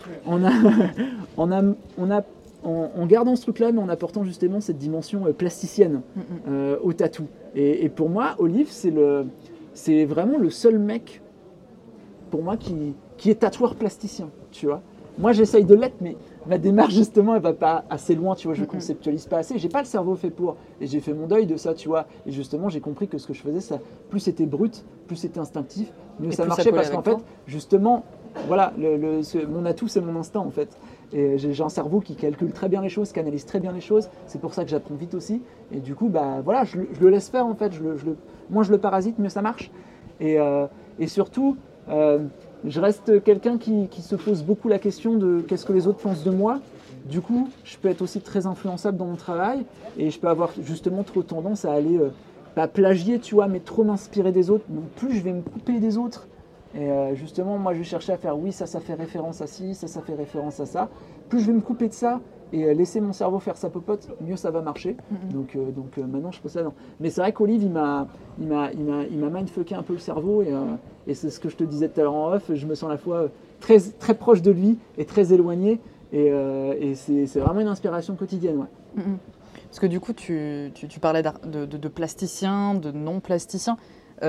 En gardant ce truc-là, mais en apportant justement cette dimension plasticienne au tatou. Et pour moi, Olive, c'est vraiment le seul mec, pour moi, qui est tatoueur plasticien, tu vois. Moi, j'essaye de l'être, mais ma démarche, justement, elle va pas assez loin, tu vois. Je conceptualise pas assez. J'ai pas le cerveau fait pour. Et j'ai fait mon deuil de ça, tu vois. Et justement, j'ai compris que ce que je faisais, ça, plus c'était brut, plus c'était instinctif, mieux ça marchait parce qu'en fait, justement, voilà, mon atout, c'est mon instinct, en fait. Et j'ai un cerveau qui calcule très bien les choses, qui analyse très bien les choses. C'est pour ça que j'apprends vite aussi. Et du coup, bah voilà, je le laisse faire, en fait. Moins je le parasite, mieux ça marche. Et surtout, je reste quelqu'un qui se pose beaucoup la question de qu'est-ce que les autres pensent de moi. Du coup, je peux être aussi très influençable dans mon travail et je peux avoir justement trop tendance à aller, pas plagier, tu vois, mais trop m'inspirer des autres. Donc plus je vais me couper des autres. Et justement, moi, je vais chercher à faire oui, ça fait référence à ci, ça fait référence à ça. Plus je vais me couper de ça et laisser mon cerveau faire sa popote, mieux ça va marcher. Donc maintenant, je pose ça. Mais c'est vrai qu'Olive, il m'a mindfucké un peu le cerveau et c'est ce que je te disais tout à l'heure en off. Je me sens à la fois très, très proche de lui et très éloigné. Et c'est vraiment une inspiration quotidienne. Ouais. Parce que du coup, tu parlais de plasticiens, de non-plasticiens.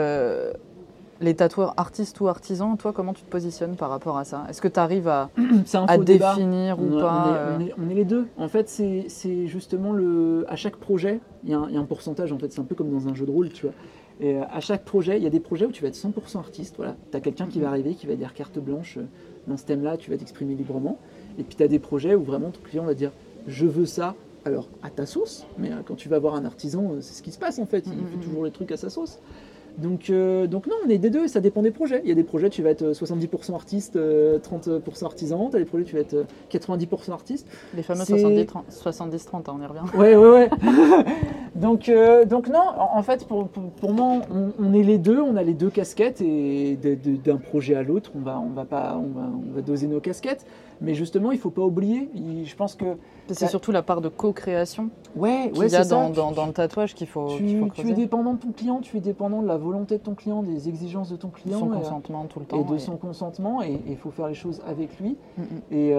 Les tatoueurs artistes ou artisans, toi, comment tu te positionnes par rapport à ça? Est-ce que tu arrives à définir ou pas on est les deux. En fait, c'est justement à chaque projet, il y a un pourcentage. En fait, c'est un peu comme dans un jeu de rôle, tu vois. Et à chaque projet, il y a des projets où tu vas être 100% artiste. Voilà. Tu as quelqu'un qui va arriver, qui va dire carte blanche, dans ce thème-là, tu vas t'exprimer librement. Et puis tu as des projets où vraiment ton client va dire je veux ça, alors à ta sauce. Mais quand tu vas voir un artisan, c'est ce qui se passe en fait. Il fait toujours les trucs à sa sauce. Donc non, on est des deux, ça dépend des projets. Il y a des projets, tu vas être 70% artiste, 30% artisan. Tu as des projets, tu vas être 90% artiste. Les fameux 70-30, on y revient. Ouais. donc non, en fait, pour moi, on est les deux, on a les deux casquettes et d'un projet à l'autre, on va doser nos casquettes. Mais justement, il ne faut pas oublier, je pense que... C'est surtout la part de co-création qu'il y a dans le tatouage qu'il faut creuser. Tu es dépendant de ton client, tu es dépendant de la volonté de ton client, des exigences de ton client. Son consentement tout le temps. Et de son consentement, et il faut faire les choses avec lui. Et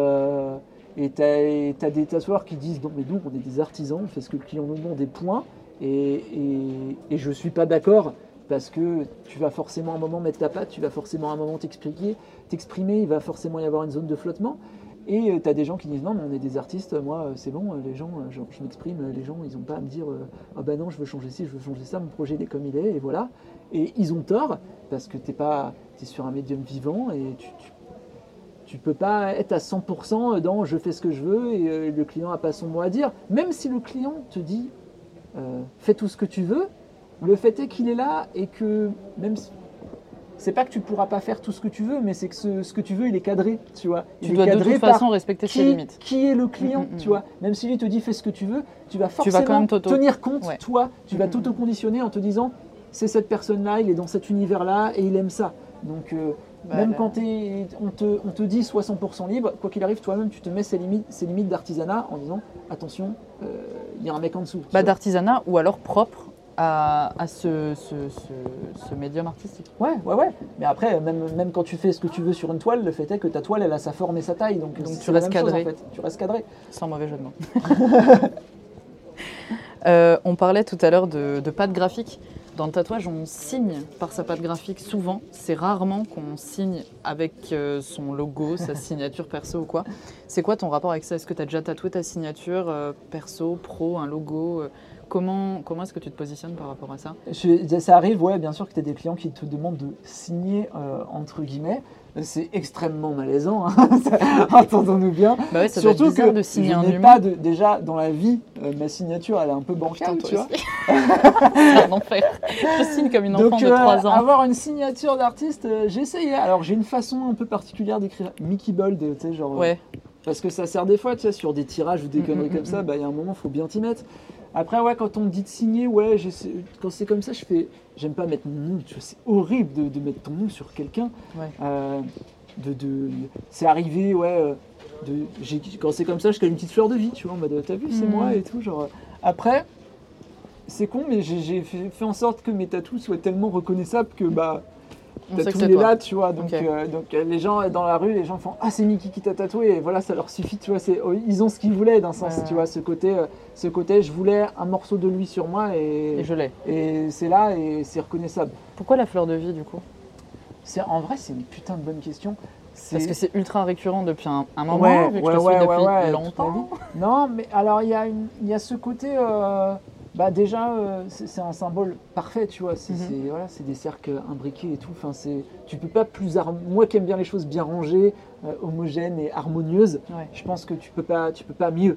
tu as des tatoueurs qui disent « Non mais nous, on est des artisans, on fait ce que le client nous demande, des points. » Et je ne suis pas d'accord. Parce que tu vas forcément à un moment mettre ta patte, tu vas forcément à un moment t'exprimer, il va forcément y avoir une zone de flottement. Et tu as des gens qui disent non, mais on est des artistes, moi c'est bon, les gens, je m'exprime, les gens ils n'ont pas à me dire ah bah non, je veux changer ci, je veux changer ça, mon projet il est comme il est, et voilà. Et ils ont tort, parce que t'es sur un médium vivant et tu peux pas être à 100% dans je fais ce que je veux et le client n'a pas son mot à dire. Même si le client te dit fais tout ce que tu veux, le fait est qu'il est là et que même si, c'est pas que tu pourras pas faire tout ce que tu veux, mais c'est que ce que tu veux, il est cadré, tu vois. Tu dois de toute façon respecter ses limites. Qui est le client, tu vois. Même si lui te dit fais ce que tu veux, tu vas forcément quand même tenir compte, toi. Tu vas t'auto-conditionner en te disant c'est cette personne-là, il est dans cet univers-là et il aime ça. Donc même quand on te dit sois 100% libre, quoi qu'il arrive, toi-même tu te mets ces limites d'artisanat en disant attention, il y a un mec en dessous. D'artisanat ou alors propre à ce médium artistique. Ouais. Mais après, même quand tu fais ce que tu veux sur une toile, le fait est que ta toile, elle a sa forme et sa taille. Donc tu restes cadré. En fait. Tu restes cadré. Sans mauvais jeu de mots. On parlait tout à l'heure de patte graphique. Dans le tatouage, on signe par sa patte graphique souvent. C'est rarement qu'on signe avec son logo, sa signature perso ou quoi. C'est quoi ton rapport avec ça? Est-ce que tu as déjà tatoué ta signature perso, pro, un logo Comment est-ce que tu te positionnes par rapport à ça? Ça arrive, ouais, bien sûr que tu as des clients qui te demandent de signer, entre guillemets. C'est extrêmement malaisant, hein. Entendons-nous bien. Bah ouais, ça surtout doit être bizarre de signer un humain. Pas déjà, dans la vie, ma signature, elle est un peu bancale, tu vois. C'est un enfer. Je signe comme une enfant de 3 ans. Avoir une signature d'artiste, j'ai essayé. Alors, j'ai une façon un peu particulière d'écrire Mickey Bold, tu sais, genre... Ouais. Parce que ça sert des fois, tu sais, sur des tirages ou des conneries comme ça, bah, il y a un moment, il faut bien t'y mettre. Après, ouais, quand on me dit de signer, ouais, quand c'est comme ça, j'aime pas mettre mon nom, tu vois, c'est horrible de mettre ton nom sur quelqu'un. Ouais. C'est arrivé, ouais, quand c'est comme ça, je colle une petite fleur de vie, tu vois, en mode, t'as vu, c'est moi et tout, genre. Après, c'est con, mais j'ai fait en sorte que mes tatous soient tellement reconnaissables que, bah, tatou il est là, tu vois, donc les gens dans la rue, les gens font ah c'est Mickey qui t'a tatoué et voilà ça leur suffit, tu vois, ils ont ce qu'ils voulaient d'un sens, tu vois, ce côté je voulais un morceau de lui sur moi et je l'ai. Et c'est là et c'est reconnaissable. Pourquoi la fleur de vie du coup? En vrai c'est une putain de bonne question. Parce que c'est ultra récurrent depuis un moment, vu que je te suis depuis longtemps. Non mais alors il y a ce côté bah déjà, c'est un symbole parfait, tu vois. C'est des cercles imbriqués et tout. Enfin, tu peux pas plus moi qui aime bien les choses bien rangées, homogènes et harmonieuses. Ouais. Je pense que tu peux pas mieux.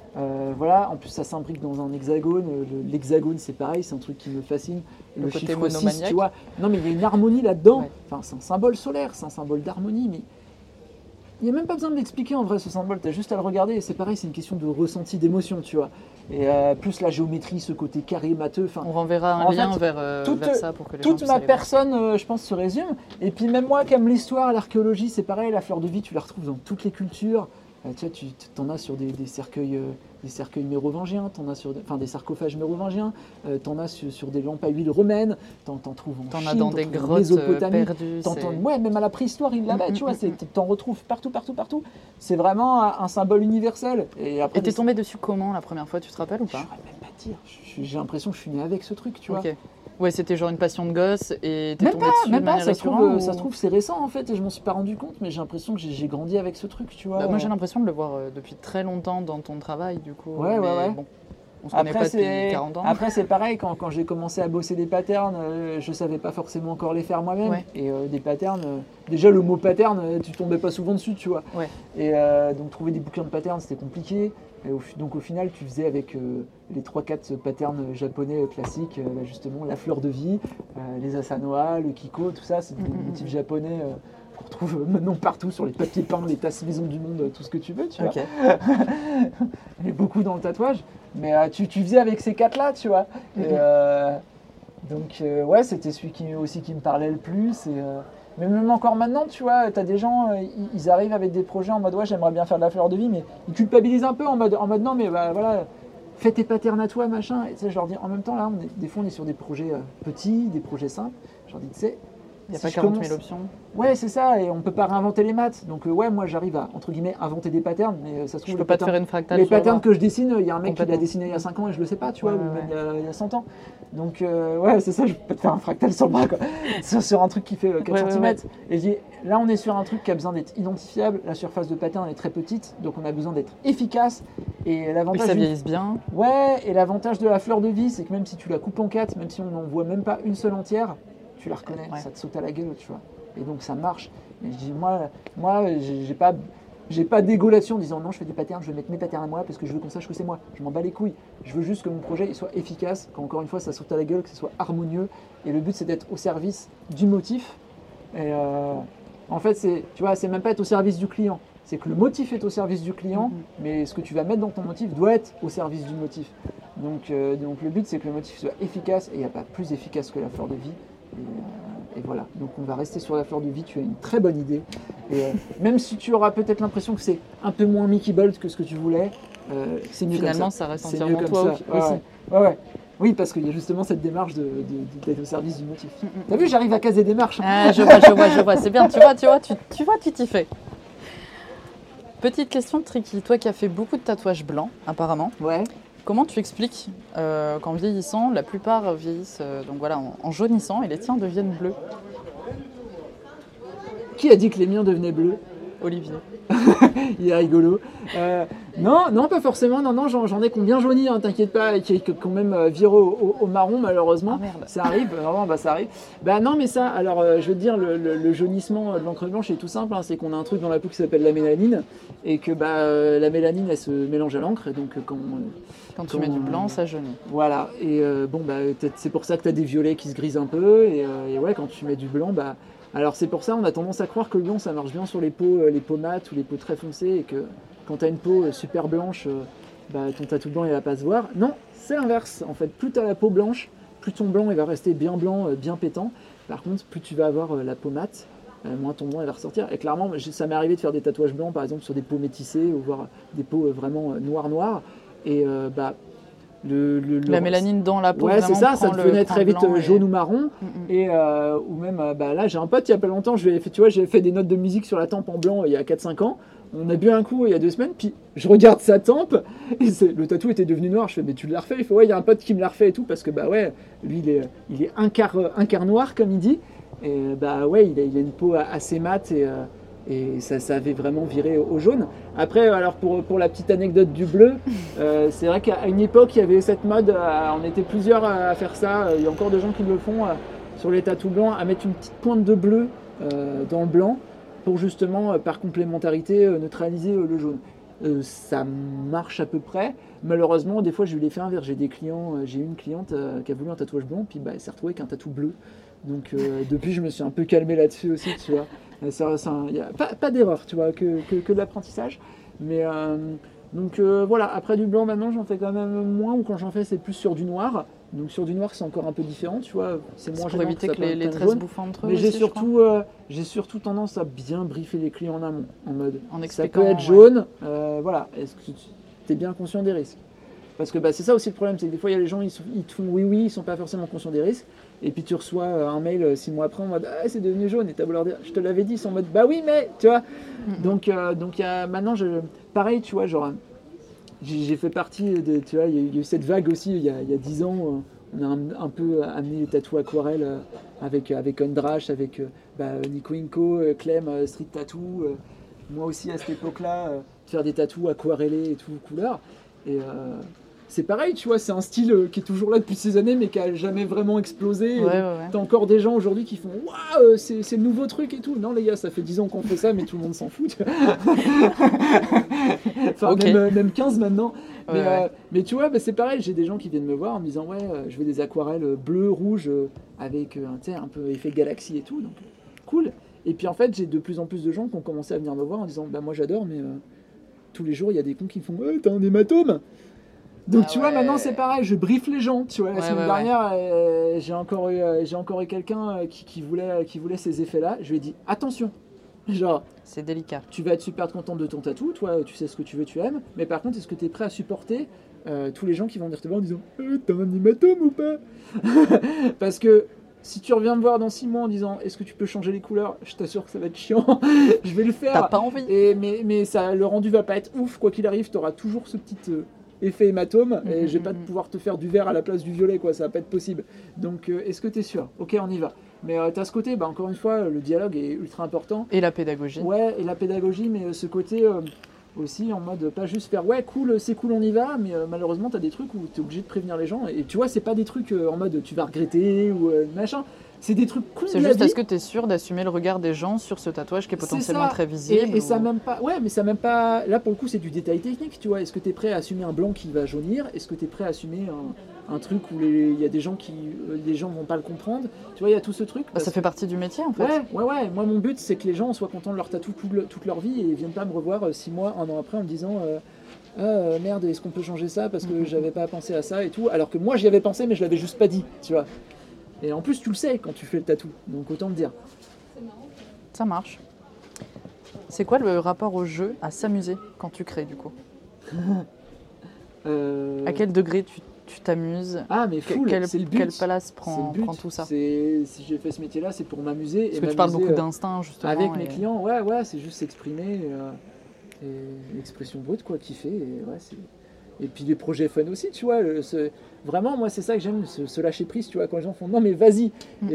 Voilà. En plus, ça s'imbrique dans un hexagone. L'hexagone, c'est pareil, c'est un truc qui me fascine. Le chiffre côté 6, tu vois. Non, mais il y a une harmonie là-dedans. Ouais. Enfin, c'est un symbole solaire, c'est un symbole d'harmonie, mais il n'y a même pas besoin de l'expliquer en vrai ce symbole, tu as juste à le regarder et c'est pareil, c'est une question de ressenti, d'émotion, tu vois. Et plus la géométrie, ce côté carré, matheux. On renverra un lien vers ça pour que les gens toute ma personne, je pense, se résume. Et puis même moi qui aime l'histoire, l'archéologie, c'est pareil, la fleur de vie, tu la retrouves dans toutes les cultures. Tu vois, t'en as sur des cercueils mérovingiens, des sarcophages mérovingiens, t'en as sur des lampes à huile romaines, t'en trouves en Chine, as dans des grottes perdues. Ouais, même à la préhistoire, ils l'avaient, tu vois, t'en retrouves partout. C'est vraiment un symbole universel. Et t'es tombé dessus comment la première fois, tu te rappelles ou pas? Je saurais même pas dire. J'ai l'impression que je suis né avec ce truc, tu vois. Ouais, c'était genre une passion de gosse et t'es tombé dessus même pas, ça se trouve c'est récent en fait et je m'en suis pas rendu compte, mais j'ai l'impression que j'ai grandi avec ce truc, tu vois. Bah, moi j'ai l'impression de le voir depuis très longtemps dans ton travail du coup. Ouais. Bon, on se connaît pas depuis 40 ans. Après c'est pareil, quand j'ai commencé à bosser des patterns, je savais pas forcément encore les faire moi-même. Ouais. Et des patterns, déjà le mot pattern, tu tombais pas souvent dessus, tu vois. Ouais. Et donc trouver des bouquins de patterns c'était compliqué. Donc au final, tu faisais avec les 3-4 patterns japonais classiques, justement la fleur de vie, les asanoa, le kiko, tout ça, c'est des motifs japonais qu'on retrouve maintenant partout sur les papiers peints, les tasses maison du monde, tout ce que tu veux, tu vois. Il y a beaucoup dans le tatouage, mais tu faisais avec ces 4-là, tu vois. Donc ouais, c'était celui qui me parlait le plus. Mais même encore maintenant, tu vois, t'as des gens, ils arrivent avec des projets en mode ouais, j'aimerais bien faire de la fleur de vie, mais ils culpabilisent un peu en mode non, mais bah, voilà, fais tes patterns à toi, machin. Et tu sais, je leur dis en même temps, là, des fois, on est sur des projets petits, des projets simples. Je leur dis, tu sais, Il n'y a pas 40 000 options. Ouais, c'est ça, et on ne peut pas réinventer les maths. Donc moi j'arrive à, entre guillemets, inventer des patterns, mais ça se trouve... Je peux pas te faire une fractale. Les patterns que je dessine, il y a un mec qui l'a dessiné il y a 5 ans et je le sais pas, tu vois, ou même il y a 100 ans. Donc ouais, c'est ça, je peux te faire un fractal sur le bras, quoi. sur un truc qui fait 4 cm. Et je dis, là on est sur un truc qui a besoin d'être identifiable, la surface de pattern est très petite, donc on a besoin d'être efficace. Et l'avantage... que ça vieillisse bien. Ouais, et l'avantage de la fleur de vie, c'est que même si tu la coupes en 4, même si on n'en voit même pas une seule entière, tu la reconnais, ça te saute à la gueule, tu vois. Et donc ça marche. Et je dis, moi j'ai pas d'égo là-dessus en disant non, je fais des patterns, je vais mettre mes patterns à moi parce que je veux qu'on sache que c'est moi. Je m'en bats les couilles. Je veux juste que mon projet il soit efficace, qu'encore une fois ça saute à la gueule, que ce soit harmonieux. Et le but c'est d'être au service du motif. Et en fait, c'est même pas être au service du client. C'est que le motif est au service du client, mais ce que tu vas mettre dans ton motif doit être au service du motif. Donc le but c'est que le motif soit efficace et il n'y a pas plus efficace que la fleur de vie. Et voilà, donc on va rester sur la fleur de vie, tu as une très bonne idée. Et même si tu auras peut-être l'impression que c'est un peu moins Mickey Bolt que ce que tu voulais, c'est mieux Finalement, comme ça. Ça reste entièrement toi aussi. Ouais. Oui, parce qu'il y a justement cette démarche d'être au service du motif. T'as vu, j'arrive à caser des marches. Ah, je vois, c'est bien, tu vois, tu t'y fais. Petite question tricky, toi qui as fait beaucoup de tatouages blancs, apparemment. Ouais. Comment tu expliques qu'en vieillissant, la plupart vieillissent donc voilà, en jaunissant et les tiens deviennent bleus? Qui a dit que les miens devenaient bleus? Olivier. Il est rigolo. Non, pas forcément. Non, j'en ai combien jauni, hein, t'inquiète pas, et qui est quand même viré au marron, malheureusement. Ah, merde. Ça arrive, vraiment, ça arrive. Non, mais ça, alors, je veux te dire, le jaunissement de l'encre blanche est tout simple, hein, c'est qu'on a un truc dans la peau qui s'appelle la mélanine, et que la mélanine, elle se mélange à l'encre, et donc quand tu mets du blanc, ça jaunit. Voilà, et c'est pour ça que tu as des violets qui se grisent un peu, et ouais, quand tu mets du blanc, alors c'est pour ça on a tendance à croire que le blanc ça marche bien sur les peaux mates ou les peaux très foncées, et que quand tu as une peau super blanche, ton tatou blanc il va pas se voir. Non, c'est l'inverse, en fait, plus tu as la peau blanche, plus ton blanc il va rester bien blanc, bien pétant. Par contre, plus tu vas avoir la peau mate, moins ton blanc il va ressortir. Et clairement, ça m'est arrivé de faire des tatouages blancs par exemple sur des peaux métissées, ou voir des peaux vraiment noires, et la mélanine dans la peau, ouais, c'est ça devenait très vite jaune ou marron. Et ou même là j'ai un pote il y a pas longtemps, j'avais fait des notes de musique sur la tempe en blanc il y a 4-5 ans. On a bu un coup il y a 2 semaines, puis je regarde sa tempe et le tatou était devenu noir. Je fais mais tu l'as refait? Il fait ouais, il y a un pote qui me l'a refait et tout, parce que lui il est un quart noir comme il dit, et ouais il a une peau assez mate, et ça avait vraiment viré au jaune. Après, alors pour la petite anecdote du bleu, c'est vrai qu'à une époque, il y avait cette mode, on était plusieurs à faire ça, il y a encore des gens qui le font sur les tatous blancs, à mettre une petite pointe de bleu dans le blanc, pour justement, par complémentarité, neutraliser le jaune. Ça marche à peu près. Malheureusement, des fois, j'ai eu l'effet inverse. J'ai une cliente qui a voulu un tatouage blanc, puis elle s'est retrouvée avec un tatou bleu. Donc depuis, je me suis un peu calmé là-dessus aussi, tu vois. Il n'y a pas d'erreur, tu vois, que de l'apprentissage. Mais donc voilà, après du blanc maintenant j'en fais quand même moins, ou quand j'en fais c'est plus sur du noir. Donc sur du noir c'est encore un peu différent, tu vois, c'est moins pour éviter que les tresses bouffent entre eux. Mais j'ai surtout tendance à bien briefer les clients en amont, en mode ça peut être jaune, voilà, est-ce que tu es bien conscient des risques? Parce que c'est ça aussi le problème, c'est que des fois il y a les gens, ils te font oui, ils sont pas forcément conscients des risques, et puis tu reçois un mail 6 mois après en mode c'est devenu jaune, et t'as beau leur dire je te l'avais dit, ils sont en mode oui mais, tu vois. Donc maintenant pareil, tu vois, genre j'ai fait partie de, tu vois, il y a eu cette vague aussi il y a 10 ans, on a un peu amené les tatous aquarelles avec Ondrash, avec Nico Inco, Clem, Street Tattoo, moi aussi à cette époque-là, faire des tatous aquarellés et tout, couleurs. Et c'est pareil, tu vois, c'est un style qui est toujours là depuis ces années, mais qui n'a jamais vraiment explosé. Ouais. T'as encore des gens aujourd'hui qui font waouh, c'est le nouveau truc et tout. Non, les gars, ça fait 10 ans qu'on fait ça, mais tout le monde s'en fout. Enfin, okay. même 15 maintenant. Mais tu vois, c'est pareil, j'ai des gens qui viennent me voir en me disant je veux des aquarelles bleues, rouges, avec un peu effet galaxie et tout. Donc, cool. Et puis en fait, j'ai de plus en plus de gens qui ont commencé à venir me voir en disant moi j'adore, mais tous les jours, il y a des cons qui me font t'as un hématome. Donc tu vois, maintenant c'est pareil, je briefe les gens, tu vois. La semaine dernière, j'ai encore eu quelqu'un qui voulait ces effets-là. Je lui ai dit attention, genre c'est délicat. Tu vas être super contente de ton tatou, toi tu sais ce que tu veux, tu aimes, mais par contre est-ce que tu es prêt à supporter tous les gens qui vont venir te voir en disant t'as un hématome ou pas? Parce que Si tu reviens me voir dans 6 mois en disant est-ce que tu peux changer les couleurs, je t'assure que ça va être chiant. Je vais le faire. T'as pas envie. Mais ça, le rendu va pas être ouf. Quoi qu'il arrive, tu auras toujours ce petit effet hématome. Et je vais pas pouvoir te faire du vert à la place du violet. Quoi. Ça va pas être possible. Donc, est-ce que tu es sûr? Ok, on y va. Mais tu as ce côté, encore une fois, le dialogue est ultra important. Et la pédagogie. Ouais, et la pédagogie, mais ce côté... aussi en mode pas juste faire ouais cool c'est cool on y va, mais malheureusement t'as des trucs où t'es obligé de prévenir les gens et tu vois c'est pas des trucs en mode tu vas regretter ou machin, c'est des trucs cool. C'est juste est-ce que t'es sûr d'assumer le regard des gens sur ce tatouage qui est potentiellement très visible et ça même pas, ouais mais ça même pas, là pour le coup c'est du détail technique, tu vois, est-ce que t'es prêt à assumer un blanc qui va jaunir, est-ce que t'es prêt à assumer un truc où il y a des gens qui les gens vont pas le comprendre, tu vois, il y a tout ce truc. Ça fait partie du métier en fait. Ouais, moi mon but c'est que les gens soient contents de leur tatou toute leur vie et viennent pas me revoir 6 mois, 1 an après en me disant merde, est-ce qu'on peut changer ça parce que j'avais pas pensé à ça et tout, alors que moi j'y avais pensé mais je l'avais juste pas dit, tu vois. Et en plus tu le sais quand tu fais le tatou, donc autant le dire. Ça marche. C'est quoi le rapport au jeu, à s'amuser quand tu crées du coup À quel degré tu t'amuses? Ah mais full, c'est le but. Quelle place prend tout ça? Si j'ai fait ce métier-là, c'est pour m'amuser. Parce que tu parles beaucoup d'instinct justement. Avec mes clients, ouais, c'est juste s'exprimer et l'expression brute quoi, kiffer. Et puis les projets fun aussi, tu vois. Vraiment, moi c'est ça que j'aime, se lâcher prise, tu vois, quand les gens font non mais vas-y.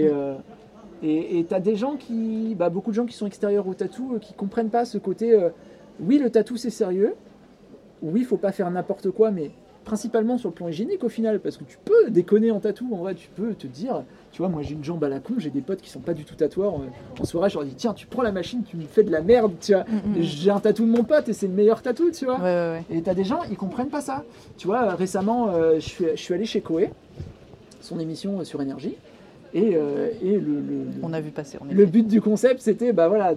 Et t'as des gens beaucoup de gens qui sont extérieurs au tatou, qui comprennent pas ce côté. Oui, le tatou c'est sérieux. Oui, faut pas faire n'importe quoi, mais principalement sur le plan hygiénique au final, parce que tu peux déconner en tatou, en vrai, tu peux te dire, tu vois, moi j'ai une jambe à la con, j'ai des potes qui sont pas du tout tatoueurs, en soirée je leur dis, tiens, tu prends la machine, tu me fais de la merde, tu vois, j'ai un tatou de mon pote et c'est le meilleur tatou, tu vois, et t'as des gens, ils comprennent pas ça, tu vois, récemment, je suis allé chez Koé, son émission sur Énergie, et on a vu passer. Le but du concept, c'était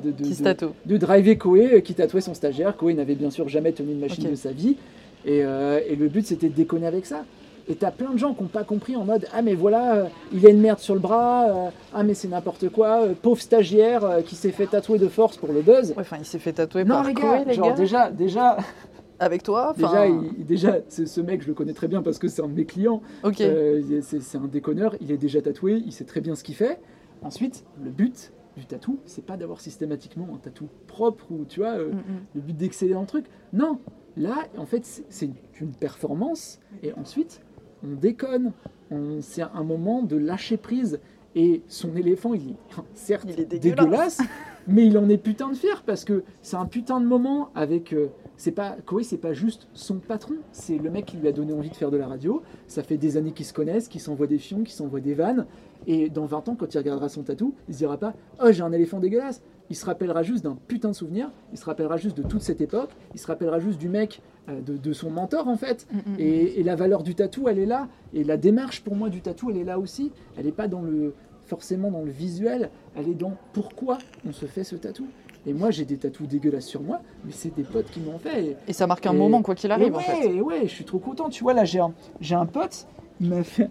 de driver Koé, qui tatouait son stagiaire. Koé n'avait bien sûr jamais tenu une machine de sa vie. Et le but, c'était de déconner avec ça. Et t'as plein de gens qui n'ont pas compris en mode « Ah mais voilà, il a une merde sur le bras, ah mais c'est n'importe quoi, pauvre stagiaire qui s'est fait tatouer de force pour le buzz. » Enfin, il s'est fait tatouer par Koé, les genre gars. Déjà... Avec toi Déjà, ce mec, je le connais très bien parce que c'est un de mes clients. C'est un déconneur, il est déjà tatoué, il sait très bien ce qu'il fait. Ensuite, le but du tatou, c'est pas d'avoir systématiquement un tatou propre ou tu vois, le but d'exceller dans le truc. Non, là, en fait, c'est une performance et ensuite, on déconne. C'est un moment de lâcher prise. Et son éléphant, il est certes dégueulasse, mais il en est putain de fier parce que c'est un putain de moment avec... Koé, c'est pas juste son patron, c'est le mec qui lui a donné envie de faire de la radio. Ça fait des années qu'ils se connaissent, qu'ils s'envoient des fions, qu'ils s'envoient des vannes. Et dans 20 ans, quand il regardera son tatou, il se dira pas « Oh, j'ai un éléphant dégueulasse !» Il se rappellera juste d'un putain de souvenir, il se rappellera juste de toute cette époque, il se rappellera juste du mec, de son mentor en fait. Et la valeur du tatou, elle est là. Et la démarche pour moi du tatou, elle est là aussi. Elle n'est pas forcément dans le visuel, elle est dans pourquoi on se fait ce tatou. Et moi, j'ai des tatous dégueulasses sur moi, mais c'est des potes qui m'ont fait. Et ça marque un moment, quoi qu'il arrive, en fait. Ouais, je suis trop content. Tu vois, là, j'ai un pote, il m'a fait...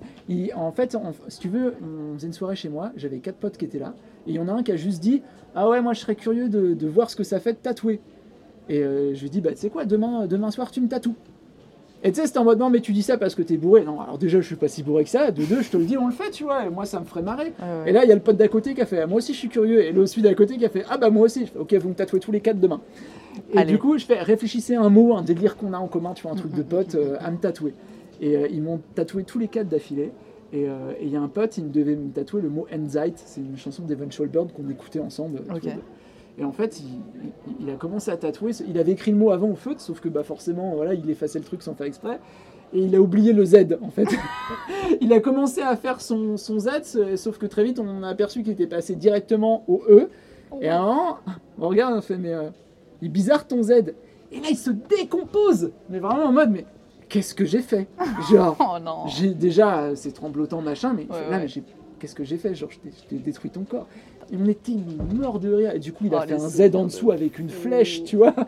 si tu veux, on faisait une soirée chez moi, j'avais 4 potes qui étaient là, et il y en a un qui a juste dit « Ah ouais, moi, je serais curieux de voir ce que ça fait de tatouer. » Et je lui ai dit « Bah, tu sais quoi, demain soir, tu me tatoues. » Et tu sais, c'était en mode, non, mais tu dis ça parce que t'es bourré. Non, alors déjà, je suis pas si bourré que ça. De deux, je te le dis, on le fait, tu vois. Et moi, ça me ferait marrer. Et là, il y a le pote d'à côté qui a fait, moi aussi, je suis curieux. Et le celui d'à côté qui a fait, ah bah moi aussi. Je fais, ok, vous me tatouez tous les 4 demain. Et du coup, je fais, réfléchissez à un mot, un délire qu'on a en commun, tu vois, un truc de pote à me tatouer. Et ils m'ont tatoué tous les 4 d'affilée. Et il y a un pote, il devait me tatouer le mot Endzeit. C'est une chanson d'Evan Scholbird qu'on écoutait ensemble. Et en fait, il a commencé à tatouer. Il avait écrit le mot avant au feutre, sauf que bah, forcément, voilà, il effaçait le truc sans faire exprès. Et il a oublié le Z, en fait. Il a commencé à faire son Z, sauf que très vite, on a aperçu qu'il était passé directement au E. Et à un moment, on regarde, on fait, mais il est bizarre ton Z. Et là, il se décompose. Mais vraiment en mode, mais qu'est-ce que j'ai fait? Genre, j'ai déjà, c'est tremblotant, machin, mais là, mais qu'est-ce que j'ai fait? Genre, je t'ai détruit ton corps. Et on était mort de rire. Et du coup, il a fait un Z en dessous avec une flèche, tu vois.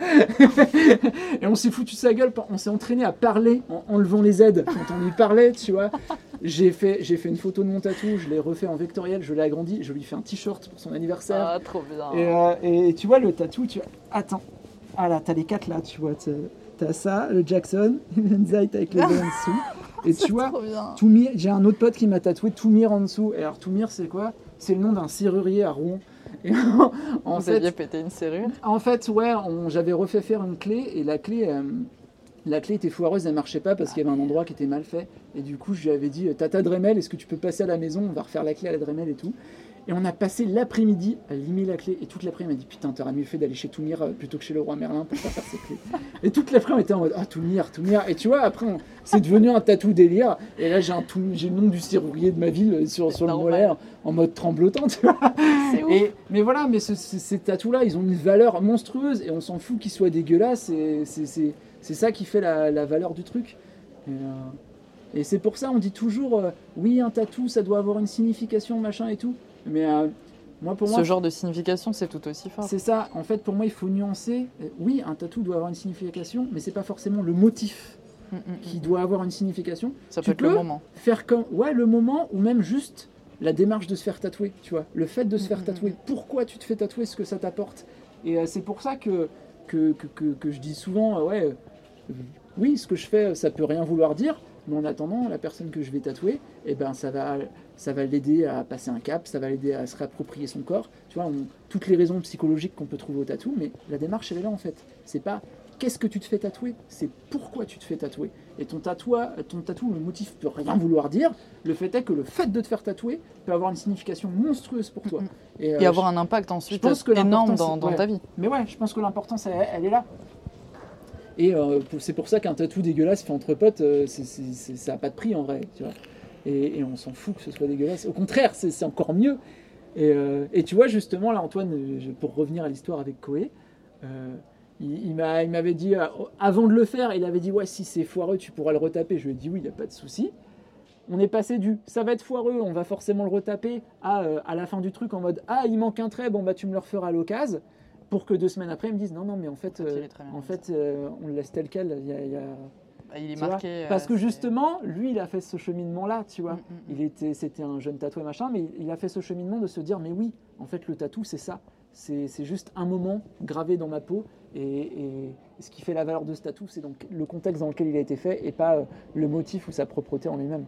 Et on s'est foutu de sa gueule. On s'est entraîné à parler en enlevant les Z quand on lui parlait, tu vois. J'ai fait une photo de mon tatou, je l'ai refait en vectoriel, je l'ai agrandi, je lui ai fait un t-shirt pour son anniversaire. Ah, trop bien. Et tu vois, le tatou, attends. Ah là, t'as les 4 là, tu vois. T'as ça, le Jackson, Endzeit avec les deux en dessous. Et tu vois, j'ai un autre pote qui m'a tatoué Toumir en dessous. Et alors Toumir, c'est quoi? C'est le nom d'un serrurier à Rouen. Et vous aviez pété une serrure? En fait, ouais, j'avais refait faire une clé et la clé était foireuse, elle marchait pas parce qu'il y avait un endroit qui était mal fait. Et du coup, je lui avais dit, Tata Dremel, est-ce que tu peux passer à la maison? On va refaire la clé à la Dremel et tout. Et on a passé l'après-midi à limer la clé. Et toute l'après-midi, il m'a dit, putain, t'aurais mieux fait d'aller chez Toumir plutôt que chez le roi Merlin pour faire ses clés. Et toute l'après-midi, on était en mode, ah, Toumir. Et tu vois, après, c'est devenu un tatou délire. Et là, j'ai le nom du serrurier de ma ville sur le mollet en mode tremblotant, tu vois. C'est ouf. Mais voilà, mais ces tatous-là, ils ont une valeur monstrueuse et on s'en fout qu'ils soient dégueulasses. C'est ça qui fait la valeur du truc. Et c'est pour ça, on dit toujours, oui, un tatou, ça doit avoir une signification, machin et tout. Mais pour moi, ce genre de signification, c'est tout aussi fort. C'est ça. En fait, pour moi, il faut nuancer. Oui, un tatou doit avoir une signification, mais c'est pas forcément le motif qui doit avoir une signification. Ça peut être le moment. Le moment, ou même juste la démarche de se faire tatouer. Tu vois, le fait de se faire tatouer. Pourquoi tu te fais tatouer, ce que ça t'apporte. Et c'est pour ça que je dis souvent, oui, ce que je fais, ça peut rien vouloir dire. Mais en attendant, la personne que je vais tatouer, ça va l'aider à passer un cap, ça va l'aider à se réapproprier son corps. Tu vois, toutes les raisons psychologiques qu'on peut trouver au tatou, mais la démarche, elle est là en fait. C'est pas qu'est-ce que tu te fais tatouer, c'est pourquoi tu te fais tatouer. Et ton tatou, le motif peut rien vouloir dire. Le fait est que le fait de te faire tatouer peut avoir une signification monstrueuse pour toi. Et avoir un impact ensuite énorme dans ta vie. Mais ouais, je pense que l'importance, elle est là. Et c'est pour ça qu'un tatou dégueulasse fait entre potes, ça n'a pas de prix en vrai, tu vois. Et on s'en fout que ce soit dégueulasse. Au contraire, c'est encore mieux. Et tu vois, justement, là, Antoine, pour revenir à l'histoire avec Koé, il m'avait dit, avant de le faire, il avait dit, ouais, si c'est foireux, tu pourras le retaper. Je lui ai dit, oui, il n'y a pas de souci. On est passé ça va être foireux, on va forcément le retaper, à la fin du truc, en mode, il manque un trait, bon, bah tu me le referas à l'occasion. Pour que 2 semaines après, ils me disent non, mais en fait, on le laisse tel quel. Il est marqué. Parce que justement, lui, il a fait ce cheminement-là, tu vois. C'était un jeune tatoué, machin, mais il a fait ce cheminement de se dire, mais oui, en fait, le tatou, c'est ça. C'est juste un moment gravé dans ma peau. Et ce qui fait la valeur de ce tatou, c'est donc le contexte dans lequel il a été fait et pas le motif ou sa propreté en lui-même.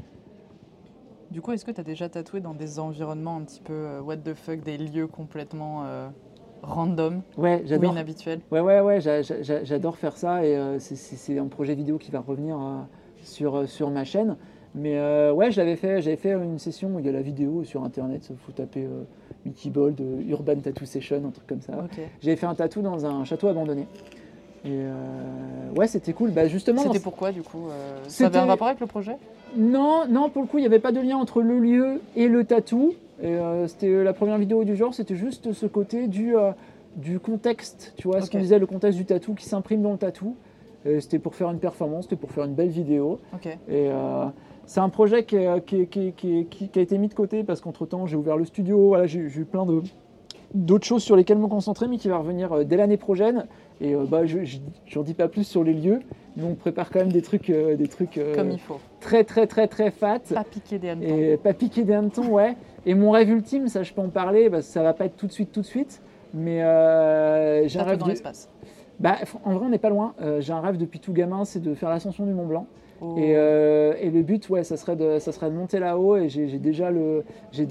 Du coup, est-ce que tu as déjà tatoué dans des environnements un petit peu what the fuck, des lieux complètement random ou inhabituel? Ouais, j'adore faire ça et c'est un projet vidéo qui va revenir sur ma chaîne. Mais j'avais fait une session où il y a la vidéo sur internet, il faut taper Mickey Bold, Urban Tattoo Session, un truc comme ça. Okay. J'avais fait un tatou dans un château abandonné. Et c'était cool. Bah, justement, c'était pourquoi du coup ça avait un rapport avec le projet? Non, pour le coup, il n'y avait pas de lien entre le lieu et le tatou. Et c'était la première vidéo du genre, c'était juste ce côté du contexte, tu vois, ce qu'on disait, le contexte du tatou qui s'imprime dans le tatou. C'était pour faire une performance, c'était pour faire une belle vidéo. Okay. Et c'est un projet qui a été mis de côté parce qu'entre-temps, j'ai ouvert le studio, voilà, j'ai eu plein d'autres choses sur lesquelles me concentrer, mais qui va revenir dès l'année prochaine. Et je n'en dis pas plus sur les lieux, mais on prépare quand même des trucs comme il faut. Très, très, très, très fat. Pas piquer des hannetons. Et pas piquer des hannetons, ouais. Et mon rêve ultime, ça je peux en parler, ça va pas être tout de suite, mais j'ai un rêve dans l'espace. En vrai, on n'est pas loin. J'ai un rêve depuis tout gamin, c'est de faire l'ascension du Mont Blanc. Oh. Et le but, ça serait de monter là-haut. Et j'ai déjà le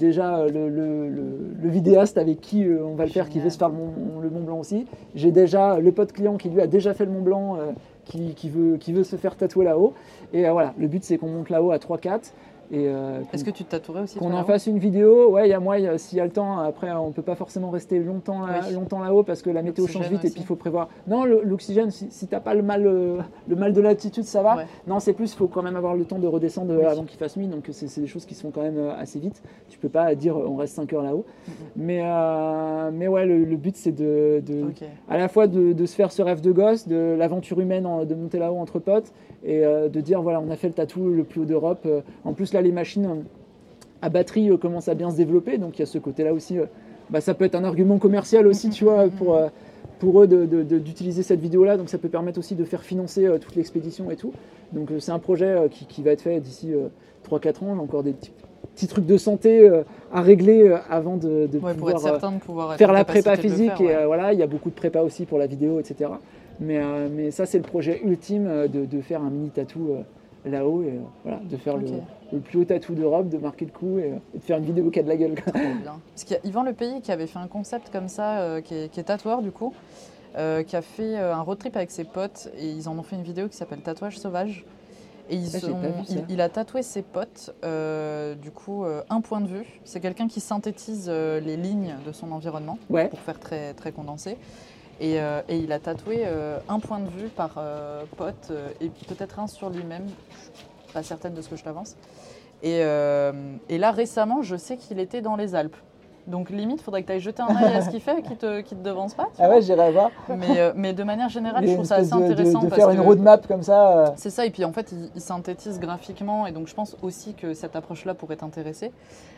vidéaste avec qui on va le faire, qui veut se faire le Mont Blanc aussi. J'ai déjà le pote client qui lui a déjà fait le Mont Blanc, qui veut se faire tatouer là-haut. Et voilà, le but c'est qu'on monte là-haut à 3-4. Est-ce que tu te tatouerais aussi? Qu'on en fasse une vidéo, ouais, il y a moi, s'il y a le temps, après on peut pas forcément rester longtemps là-haut parce que la météo change vite aussi. Et puis il faut prévoir. Non, l'oxygène, si t'as pas le mal de l'altitude, ça va. Ouais. Non, c'est plus, il faut quand même avoir le temps de redescendre avant qu'il fasse nuit, donc c'est des choses qui se font quand même assez vite. Tu peux pas dire on reste 5 heures là-haut. Mais ouais, le but c'est à la fois de se faire ce rêve de gosse, de l'aventure humaine, de monter là-haut entre potes et de dire voilà, on a fait le tatou le plus haut d'Europe. En plus là, les machines à batterie commencent à bien se développer, donc il y a ce côté-là aussi. Ça peut être un argument commercial aussi, tu vois, pour eux d'utiliser cette vidéo-là, donc ça peut permettre aussi de faire financer toute l'expédition et tout. Donc c'est un projet qui va être fait d'ici 3-4 ans. On a encore des petits trucs de santé à régler avant de pour être certain de pouvoir faire la prépa physique. Et voilà, il y a beaucoup de prépa aussi pour la vidéo, etc. Mais ça, c'est le projet ultime de faire un mini tatou là-haut et voilà, de faire le plus haut tatou d'Europe, de marquer le coup et de faire une vidéo qui a de la gueule. Trop bien. Parce qu'il y a Yvan Le Pays qui avait fait un concept comme ça, qui est tatoueur du coup, qui a fait un road trip avec ses potes et ils en ont fait une vidéo qui s'appelle Tatouage sauvage. Et il a tatoué ses potes, du coup, un point de vue. C'est quelqu'un qui synthétise les lignes de son environnement pour faire très, très condensé. Et il a tatoué un point de vue par pote et peut-être un sur lui-même. Je ne suis pas certaine de ce que je t'avance. Et là, récemment, je sais qu'il était dans les Alpes. Donc limite, il faudrait que tu ailles jeter un œil à ce qu'il fait et qu'il te devance pas. Ah ouais, j'irai voir. Mais de manière générale, je trouve ça assez intéressant. De faire une roadmap comme ça. C'est ça, et puis en fait, il synthétise graphiquement, et donc je pense aussi que cette approche-là pourrait t'intéresser,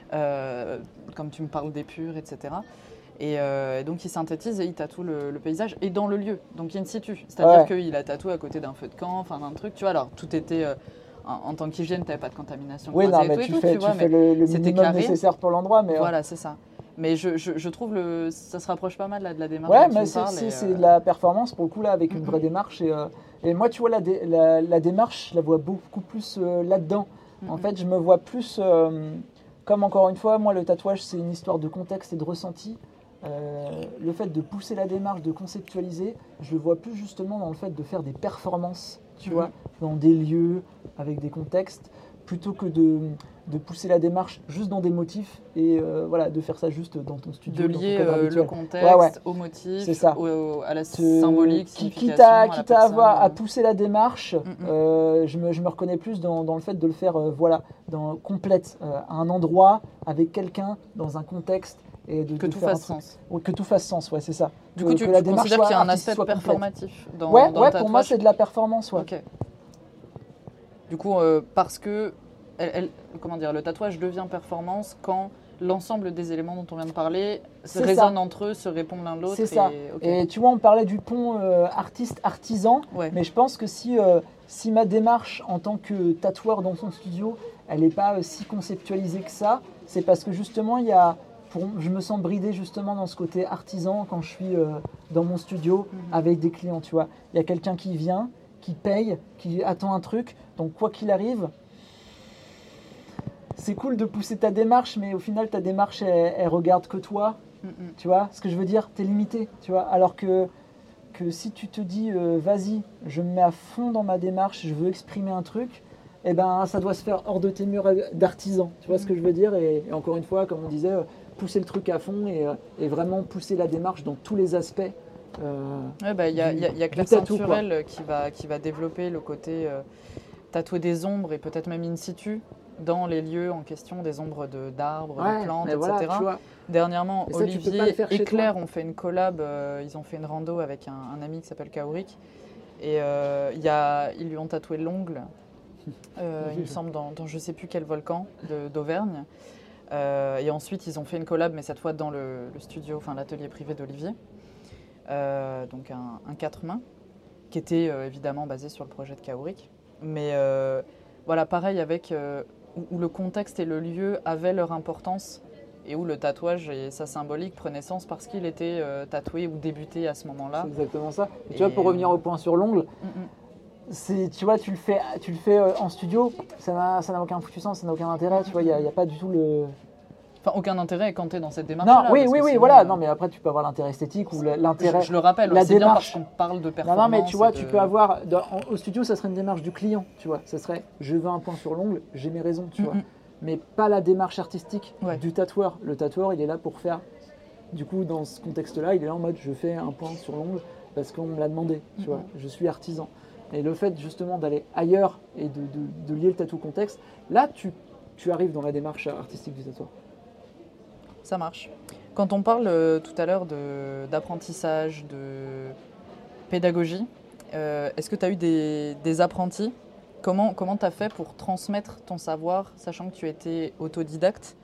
comme tu me parles d'épure, etc. Et donc il synthétise et il tatoue le paysage, et dans le lieu, donc in situ. C'est-à-dire qu'il a tatoué à côté d'un feu de camp, enfin d'un truc, tu vois, alors tout était... en tant qu'hygiène, tu n'avais pas de contamination. Oui, non, mais tu fais le minimum nécessaire pour l'endroit. Mais voilà, c'est ça. Mais je trouve ça se rapproche pas mal là, de la démarche. Ouais, mais c'est de la performance pour le coup là, avec une vraie démarche. Et moi, tu vois, la démarche, je la vois beaucoup plus là-dedans. En fait, je me vois plus comme, encore une fois, moi, le tatouage, c'est une histoire de contexte et de ressenti. Le fait de pousser la démarche, de conceptualiser, je le vois plus justement dans le fait de faire des performances, tu vois, dans des lieux, avec des contextes, plutôt que de pousser la démarche juste dans des motifs et voilà, de faire ça juste dans ton studio. De lier le contexte au motif, c'est ça. À la symbolique, quitte à pousser la démarche, je me reconnais plus dans le fait de le faire complète, à un endroit, avec quelqu'un, dans un contexte. Et que tout fasse sens. Que tout fasse sens, ouais, c'est ça. Du coup, tu considères qu'il y a un aspect performatif dans le tatouage. Pour moi, c'est de la performance, ouais. Okay. Du coup, parce que le tatouage devient performance quand l'ensemble des éléments dont on vient de parler résonnent entre eux, se répondent l'un de l'autre. C'est ça. Et tu vois, on parlait du pont artiste-artisan, mais je pense que si ma démarche en tant que tatoueur dans son studio, elle n'est pas si conceptualisée que ça, c'est parce que justement, je me sens bridé justement dans ce côté artisan quand je suis dans mon studio avec des clients, tu vois. Il y a quelqu'un qui vient, qui paye, qui attend un truc, donc quoi qu'il arrive, c'est cool de pousser ta démarche, mais au final, ta démarche, elle regarde que toi. Tu vois ce que je veux dire? T'es limité, tu vois. Alors que si tu te dis, vas-y, je me mets à fond dans ma démarche, je veux exprimer un truc, eh ben, ça doit se faire hors de tes murs d'artisan. Tu vois ce que je veux dire? Et encore une fois, comme on disait, pousser le truc à fond et vraiment pousser la démarche dans tous les aspects. Il y a Claire Sainturel qui va développer le côté tatouer des ombres et peut-être même in situ dans les lieux en question, des ombres d'arbres, de plantes, etc. Voilà, dernièrement, Olivier et Claire ont fait une collab, ils ont fait une rando avec un ami qui s'appelle Kaorik, et ils lui ont tatoué l'ongle, il me semble, dans je ne sais plus quel volcan d'Auvergne. Et ensuite, ils ont fait une collab, mais cette fois dans le studio, enfin l'atelier privé d'Olivier. Donc un 4 mains, qui était évidemment basé sur le projet de Kaorik. Mais voilà, pareil, avec où le contexte et le lieu avaient leur importance et où le tatouage et sa symbolique prenaient sens parce qu'il était tatoué ou débuté à ce moment-là. C'est exactement ça. Et tu vois, pour revenir au point sur l'ongle, tu vois, tu le fais en studio, ça n'a aucun foutu sens, ça n'a aucun intérêt, tu vois, il n'y a pas du tout le... Enfin, aucun intérêt quand tu es dans cette démarche-là. Non, oui, voilà. Non, mais après, tu peux avoir l'intérêt esthétique ou l'intérêt... Je le rappelle, c'est démarche. Bien parce qu'on parle de performance. Non, mais tu vois, tu peux avoir... Au studio, ça serait une démarche du client, tu vois. Ça serait, je veux un point sur l'ongle, j'ai mes raisons, tu vois. Mais pas la démarche artistique du tatoueur. Le tatoueur, il est là pour faire... Du coup, dans ce contexte-là, il est là en mode, je fais un point sur l'ongle parce qu'on me l'a demandé, tu vois. Je suis artisan. Et le fait, justement, d'aller ailleurs et de lier le tatou au contexte, là, tu arrives dans la démarche artistique du tatoueur. Ça marche. Quand on parle tout à l'heure d'apprentissage, de pédagogie, est-ce que tu as eu des apprentis? Comment tu as fait pour transmettre ton savoir, sachant que tu étais autodidacte?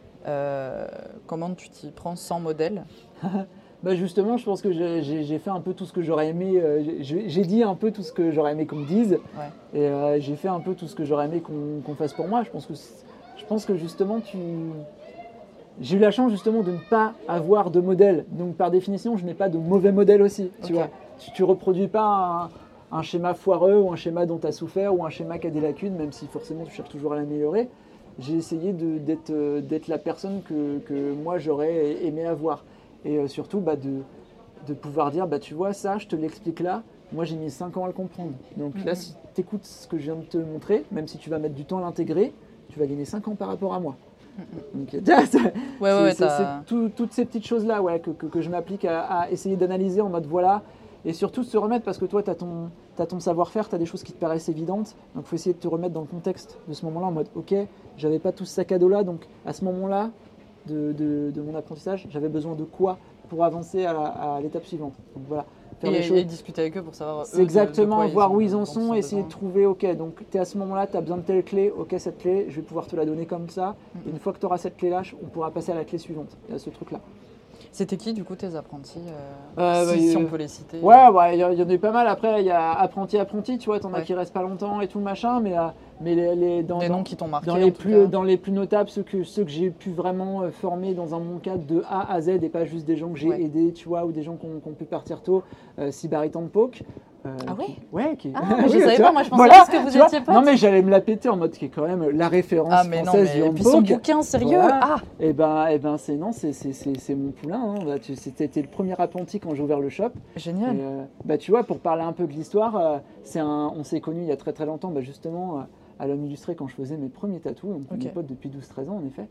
Comment tu t'y prends sans modèle? Justement, je pense que j'ai fait un peu tout ce que j'aurais aimé. J'ai dit un peu tout ce que j'aurais aimé qu'on me dise. Ouais. Et j'ai fait un peu tout ce que j'aurais aimé qu'on fasse pour moi. Je pense que justement, j'ai eu la chance justement de ne pas avoir de modèle. Donc par définition, je n'ai pas de mauvais modèle aussi. Tu vois, tu reproduis pas un schéma foireux ou un schéma dont tu as souffert ou un schéma qui a des lacunes, même si forcément tu cherches toujours à l'améliorer. J'ai essayé d'être la personne que moi j'aurais aimé avoir. Et surtout de pouvoir dire, tu vois ça, je te l'explique là, moi j'ai mis 5 ans à le comprendre. Donc là, si tu écoutes ce que je viens de te montrer, même si tu vas mettre du temps à l'intégrer, tu vas gagner 5 ans par rapport à moi. Donc c'est toutes ces petites choses-là que je m'applique à essayer d'analyser en mode voilà, et surtout de se remettre parce que toi tu as ton savoir-faire, tu as des choses qui te paraissent évidentes, donc il faut essayer de te remettre dans le contexte de ce moment-là en mode ok, j'avais pas tout ce sac à dos là, donc à ce moment-là de mon apprentissage, j'avais besoin de quoi pour avancer à l'étape suivante. Donc voilà. Et discuter avec eux pour savoir. C'est exactement, voir où ils en sont, essayer de trouver, ok, donc tu es à ce moment-là, tu as besoin de telle clé, ok, cette clé, je vais pouvoir te la donner comme ça. Et une fois que tu auras cette clé-là, on pourra passer à la clé suivante. Il y a ce truc-là. C'était qui, du coup, tes apprentis si on peut les citer. Ouais, il y en a eu pas mal. Après, il y a apprenti, tu vois, t'en as qui restent pas longtemps et tout, machin, mais des noms qui t'ont marqué. Dans les plus notables, ceux que j'ai pu vraiment former dans un bon cadre de A à Z et pas juste des gens que j'ai aidés, tu vois, ou des gens qui ont pu partir tôt. Sibari Tampok. Ah oui. Je savais pas, moi je pensais juste que vous étiez potes. Non mais j'allais me la péter en mode qui est quand même la référence française du handball. Puis son bouquin, sérieux. Voilà. Et ben c'est mon poulain. Hein. C'était le premier apprenti quand j'ai ouvert le shop. Génial. Et, tu vois, pour parler un peu de l'histoire, on s'est connus il y a très très longtemps, justement à l'Homme Illustré quand je faisais mes premiers tatous. Donc on est potes depuis 12-13 ans en effet.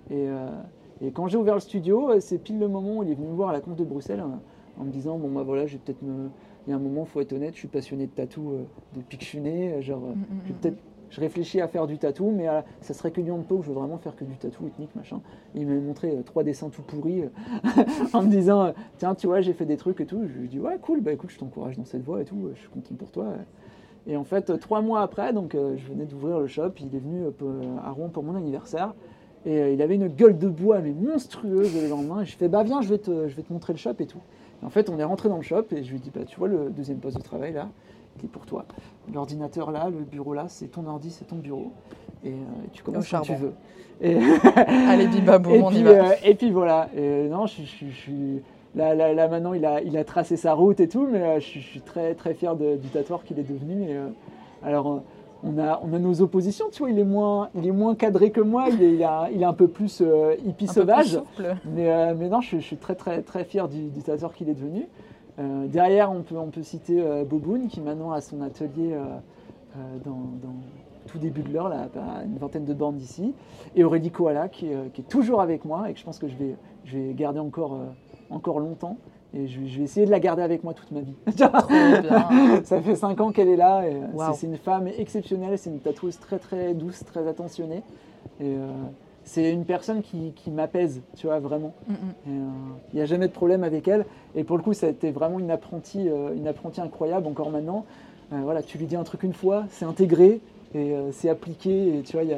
Et quand j'ai ouvert le studio, c'est pile le moment où il est venu me voir à la Conf de Bruxelles en me disant bon bah voilà, il y a un moment, il faut être honnête, je suis passionné de tatou depuis que je suis né. Je réfléchis à faire du tatou, mais ça serait que du handpoke, je veux vraiment faire que du tatou ethnique, machin. Et il m'a montré 3 dessins tout pourris en me disant tiens, tu vois, j'ai fait des trucs et tout. Je lui ai dit ouais, cool, écoute, je t'encourage dans cette voie et tout, je suis content pour toi. Et en fait, 3 mois après, donc je venais d'ouvrir le shop, il est venu à Rouen pour mon anniversaire. Et il avait une gueule de bois mais monstrueuse le lendemain. Et je fais viens, je vais te montrer le shop et tout. En fait, on est rentré dans le shop et je lui ai dit tu vois le deuxième poste de travail là, qui est pour toi. L'ordinateur là, le bureau là, c'est ton ordi, c'est ton bureau. Et tu commences quand tu veux. Et allez, bibaboum, on y va. Et puis voilà. Et non, je suis là maintenant, il a tracé sa route et tout, mais je suis très très fier du tatoueur qu'il est devenu. Et, alors. On a nos oppositions, tu vois, il est moins cadré que moi, il est un peu plus hippie sauvage. Mais non, je suis très très très fier du tatoueur qu'il est devenu. Derrière, on peut citer Boboun qui maintenant a son atelier dans tout début de l'heure, là, à une vingtaine de bornes d'ici, et Aurélie Koala qui est toujours avec moi et que je pense que je vais garder encore longtemps. Et je vais essayer de la garder avec moi toute ma vie. Trop bien. Ça fait 5 ans qu'elle est là. Et c'est une femme exceptionnelle. C'est une tatoueuse très très douce, très attentionnée. Et c'est une personne qui m'apaise, tu vois, vraiment. Il n'y a jamais de problème avec elle. Et pour le coup, ça a été vraiment une apprentie incroyable, encore maintenant. Voilà, tu lui dis un truc une fois, c'est intégré et c'est appliqué. Et tu vois,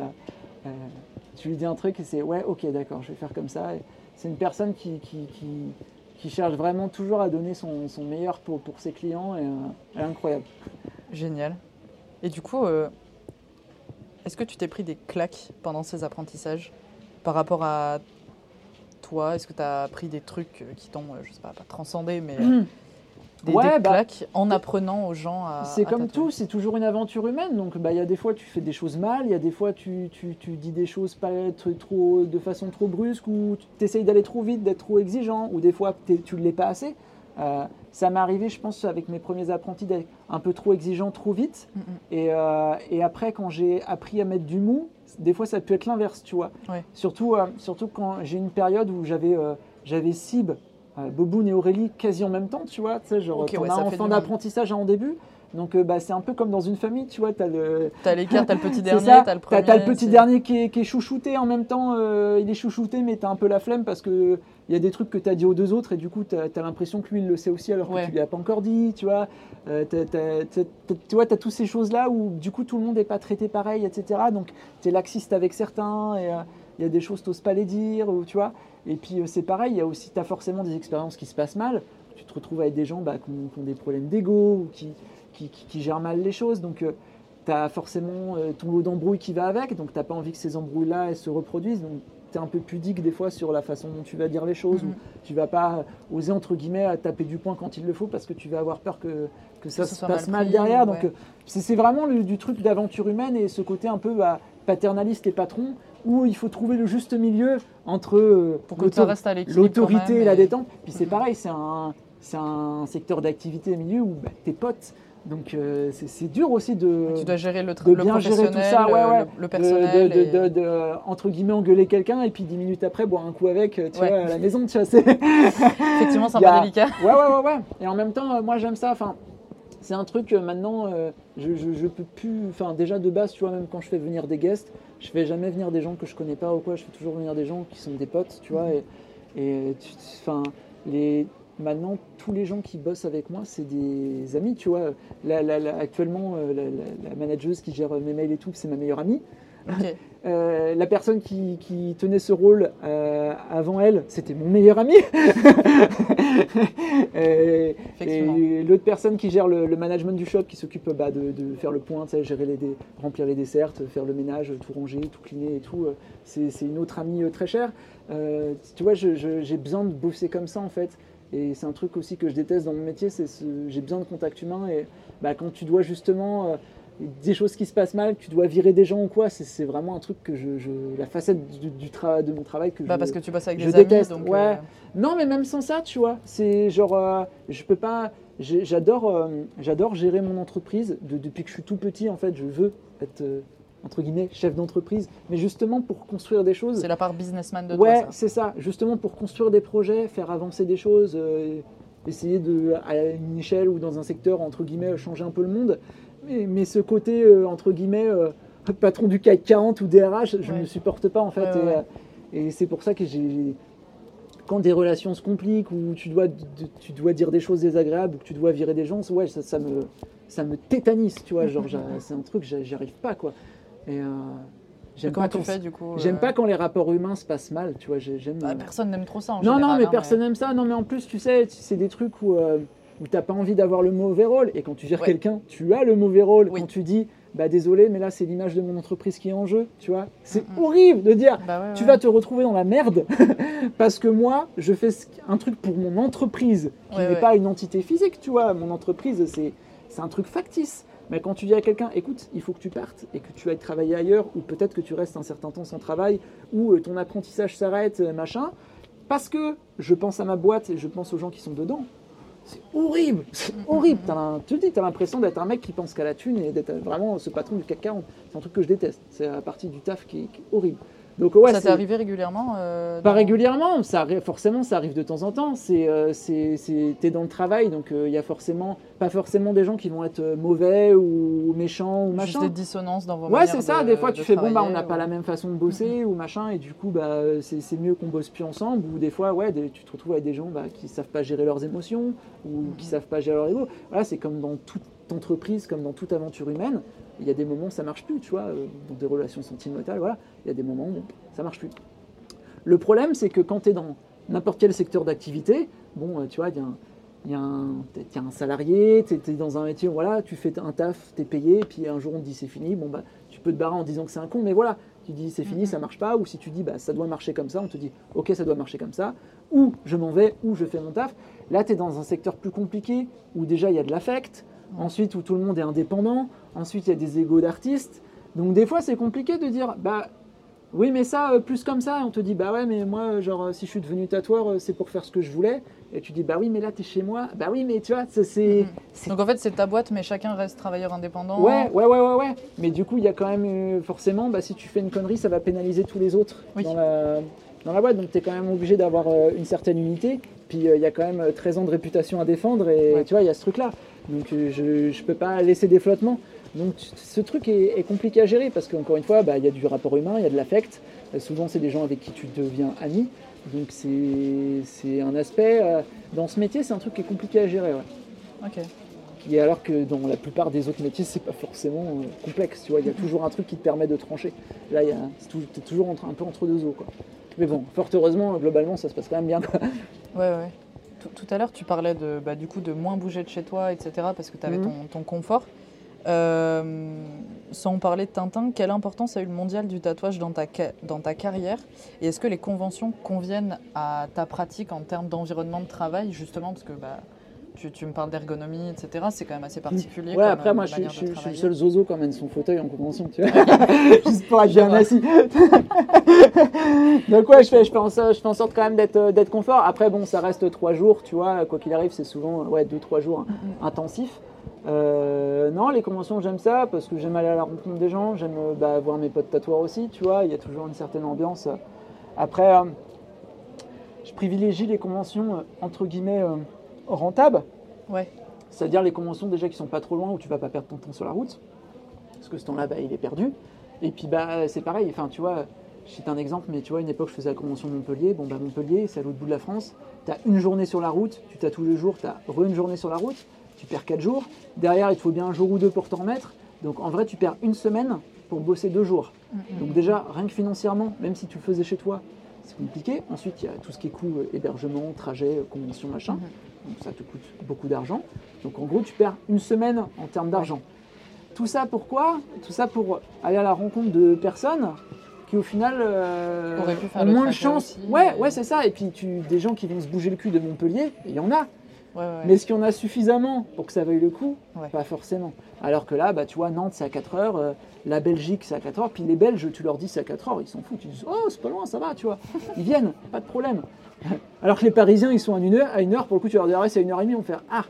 tu lui dis un truc et c'est ouais, ok, d'accord, je vais faire comme ça. Et c'est une personne qui cherche vraiment toujours à donner son meilleur pour ses clients et elle est incroyable. Génial. Et du coup, est-ce que tu t'es pris des claques pendant ces apprentissages par rapport à toi? Est-ce que tu as appris des trucs qui t'ont, je sais pas transcendé, mais des claques en apprenant aux gens à c'est comme tatouer. tout, c'est toujours une aventure humaine. Donc il y a des fois tu fais des choses mal, il y a des fois tu dis des choses pas trop de façon trop brusque, ou tu essayes d'aller trop vite, d'être trop exigeant, ou des fois tu ne l'es pas assez. Ça m'est arrivé, je pense, avec mes premiers apprentis, d'être un peu trop exigeant, trop vite. Et après, quand j'ai appris à mettre du mou, des fois ça peut être l'inverse, tu vois. Ouais. Surtout quand j'ai une période où j'avais Sib, Boboun et Aurélie quasi en même temps, tu vois. Tu sais, genre, t'en as en fin d'apprentissage en début. Donc, c'est un peu comme dans une famille, tu vois. T'as l'écart, t'as le petit dernier, t'as le premier. T'as le petit dernier qui est chouchouté en même temps. Il est chouchouté, mais t'as un peu la flemme parce que il y a des trucs que t'as dit aux deux autres et du coup, t'as l'impression que lui, il le sait aussi alors que tu lui as pas encore dit, tu vois. Tu vois, t'as toutes ces choses-là où du coup, tout le monde n'est pas traité pareil, etc. Donc, t'es laxiste avec certains et il y a des choses que t'oses pas les dire, ou, tu vois. Et puis, c'est pareil, il y a aussi, t'as forcément des expériences qui se passent mal. Tu te retrouves avec des gens qui ont des problèmes d'ego ou qui gèrent mal les choses. Donc, tu as forcément ton lot d'embrouilles qui va avec. Donc, tu n'as pas envie que ces embrouilles-là se reproduisent. Donc, tu es un peu pudique des fois sur la façon dont tu vas dire les choses, ou tu vas pas oser entre guillemets à taper du poing quand il le faut parce que tu vas avoir peur que ça se passe mal derrière. Donc c'est vraiment du truc d'aventure humaine et ce côté un peu paternaliste et patron où il faut trouver le juste milieu entre l'autorité et la détente. Puis c'est pareil, c'est un secteur d'activité milieu où tes potes. Donc c'est dur aussi tu dois gérer de bien gérer tout ça, le personnel, de entre guillemets engueuler quelqu'un et puis 10 minutes après boire un coup avec tu vois, à la maison, tu vois, c'est effectivement c'est un peu délicat. Ouais. Et en même temps, moi j'aime ça. Enfin, c'est un truc maintenant, je peux plus. Enfin, déjà de base, tu vois, même quand je fais venir des guests, je fais jamais venir des gens que je connais pas ou quoi. Je fais toujours venir des gens qui sont des potes, tu vois. Maintenant, tous les gens qui bossent avec moi, c'est des amis, tu vois. Actuellement, la manageuse qui gère mes mails et tout, c'est ma meilleure amie. Okay. La personne qui tenait ce rôle avant elle, c'était mon meilleur ami. et l'autre personne qui gère le management du shop, qui s'occupe de faire le point, gérer remplir les desserts, faire le ménage, tout ranger, tout cleaner et tout, c'est une autre amie très chère. Tu vois, j'ai besoin de bosser comme ça en fait. Et c'est un truc aussi que je déteste dans mon métier, j'ai besoin de contact humain. Et quand tu dois justement des choses qui se passent mal, tu dois virer des gens ou quoi, c'est vraiment un truc que la facette de mon travail que parce que tu bosses avec des déteste. Amis, donc ouais. Non, mais même sans ça, tu vois, c'est genre, je peux pas, j'adore gérer mon entreprise. Depuis que je suis tout petit, en fait, je veux être entre guillemets, chef d'entreprise, mais justement pour construire des choses. C'est la part businessman de toi, ouais, c'est ça. Justement pour construire des projets, faire avancer des choses, essayer à une échelle ou dans un secteur, entre guillemets, changer un peu le monde. Mais ce côté, entre guillemets, patron du CAC 40 ou DRH, je ne le supporte pas, en fait. Et c'est pour ça que quand des relations se compliquent, ou tu dois dire des choses désagréables, ou que tu dois virer des gens, ouais, ça me tétanise, tu vois. Genre, c'est un truc, j'y arrive pas, quoi. Et j'aime pas quand les rapports humains se passent mal, tu vois. Personne n'aime trop ça en général. Non, mais personne n'aime ça. Non, mais en plus, tu sais, c'est des trucs où t'as pas envie d'avoir le mauvais rôle. Et quand tu gères quelqu'un, tu as le mauvais rôle. Oui. Quand tu dis, désolé, mais là, c'est l'image de mon entreprise qui est en jeu, tu vois. C'est horrible de dire, tu vas te retrouver dans la merde parce que moi, je fais un truc pour mon entreprise qui n'est pas une entité physique, tu vois. Mon entreprise, c'est un truc factice. Mais quand tu dis à quelqu'un, écoute, il faut que tu partes et que tu ailles travailler ailleurs, ou peut-être que tu restes un certain temps sans travail, ou ton apprentissage s'arrête, machin, parce que je pense à ma boîte et je pense aux gens qui sont dedans, c'est horrible, c'est horrible. Tu te dis, tu as l'impression d'être un mec qui pense qu'à la thune et d'être vraiment ce patron du CAC 40. C'est un truc que je déteste, c'est la partie du taf qui est horrible. Donc, ça t'est arrivé régulièrement Pas régulièrement, forcément ça arrive de temps en temps. T'es dans le travail, donc il y a pas forcément des gens qui vont être mauvais ou méchants ou machin. Juste des dissonances dans vos manières. Ouais, c'est ça. Des fois, tu fais on n'a pas la même façon de bosser ou machin, et du coup, c'est mieux qu'on bosse plus ensemble. Ou des fois, tu te retrouves avec des gens qui savent pas gérer leurs émotions ou qui savent pas gérer leur ego. Voilà, c'est comme dans toute entreprise, comme dans toute aventure humaine. Il y a des moments où ça marche plus, tu vois, dans des relations sentimentales, voilà. Il y a des moments où ça marche plus. Le problème, c'est que quand tu es dans n'importe quel secteur d'activité, tu vois, il y a un salarié, tu es dans un métier où voilà, tu fais un taf, tu es payé, puis un jour on te dit c'est fini, tu peux te barrer en disant que c'est un con, mais voilà, tu dis c'est fini, ça marche pas, ou si tu dis ça doit marcher comme ça, on te dit ok, ça doit marcher comme ça, ou je m'en vais, ou je fais mon taf. Là, tu es dans un secteur plus compliqué, où déjà il y a de l'affect, ensuite où tout le monde est indépendant, ensuite il y a des égos d'artistes, donc des fois c'est compliqué de dire oui, mais ça, plus comme ça, on te dit, ouais, mais moi, genre, si je suis devenu tatoueur, c'est pour faire ce que je voulais. Et tu dis, oui, mais là, t'es chez moi. Oui, mais tu vois, c'est... Donc, en fait, c'est ta boîte, mais chacun reste travailleur indépendant. Ouais. Mais du coup, il y a quand même, forcément, si tu fais une connerie, ça va pénaliser tous les autres dans la boîte. Donc, t'es quand même obligé d'avoir une certaine unité. Puis, il y a quand même 13 ans de réputation à défendre. Et tu vois, il y a ce truc-là. Donc, je peux pas laisser des flottements. Donc ce truc est compliqué à gérer parce qu'encore une fois, il y a du rapport humain, il y a de l'affect. Souvent, c'est des gens avec qui tu deviens ami. Donc c'est un aspect, dans ce métier, c'est un truc qui est compliqué à gérer. Ouais. Ok. Et alors que dans la plupart des autres métiers, c'est pas forcément complexe. Tu vois, il y a toujours un truc qui te permet de trancher. Là, t'es toujours un peu entre deux eaux, quoi. Mais bon, fort heureusement, globalement, ça se passe quand même bien, quoi. Ouais. Tout à l'heure, tu parlais du coup de moins bouger de chez toi, etc. parce que tu avais ton confort. Sans parler de Tintin, quelle importance a eu le mondial du tatouage dans ta carrière? Et est-ce que les conventions conviennent à ta pratique en termes d'environnement de travail, justement, parce que tu me parles d'ergonomie, etc. C'est quand même assez particulier. Ouais, après, moi, je suis le seul zozo qui emmène son fauteuil en convention, tu vois. Juste pour être bien assis. Donc, ouais, je fais en sorte quand même d'être confort. Après, bon, ça reste 3 jours, tu vois. Quoi qu'il arrive, c'est souvent 2-3 jours intensifs. Non, les conventions, j'aime ça parce que j'aime aller à la rencontre des gens. J'aime voir mes potes tatoueurs aussi, tu vois. Il y a toujours une certaine ambiance. Après, je privilégie les conventions, entre guillemets, rentables. Ouais. C'est-à-dire les conventions déjà qui sont pas trop loin où tu vas pas perdre ton temps sur la route. Parce que ce temps-là, il est perdu. Et puis, c'est pareil. Enfin, tu vois, je cite un exemple, mais tu vois, une époque, je faisais la convention de Montpellier. Bon, Montpellier, c'est à l'autre bout de la France. Tu as une journée sur la route, tu tatoues le jour, tu as une journée sur la route, tu perds 4 jours. Derrière, il te faut bien un jour ou 2 pour t'en remettre. Donc, en vrai, tu perds une semaine pour bosser 2 jours. Donc, déjà, rien que financièrement, même si tu le faisais chez toi, c'est compliqué. Ensuite, il y a tout ce qui est coût, hébergement, trajet, convention, machin. Donc, ça te coûte beaucoup d'argent. Donc, en gros, tu perds une semaine en termes d'argent. Tout ça pourquoi? Tout ça pour aller à la rencontre de personnes qui, au final, ont moins de chance. Ouais, c'est ça. Et puis, des gens qui vont se bouger le cul de Montpellier, il y en a. Ouais. Mais est-ce qu'il y en a suffisamment pour que ça vaille le coup? Pas forcément. Alors que là, tu vois, Nantes, c'est à 4 heures. La Belgique, c'est à 4 heures. Puis les Belges, tu leur dis c'est à 4 heures, ils s'en foutent. Ils disent oh, c'est pas loin, ça va, tu vois. Ils viennent, pas de problème. Alors que les Parisiens, ils sont à 1 heure. Pour le coup, tu leur dis c'est à 1h30, ils vont faire ah.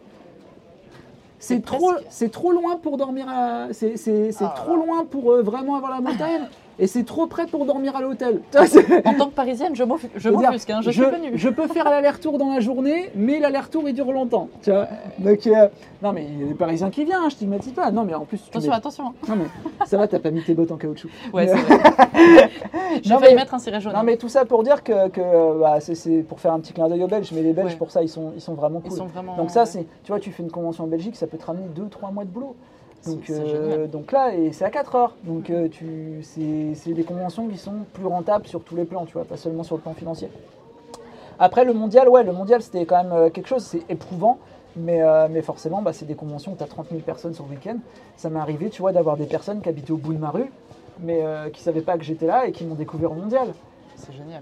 C'est trop loin pour dormir c'est trop loin pour vraiment avoir la montagne et c'est trop près pour dormir à l'hôtel. En tant que Parisienne, je m'offusque, je suis venue. Je peux faire l'aller-retour dans la journée, mais l'aller-retour il dure longtemps. Tu vois. Donc, non mais il y a des Parisiens qui viennent, je stigmatise pas. Non mais en plus attention. Non mais ça va, t'as pas mis tes bottes en caoutchouc. Ouais, c'est vrai. J'ai failli mettre un ciré jaune. Non mais tout ça pour dire que c'est pour faire un petit clin d'œil aux Belges, mais les Belges pour ça ils sont vraiment cool. Donc ça c'est, tu vois, tu fais une convention en Belgique, ça peut te ramener 2-3 mois de boulot. Donc là, et c'est à 4 heures. Donc c'est des conventions qui sont plus rentables sur tous les plans, tu vois, pas seulement sur le plan financier. Après le mondial, c'était quand même quelque chose, c'est éprouvant, mais forcément, c'est des conventions où tu as 30 000 personnes sur le week-end. Ça m'est arrivé, tu vois, d'avoir des personnes qui habitaient au bout de ma rue, mais qui ne savaient pas que j'étais là et qui m'ont découvert au mondial. C'est génial.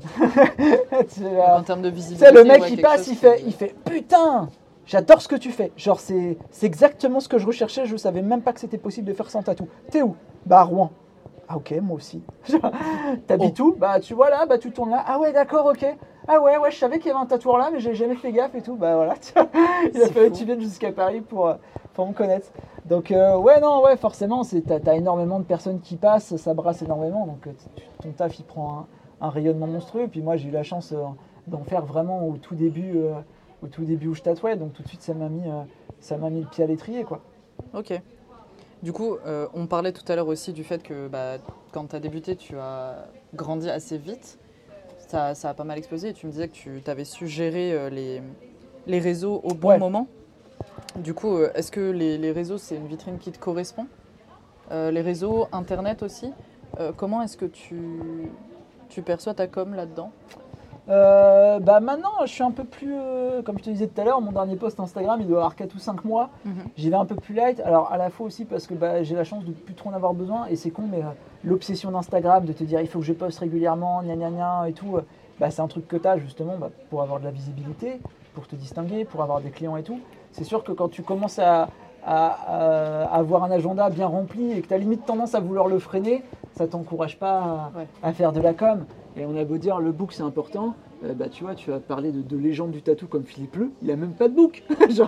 En termes de visibilité, le mec qui passe, il fait putain, j'adore ce que tu fais. Genre, c'est exactement ce que je recherchais. Je savais même pas que c'était possible de faire sans tatou. T'es où? À Rouen. Ah ok, moi aussi. T'habites où? Tu vois là, tu tournes là. Ah ouais, d'accord, ok. Ah ouais, je savais qu'il y avait un tatoueur là, mais j'ai jamais fait gaffe et tout. Voilà. Il a fallu que tu viennes jusqu'à Paris pour me connaître. Donc forcément, t'as énormément de personnes qui passent, ça brasse énormément. Donc ton taf, il prend un rayonnement monstrueux. Et puis moi, j'ai eu la chance d'en faire vraiment au tout début où je tatouais, donc tout de suite ça m'a mis le pied à l'étrier, quoi. Ok. Du coup, on parlait tout à l'heure aussi du fait que quand tu as débuté, tu as grandi assez vite. Ça a pas mal explosé et tu me disais que tu avais su gérer les réseaux au bon moment. Du coup, est-ce que les réseaux, c'est une vitrine qui te correspond? Les réseaux, Internet aussi. Comment est-ce que tu perçois ta com là-dedans? Maintenant je suis un peu plus comme je te disais tout à l'heure, mon dernier post Instagram il doit avoir 4 ou 5 mois. J'y vais un peu plus light, alors à la fois aussi parce que j'ai la chance de plus trop en avoir besoin et c'est con, mais l'obsession d'Instagram de te dire il faut que je poste régulièrement et tout, c'est un truc que tu as justement pour avoir de la visibilité, pour te distinguer, pour avoir des clients et tout. C'est sûr que quand tu commences à avoir un agenda bien rempli et que tu as limite tendance à vouloir le freiner, ça t'encourage pas à faire de la com. Et on a beau dire le book c'est important, tu vois, tu vas parler de légendes du tatou comme Philippe Leu, il a même pas de book. Genre,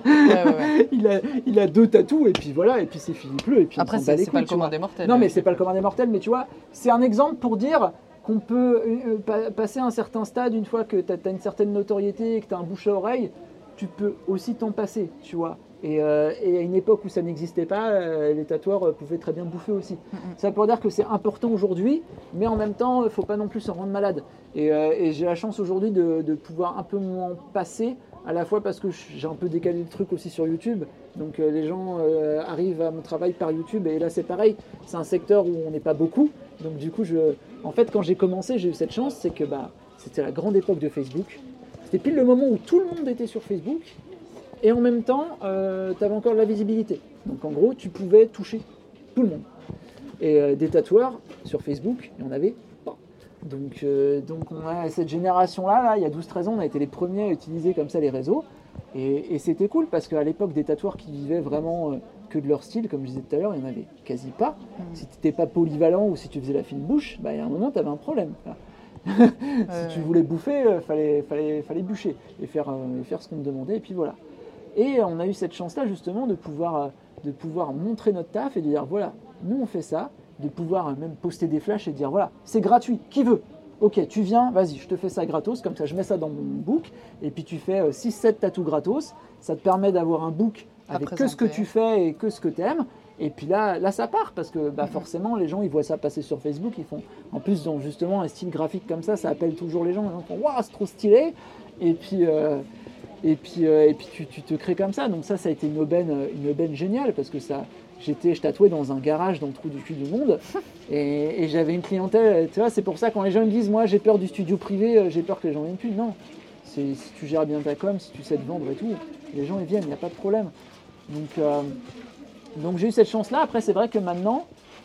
il a 2 tatous et puis voilà, et puis c'est Philippe Leu. Et puis après c'est pas le commun des mortels. Non mais c'est pas le commun des mortels, mais tu vois, c'est un exemple pour dire qu'on peut passer un certain stade, une fois que tu as une certaine notoriété et que tu as un bouche à oreille, tu peux aussi t'en passer, tu vois. Et à une époque où ça n'existait pas, les tatoueurs pouvaient très bien bouffer aussi. Ça pour dire que c'est important aujourd'hui, mais en même temps, il ne faut pas non plus s'en rendre malade. Et j'ai la chance aujourd'hui de pouvoir un peu m'en passer, à la fois parce que j'ai un peu décalé le truc aussi sur YouTube. Donc les gens arrivent à mon travail par YouTube, et là c'est pareil, c'est un secteur où on n'est pas beaucoup. Donc du coup, en fait, quand j'ai commencé, j'ai eu cette chance, c'est que c'était la grande époque de Facebook. C'était pile le moment où tout le monde était sur Facebook. Et en même temps, tu avais encore de la visibilité. Donc en gros, tu pouvais toucher tout le monde. Et des tatoueurs sur Facebook, il n'y en avait pas. Donc on a cette génération-là, il y a 12-13 ans, on a été les premiers à utiliser comme ça les réseaux. Et c'était cool parce qu'à l'époque, des tatoueurs qui vivaient vraiment que de leur style, comme je disais tout à l'heure, il n'y en avait quasi pas. Si tu n'étais pas polyvalent ou si tu faisais la fine bouche, il y a un moment, tu avais un problème. Si tu voulais bouffer, fallait bûcher et faire ce qu'on te demandait, et puis voilà. Et on a eu cette chance-là justement de pouvoir montrer notre taf et de dire voilà, nous on fait ça, de pouvoir même poster des flashs et dire voilà, c'est gratuit, qui veut ? Ok, tu viens, vas-y, je te fais ça gratos, comme ça je mets ça dans mon book, et puis tu fais 6-7 tatous gratos, ça te permet d'avoir un book avec que ce que tu fais et que ce que tu aimes, et puis là ça part, parce que forcément les gens ils voient ça passer sur Facebook, ils font, en plus donc, justement un style graphique comme ça appelle toujours les gens font waouh, c'est trop stylé, et puis tu te crées comme ça, donc ça a été une aubaine géniale, parce que je tatouais dans un garage dans le trou du cul du monde et j'avais une clientèle, tu vois, c'est pour ça quand les gens me disent moi j'ai peur du studio privé, j'ai peur que les gens viennent plus, non, si tu gères bien ta com, si tu sais te vendre et tout, les gens ils viennent, il n'y a pas de problème. Donc j'ai eu cette chance là. Après c'est vrai que maintenant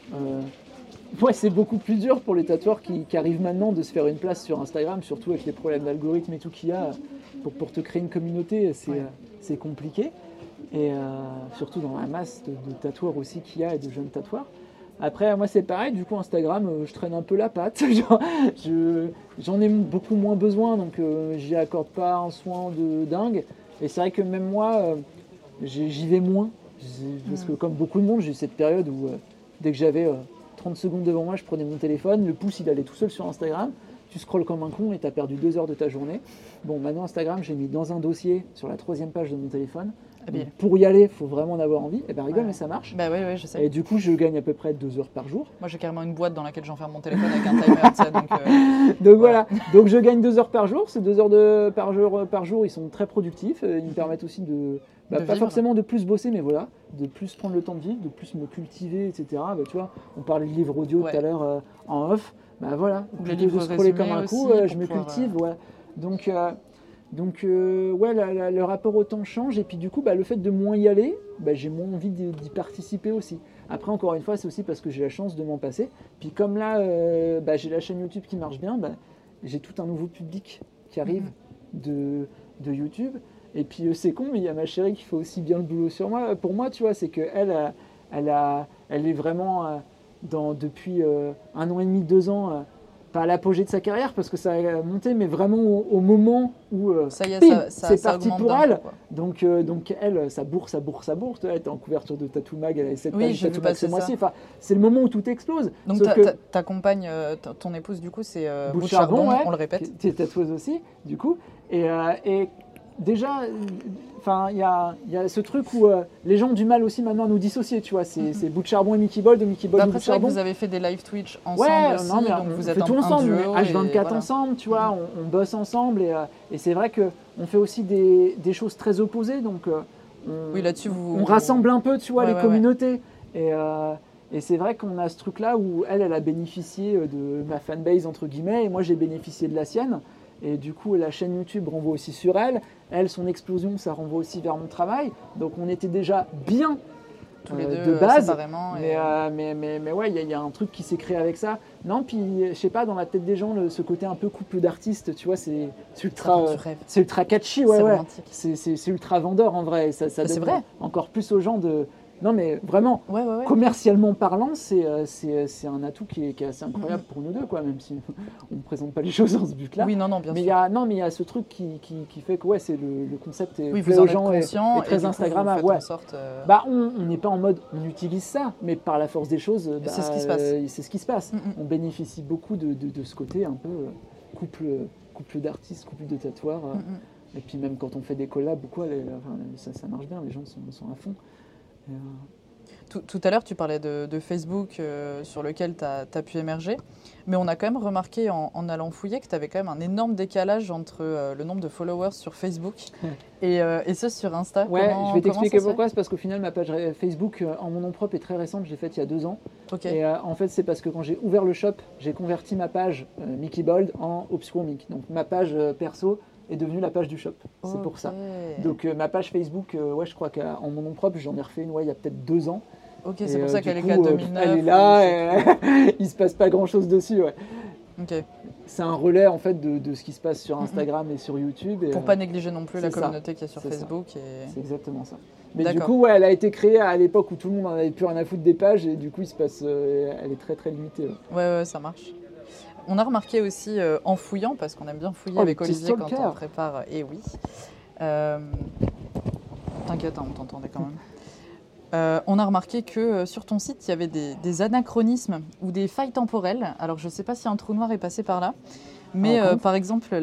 c'est beaucoup plus dur pour les tatoueurs qui arrivent maintenant de se faire une place sur Instagram, surtout avec les problèmes d'algorithme et tout qu'il y a, pour te créer une communauté, c'est compliqué. Et surtout dans la masse de tatoueurs aussi qu'il y a et de jeunes tatoueurs. Après, moi c'est pareil, du coup Instagram, je traîne un peu la patte, j'en ai beaucoup moins besoin, donc j'y accorde pas un soin de dingue. Et c'est vrai que même moi, j'y vais moins, parce que comme beaucoup de monde, j'ai eu cette période où dès que j'avais 30 secondes devant moi, je prenais mon téléphone, le pouce il allait tout seul sur Instagram, tu scrolles comme un con et tu as perdu 2 heures de ta journée. Bon, maintenant Instagram, j'ai mis dans un dossier sur la 3e page de mon téléphone. Donc, pour y aller, il faut vraiment en avoir envie. Et rigole, mais ça marche. Oui, je sais. Et du coup, je gagne à peu près 2 heures par jour. Moi, j'ai carrément une boîte dans laquelle j'enferme mon téléphone avec un timer. Donc voilà. Donc je gagne 2 heures par jour. Ces 2 heures par jour, ils sont très productifs. Ils me permettent aussi de pas forcément de plus bosser, mais voilà, de plus prendre le temps de vivre, de plus me cultiver, etc. Tu vois, on parlait de livres audio tout à l'heure en off. Voilà, les livres de scroller comme un coup, aussi, je me cultive. Ouais. Donc le rapport au temps change, et puis du coup le fait de moins y aller, j'ai moins envie d'y participer aussi. Après encore une fois, c'est aussi parce que j'ai la chance de m'en passer. Puis comme là j'ai la chaîne YouTube qui marche bien, j'ai tout un nouveau public qui arrive de YouTube. Et puis c'est con, mais il y a ma chérie qui fait aussi bien le boulot pour moi, tu vois, c'est qu'elle elle est vraiment depuis 1 an et demi, 2 ans, pas à l'apogée de sa carrière parce que ça a monté, mais vraiment au moment où ça y est, c'est parti pour elle. Coup, donc elle, ça bourre. Elle était en couverture de Tattoo Mag, elle avait 7 pages de Tattoo Mag ce mois-ci. Enfin, c'est le moment où tout explose. Donc ta compagne, ton épouse du coup, c'est Bout de Charbon, on le répète. Qui est tatoueuse aussi, du coup. Et déjà, il y a ce truc où les gens ont du mal aussi maintenant à nous dissocier, tu vois. C'est Bout de Charbon et Mickey Bold, Mickey Bold et Bout de Charbon. Vous avez fait des live Twitch ensemble aussi, donc vous êtes tout ensemble, duo H24 ensemble, tu vois, on bosse ensemble, et c'est vrai qu'on fait aussi des choses très opposées, donc là-dessus on rassemble un peu, tu vois, les communautés. Et c'est vrai qu'on a ce truc-là où elle a bénéficié de ma fanbase, entre guillemets, et moi j'ai bénéficié de la sienne. Et du coup, la chaîne YouTube renvoie aussi sur elle. Elle, son explosion, ça renvoie aussi vers mon travail. Donc, on était déjà bien tous les deux, de base. Séparément. Mais ouais, il y a un truc qui s'est créé avec ça. Non, puis, je sais pas, dans la tête des gens, ce côté un peu couple d'artistes, tu vois, c'est ultra catchy. Ouais. C'est ultra vendeur, en vrai. Ça c'est vrai. Encore plus aux gens de... Non, mais vraiment, commercialement parlant, c'est un atout qui est assez incroyable pour nous deux, quoi, même si on ne présente pas les choses dans ce but-là. Oui, non, bien sûr. Mais il y a ce truc qui fait que c'est le concept est plaît aux gens et très Instagrammable. On n'est pas en mode on utilise ça, mais par la force des choses, c'est ce qui se passe. C'est ce qui se passe. On bénéficie beaucoup de ce côté un peu couple d'artistes, couple de tatoueurs. Et puis même quand on fait des collabs ou quoi, ça marche bien, les gens sont à fond. Tout à l'heure, tu parlais de Facebook sur lequel tu as pu émerger, mais on a quand même remarqué en allant fouiller que tu avais quand même un énorme décalage entre le nombre de followers sur Facebook et ceux sur Insta. Ouais, je vais t'expliquer pourquoi. C'est parce qu'au final, ma page Facebook en mon nom propre est très récente, je l'ai faite il y a 2 ans. Okay. Et en fait, c'est parce que quand j'ai ouvert le shop, j'ai converti ma page Mickey Bold en Obscure Mick. Donc ma page perso est devenue la page du shop. C'est pour ça. Donc ma page Facebook, je crois qu'en mon nom propre, j'en ai refait une il y a peut-être 2 ans. Ok, c'est pour ça qu'elle est qu'à 2009. Elle est là, il se passe pas grand-chose dessus. Ouais. Ok. C'est un relais en fait de ce qui se passe sur Instagram et sur YouTube. Pour pas négliger non plus la communauté qui est sur Facebook. C'est exactement ça. Mais du coup, elle a été créée à l'époque où tout le monde en avait plus rien à foutre des pages et du coup, il se passe, elle est très très limitée. Ouais, ça marche. On a remarqué aussi en fouillant, parce qu'on aime bien fouiller avec Olivier quand on prépare. Et oui. T'inquiète, on t'entendait quand même. On a remarqué que sur ton site, il y avait des anachronismes ou des failles temporelles. Alors, je ne sais pas si un trou noir est passé par là, mais par exemple,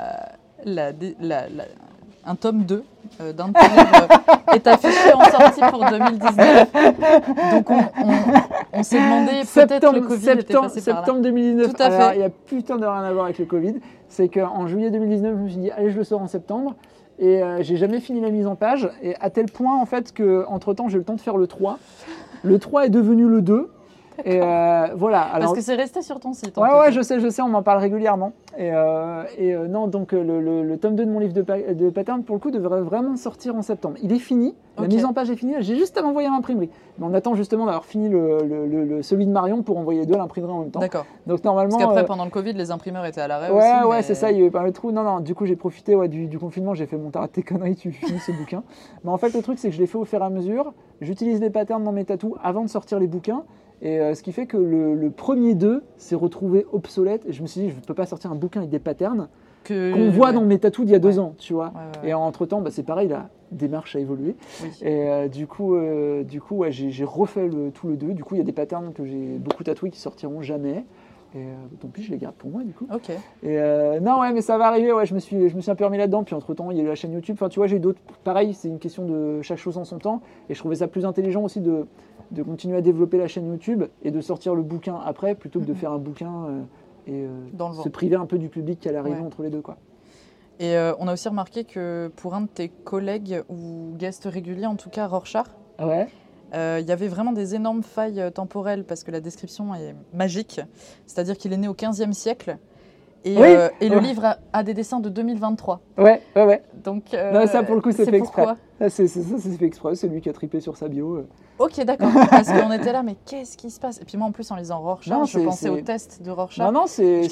un tome 2 d'un de tes livres est affiché en sortie pour 2019. Donc, on s'est demandé peut-être le Covid était passé par là. Septembre 2019, tout à fait. Il y a putain de rien à voir avec le Covid. C'est qu'en juillet 2019, je me suis dit, allez, je le sors en septembre. Et j'ai jamais fini la mise en page. Et à tel point, en fait, qu'entre-temps, j'ai eu le temps de faire le 3. Le 3 est devenu le 2. Et voilà. Alors, parce que c'est resté sur ton site. Ouais, je sais, on m'en parle régulièrement. Et non, donc le tome 2 de mon livre de pattern, pour le coup, devrait vraiment sortir en septembre. Il est fini, la mise en page est finie. J'ai juste à l'envoyer à l'imprimerie. Mais on attend justement d'avoir fini celui de Marion pour envoyer les deux à l'imprimerie en même temps. D'accord. Donc normalement. Parce qu'après, pendant le Covid, les imprimeurs étaient à l'arrêt aussi. Ouais, c'est ça, il y avait pas le trou. Non, du coup, j'ai profité du confinement, j'ai fait mon t'arrêtes tes conneries, tu finis ce bouquin. Mais en fait, le truc, c'est que je l'ai fait au fur et à mesure. J'utilise les patterns dans mes tatous avant de sortir les bouquins. Et ce qui fait que le premier 2 s'est retrouvé obsolète. Et je me suis dit, je ne peux pas sortir un bouquin avec des patterns qu'on voit dans mes tatous d'il y a 2 ans, tu vois. Ouais. Et entre-temps, c'est pareil, la démarche a évolué. Oui. Et du coup, j'ai refait tout le 2. Du coup, il y a des patterns que j'ai beaucoup tatoués qui sortiront jamais. Et tant pis, je les garde pour moi, du coup. Ok. Et non, mais ça va arriver. Ouais, je me suis un peu remis là-dedans. Puis entre-temps, il y a eu la chaîne YouTube. Enfin, tu vois, j'ai eu d'autres. Pareil, c'est une question de chaque chose en son temps. Et je trouvais ça plus intelligent aussi de continuer à développer la chaîne YouTube et de sortir le bouquin après plutôt que de faire un bouquin et se priver un peu du public qui allait arriver entre les deux, quoi. Et on a aussi remarqué que pour un de tes collègues ou guests réguliers, en tout cas Rorschach, il y avait vraiment des énormes failles temporelles parce que la description est magique. C'est-à-dire qu'il est né au XVe siècle et le livre a des dessins de 2023. Ouais. Donc, non, ça, pour le coup, c'est fait exprès. Pourquoi c'est fait exprès. C'est lui qui a tripé sur sa bio. Ok, d'accord. Parce qu'on était là, mais qu'est-ce qui se passe? Et puis moi, en plus, en lisant Rorschach, je pensais au test de Rorschach. Non, c'est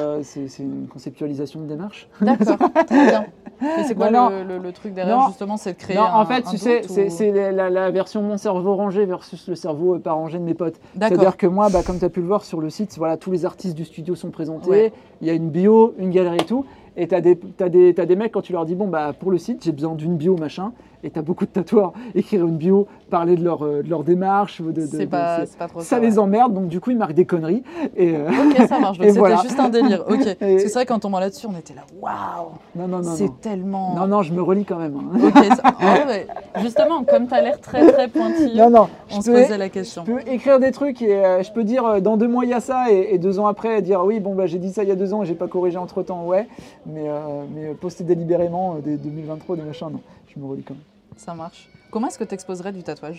une conceptualisation de démarche. D'accord, très bien. Mais c'est quoi le truc derrière, justement, c'est de créer en fait, tu sais, c'est la version mon cerveau rangé versus le cerveau pas rangé de mes potes. C'est-à-dire que moi, comme tu as pu le voir sur le site, voilà, tous les artistes du studio sont présentés. Il y a une bio, une galerie et tout. Et t'as des mecs, quand tu leur dis, pour le site, j'ai besoin d'une bio, machin, et t'as beaucoup de tatoueurs, écrire une bio, parler de leur démarche, c'est pas trop ça les emmerde, donc du coup, ils marquent des conneries. Et ok, ça marche, donc c'était juste un délire. Ok, c'est vrai, quand on tombant là-dessus, on était là, waouh, c'est tellement... Non, je me relis quand même. Hein. Ok, justement, comme t'as l'air très très pointilleux, on se posait la question. Je peux écrire des trucs et je peux dire, dans 2 mois, il y a ça, et 2 ans après, dire, oui, j'ai dit ça il y a 2 ans, et j'ai pas corrigé entre-temps, mais poster délibérément dès 2023 des machins, non, je me relis quand même. Ça marche. Comment est-ce que tu exposerais du tatouage ?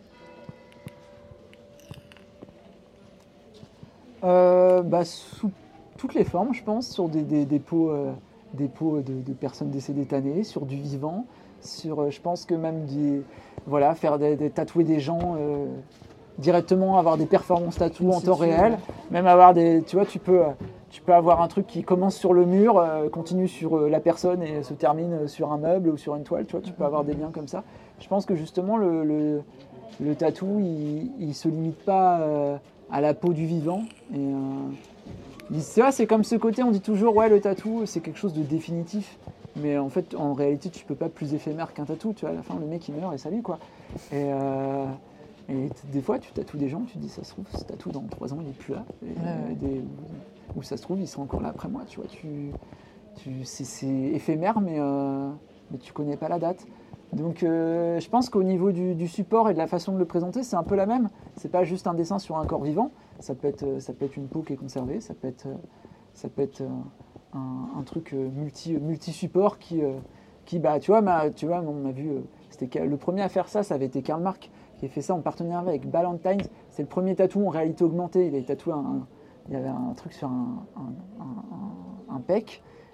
Sous toutes les formes, je pense, sur des pots de personnes décédées tannées, sur du vivant, sur, je pense que même faire tatouer des gens directement, avoir des performances tatou en temps réel, même avoir tu vois, tu peux avoir un truc qui commence sur le mur, continue sur la personne et se termine sur un meuble ou sur une toile, tu vois, tu peux avoir des liens comme ça. Je pense que justement le tatou, il se limite pas à la peau du vivant. Et c'est comme ce côté, on dit toujours, le tatou, c'est quelque chose de définitif. Mais en fait, en réalité, tu peux pas plus éphémère qu'un tatou, tu vois, à la fin, le mec, il meurt et salut, quoi. Et des fois, tu tatoues des gens, tu te dis, ça se trouve, ce tatou, dans 3 ans, il est plus là. Ou ça se trouve, il sera encore là après moi, tu vois. C'est éphémère, mais tu connais pas la date. Donc, je pense qu'au niveau du support et de la façon de le présenter, c'est un peu la même. C'est pas juste un dessin sur un corps vivant. Ça peut être une peau qui est conservée, ça peut être un truc multi-support qui tu vois, on a vu, c'était le premier à faire ça avait été Karl Marx, qui a fait ça en partenariat avec Ballantines. C'est le premier tatou en réalité augmentée. Il avait tatoué il y avait un truc sur un pec,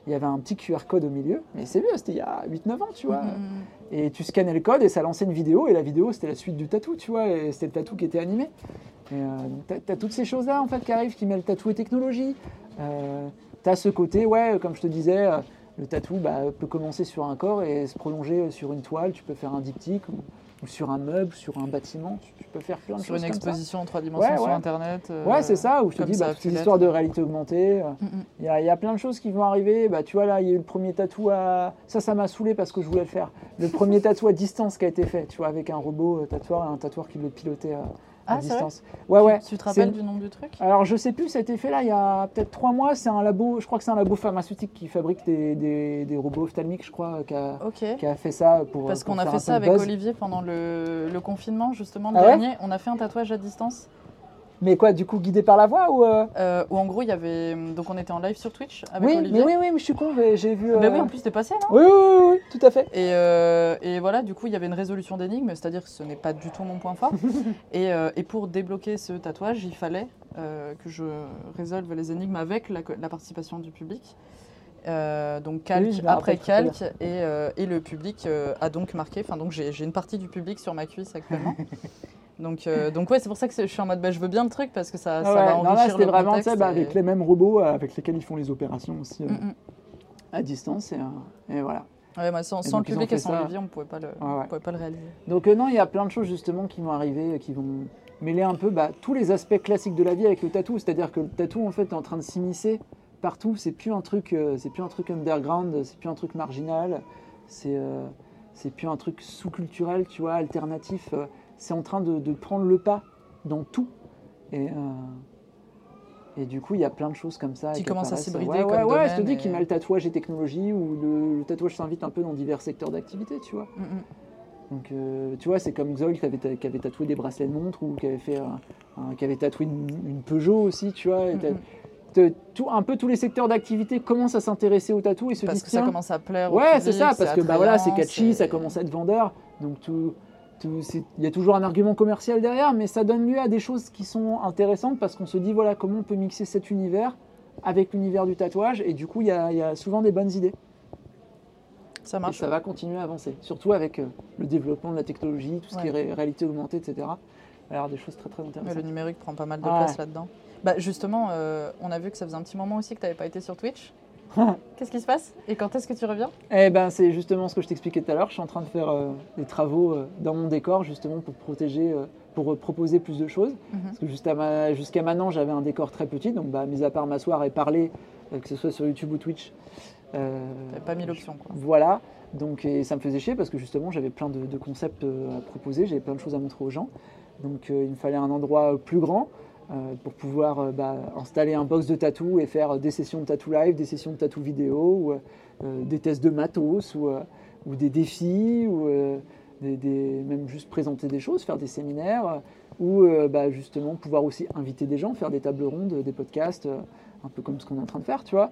il y avait un petit QR code au milieu, mais c'est vieux, c'était il y a 8-9 ans, tu vois. Et tu scannais le code et ça lançait une vidéo, et la vidéo, c'était la suite du tatou, tu vois, et c'était le tatou qui était animé. T'as toutes ces choses-là, en fait, qui arrivent, qui mêlent tatou et technologie. T'as ce côté, comme je te disais, le tatou peut commencer sur un corps et se prolonger sur une toile, tu peux faire un diptyque, ou sur un meuble, sur un bâtiment, tu peux faire plein de choses comme ça. Sur une exposition en 3 dimensions sur Internet. C'est ça, où je te dis, toutes ces histoires de réalité augmentée, il y a plein de choses qui vont arriver. Tu vois, là, il y a eu le premier tatou Ça m'a saoulé parce que je voulais le faire. Le premier tatou à distance qui a été fait, tu vois, avec un robot tatoueur et un tatoueur qui le pilotait à distance. Tu te rappelles du nom du truc? Alors, je sais plus, ça a été fait là, il y a peut-être 3 mois. C'est un labo, je crois que c'est un labo pharmaceutique qui fabrique des robots ophtalmiques, je crois, qui a fait ça pour. Parce qu'on a fait ça avec Olivier pendant le confinement, justement, le Ah dernier. On a fait un tatouage à distance. Mais quoi, du coup, guidé par la voix ou Où en gros, il y avait. Donc, on était en live sur Twitch avec Olivier. Mais je suis con, j'ai vu. Oui, en plus, t'es passé, non? Oui, tout à fait. Et voilà, du coup, il y avait une résolution d'énigme, c'est-à-dire que ce n'est pas du tout mon point fort. et pour débloquer ce tatouage, il fallait que je résolve les énigmes avec la participation du public. Donc calque après calque, et le public a donc marqué. Enfin, donc j'ai une partie du public sur ma cuisse actuellement. Donc c'est pour ça que je suis en mode je veux bien le truc parce que ça va enrichir le contexte. C'était vraiment avec les mêmes robots avec lesquels ils font les opérations aussi à distance et voilà. Ouais, moi, sans le public et sans Olivier, on ne pouvait pas le réaliser. Donc non, il y a plein de choses justement qui vont arriver, qui vont mêler un peu tous les aspects classiques de la vie avec le tatou. C'est-à-dire que le tatou en fait est en train de s'immiscer partout. C'est plus un truc underground, c'est plus un truc marginal, c'est plus un truc sous-culturel, tu vois, alternatif. C'est en train de prendre le pas dans tout. Et du coup, il y a plein de choses comme ça. Qui commencent à s'hybrider comme domaine. Ouais, je te dis qu'il mêle tatouage et technologie, où le tatouage s'invite un peu dans divers secteurs d'activité, tu vois. Donc, tu vois, c'est comme Xol qui avait tatoué des bracelets de montre, ou qui avait tatoué une Peugeot aussi, tu vois. Un peu tous les secteurs d'activité commencent à s'intéresser au tatou et se disent parce que ça commence à plaire. Ouais, c'est ça, parce que c'est catchy, ça commence à être vendeur. Donc il y a toujours un argument commercial derrière, mais ça donne lieu à des choses qui sont intéressantes parce qu'on se dit voilà comment on peut mixer cet univers avec l'univers du tatouage, et du coup il y a souvent des bonnes idées. Ça marche. Et ça va continuer à avancer, surtout avec le développement de la technologie, tout ce qui est réalité augmentée, etc. Il va y avoir des choses très très intéressantes. Mais le numérique prend pas mal de place là-dedans. Justement, on a vu que ça faisait un petit moment aussi que tu n'avais pas été sur Twitch. Qu'est-ce qui se passe et quand est-ce que tu reviens? C'est justement ce que je t'expliquais tout à l'heure. Je suis en train de faire des travaux dans mon décor justement pour protéger, pour proposer plus de choses. Parce que jusqu'à maintenant, j'avais un décor très petit. Donc, mis à part m'asseoir et parler, que ce soit sur YouTube ou Twitch. T'avais pas mis l'option, quoi. Voilà. Donc, et ça me faisait chier parce que justement, j'avais plein de concepts à proposer. J'avais plein de choses à montrer aux gens. Donc, il me fallait un endroit plus grand. Pour pouvoir installer un box de tatou et faire des sessions de tatou live, des sessions de tatou vidéo, ou des tests de matos, ou des défis, ou même juste présenter des choses, faire des séminaires, ou justement pouvoir aussi inviter des gens, faire des tables rondes, des podcasts, un peu comme ce qu'on est en train de faire, tu vois.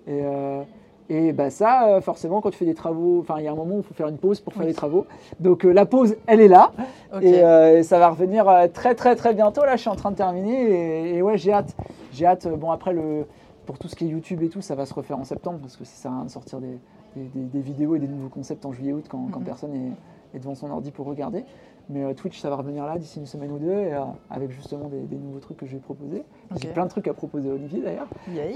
Et ça, forcément, quand tu fais des travaux, il y a un moment où il faut faire une pause pour faire les travaux. Donc la pause, elle est là. Et ça va revenir très très très bientôt. Là, je suis en train de terminer et ouais, j'ai hâte. J'ai hâte. Bon, après, pour tout ce qui est YouTube et tout, ça va se refaire en septembre parce que ça sert à rien de sortir des vidéos et des nouveaux concepts en juillet-août quand personne est devant son ordi pour regarder. Mais Twitch, ça va revenir là d'ici une semaine ou deux, avec justement des nouveaux trucs que je vais proposer. J'ai plein de trucs à proposer à Olivier d'ailleurs.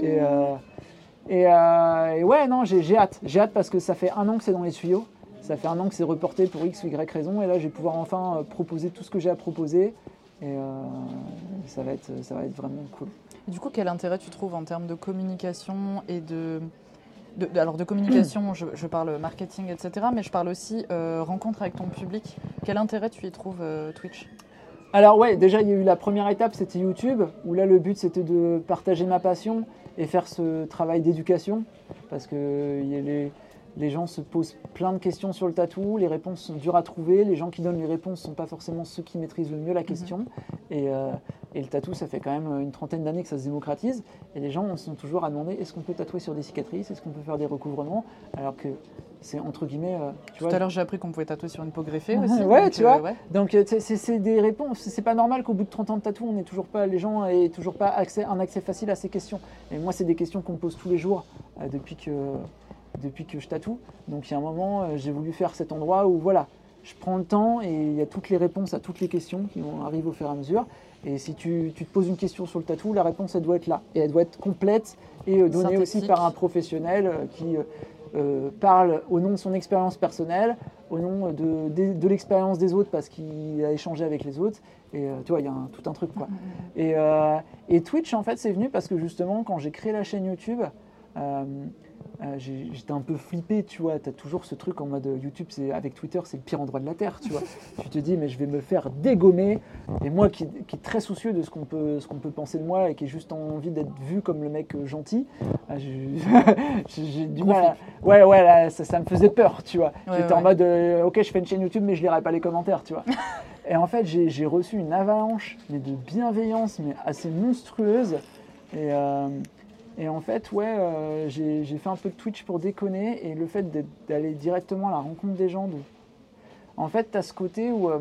Et ouais, non, j'ai hâte. J'ai hâte parce que ça fait 1 an que c'est dans les tuyaux. Ça fait 1 an que c'est reporté pour X ou Y raison. Et là, je vais pouvoir enfin proposer tout ce que j'ai à proposer. Et ça va être vraiment cool. Et du coup, quel intérêt tu trouves en termes de communication et alors de communication, je parle marketing, etc. Mais je parle aussi rencontre avec ton public. Quel intérêt tu y trouves, Twitch ? Alors ouais, déjà, il y a eu la première étape, c'était YouTube. Où là, le but, c'était de partager ma passion et faire ce travail d'éducation, parce que les gens se posent plein de questions sur le tatou, les réponses sont dures à trouver, les gens qui donnent les réponses ne sont pas forcément ceux qui maîtrisent le mieux la question, et le tatou, ça fait quand même une 30aine d'années que ça se démocratise, et les gens sont toujours à demander est-ce qu'on peut tatouer sur des cicatrices, est-ce qu'on peut faire des recouvrements, alors que c'est entre guillemets... Tout à l'heure, j'ai appris qu'on pouvait tatouer sur une peau greffée aussi. Ouais, donc, tu vois. Ouais. Donc, c'est des réponses. C'est pas normal qu'au bout de 30 ans de tatou, les gens aient toujours pas un accès facile à ces questions. Et moi, c'est des questions qu'on me pose tous les jours depuis que je tatoue. Donc il y a un moment, j'ai voulu faire cet endroit où voilà, je prends le temps et il y a toutes les réponses à toutes les questions qui vont arriver au fur et à mesure. Et si tu te poses une question sur le tatou, la réponse elle doit être là. Et elle doit être complète et donnée aussi par un professionnel qui parle au nom de son expérience personnelle, au nom de l'expérience des autres parce qu'il a échangé avec les autres. Et tu vois, il y a tout un truc quoi. Et Twitch en fait c'est venu parce que justement quand j'ai créé la chaîne YouTube, j'étais un peu flippé, tu vois, tu as toujours ce truc en mode YouTube, avec Twitter, c'est le pire endroit de la Terre, tu vois. Tu te dis, mais je vais me faire dégommer. Et moi qui est très soucieux de ce qu'on peut penser de moi et qui ai juste envie d'être vu comme le mec gentil, j'ai du mal. Ouais, là, ça me faisait peur, tu vois. J'étais en mode, ok, je fais une chaîne YouTube, mais je lirai pas les commentaires, tu vois. Et en fait, j'ai reçu une avalanche mais de bienveillance, mais assez monstrueuse. Et en fait, j'ai fait un peu de Twitch pour déconner et le fait d'aller directement à la rencontre des gens. En fait, tu as ce côté où...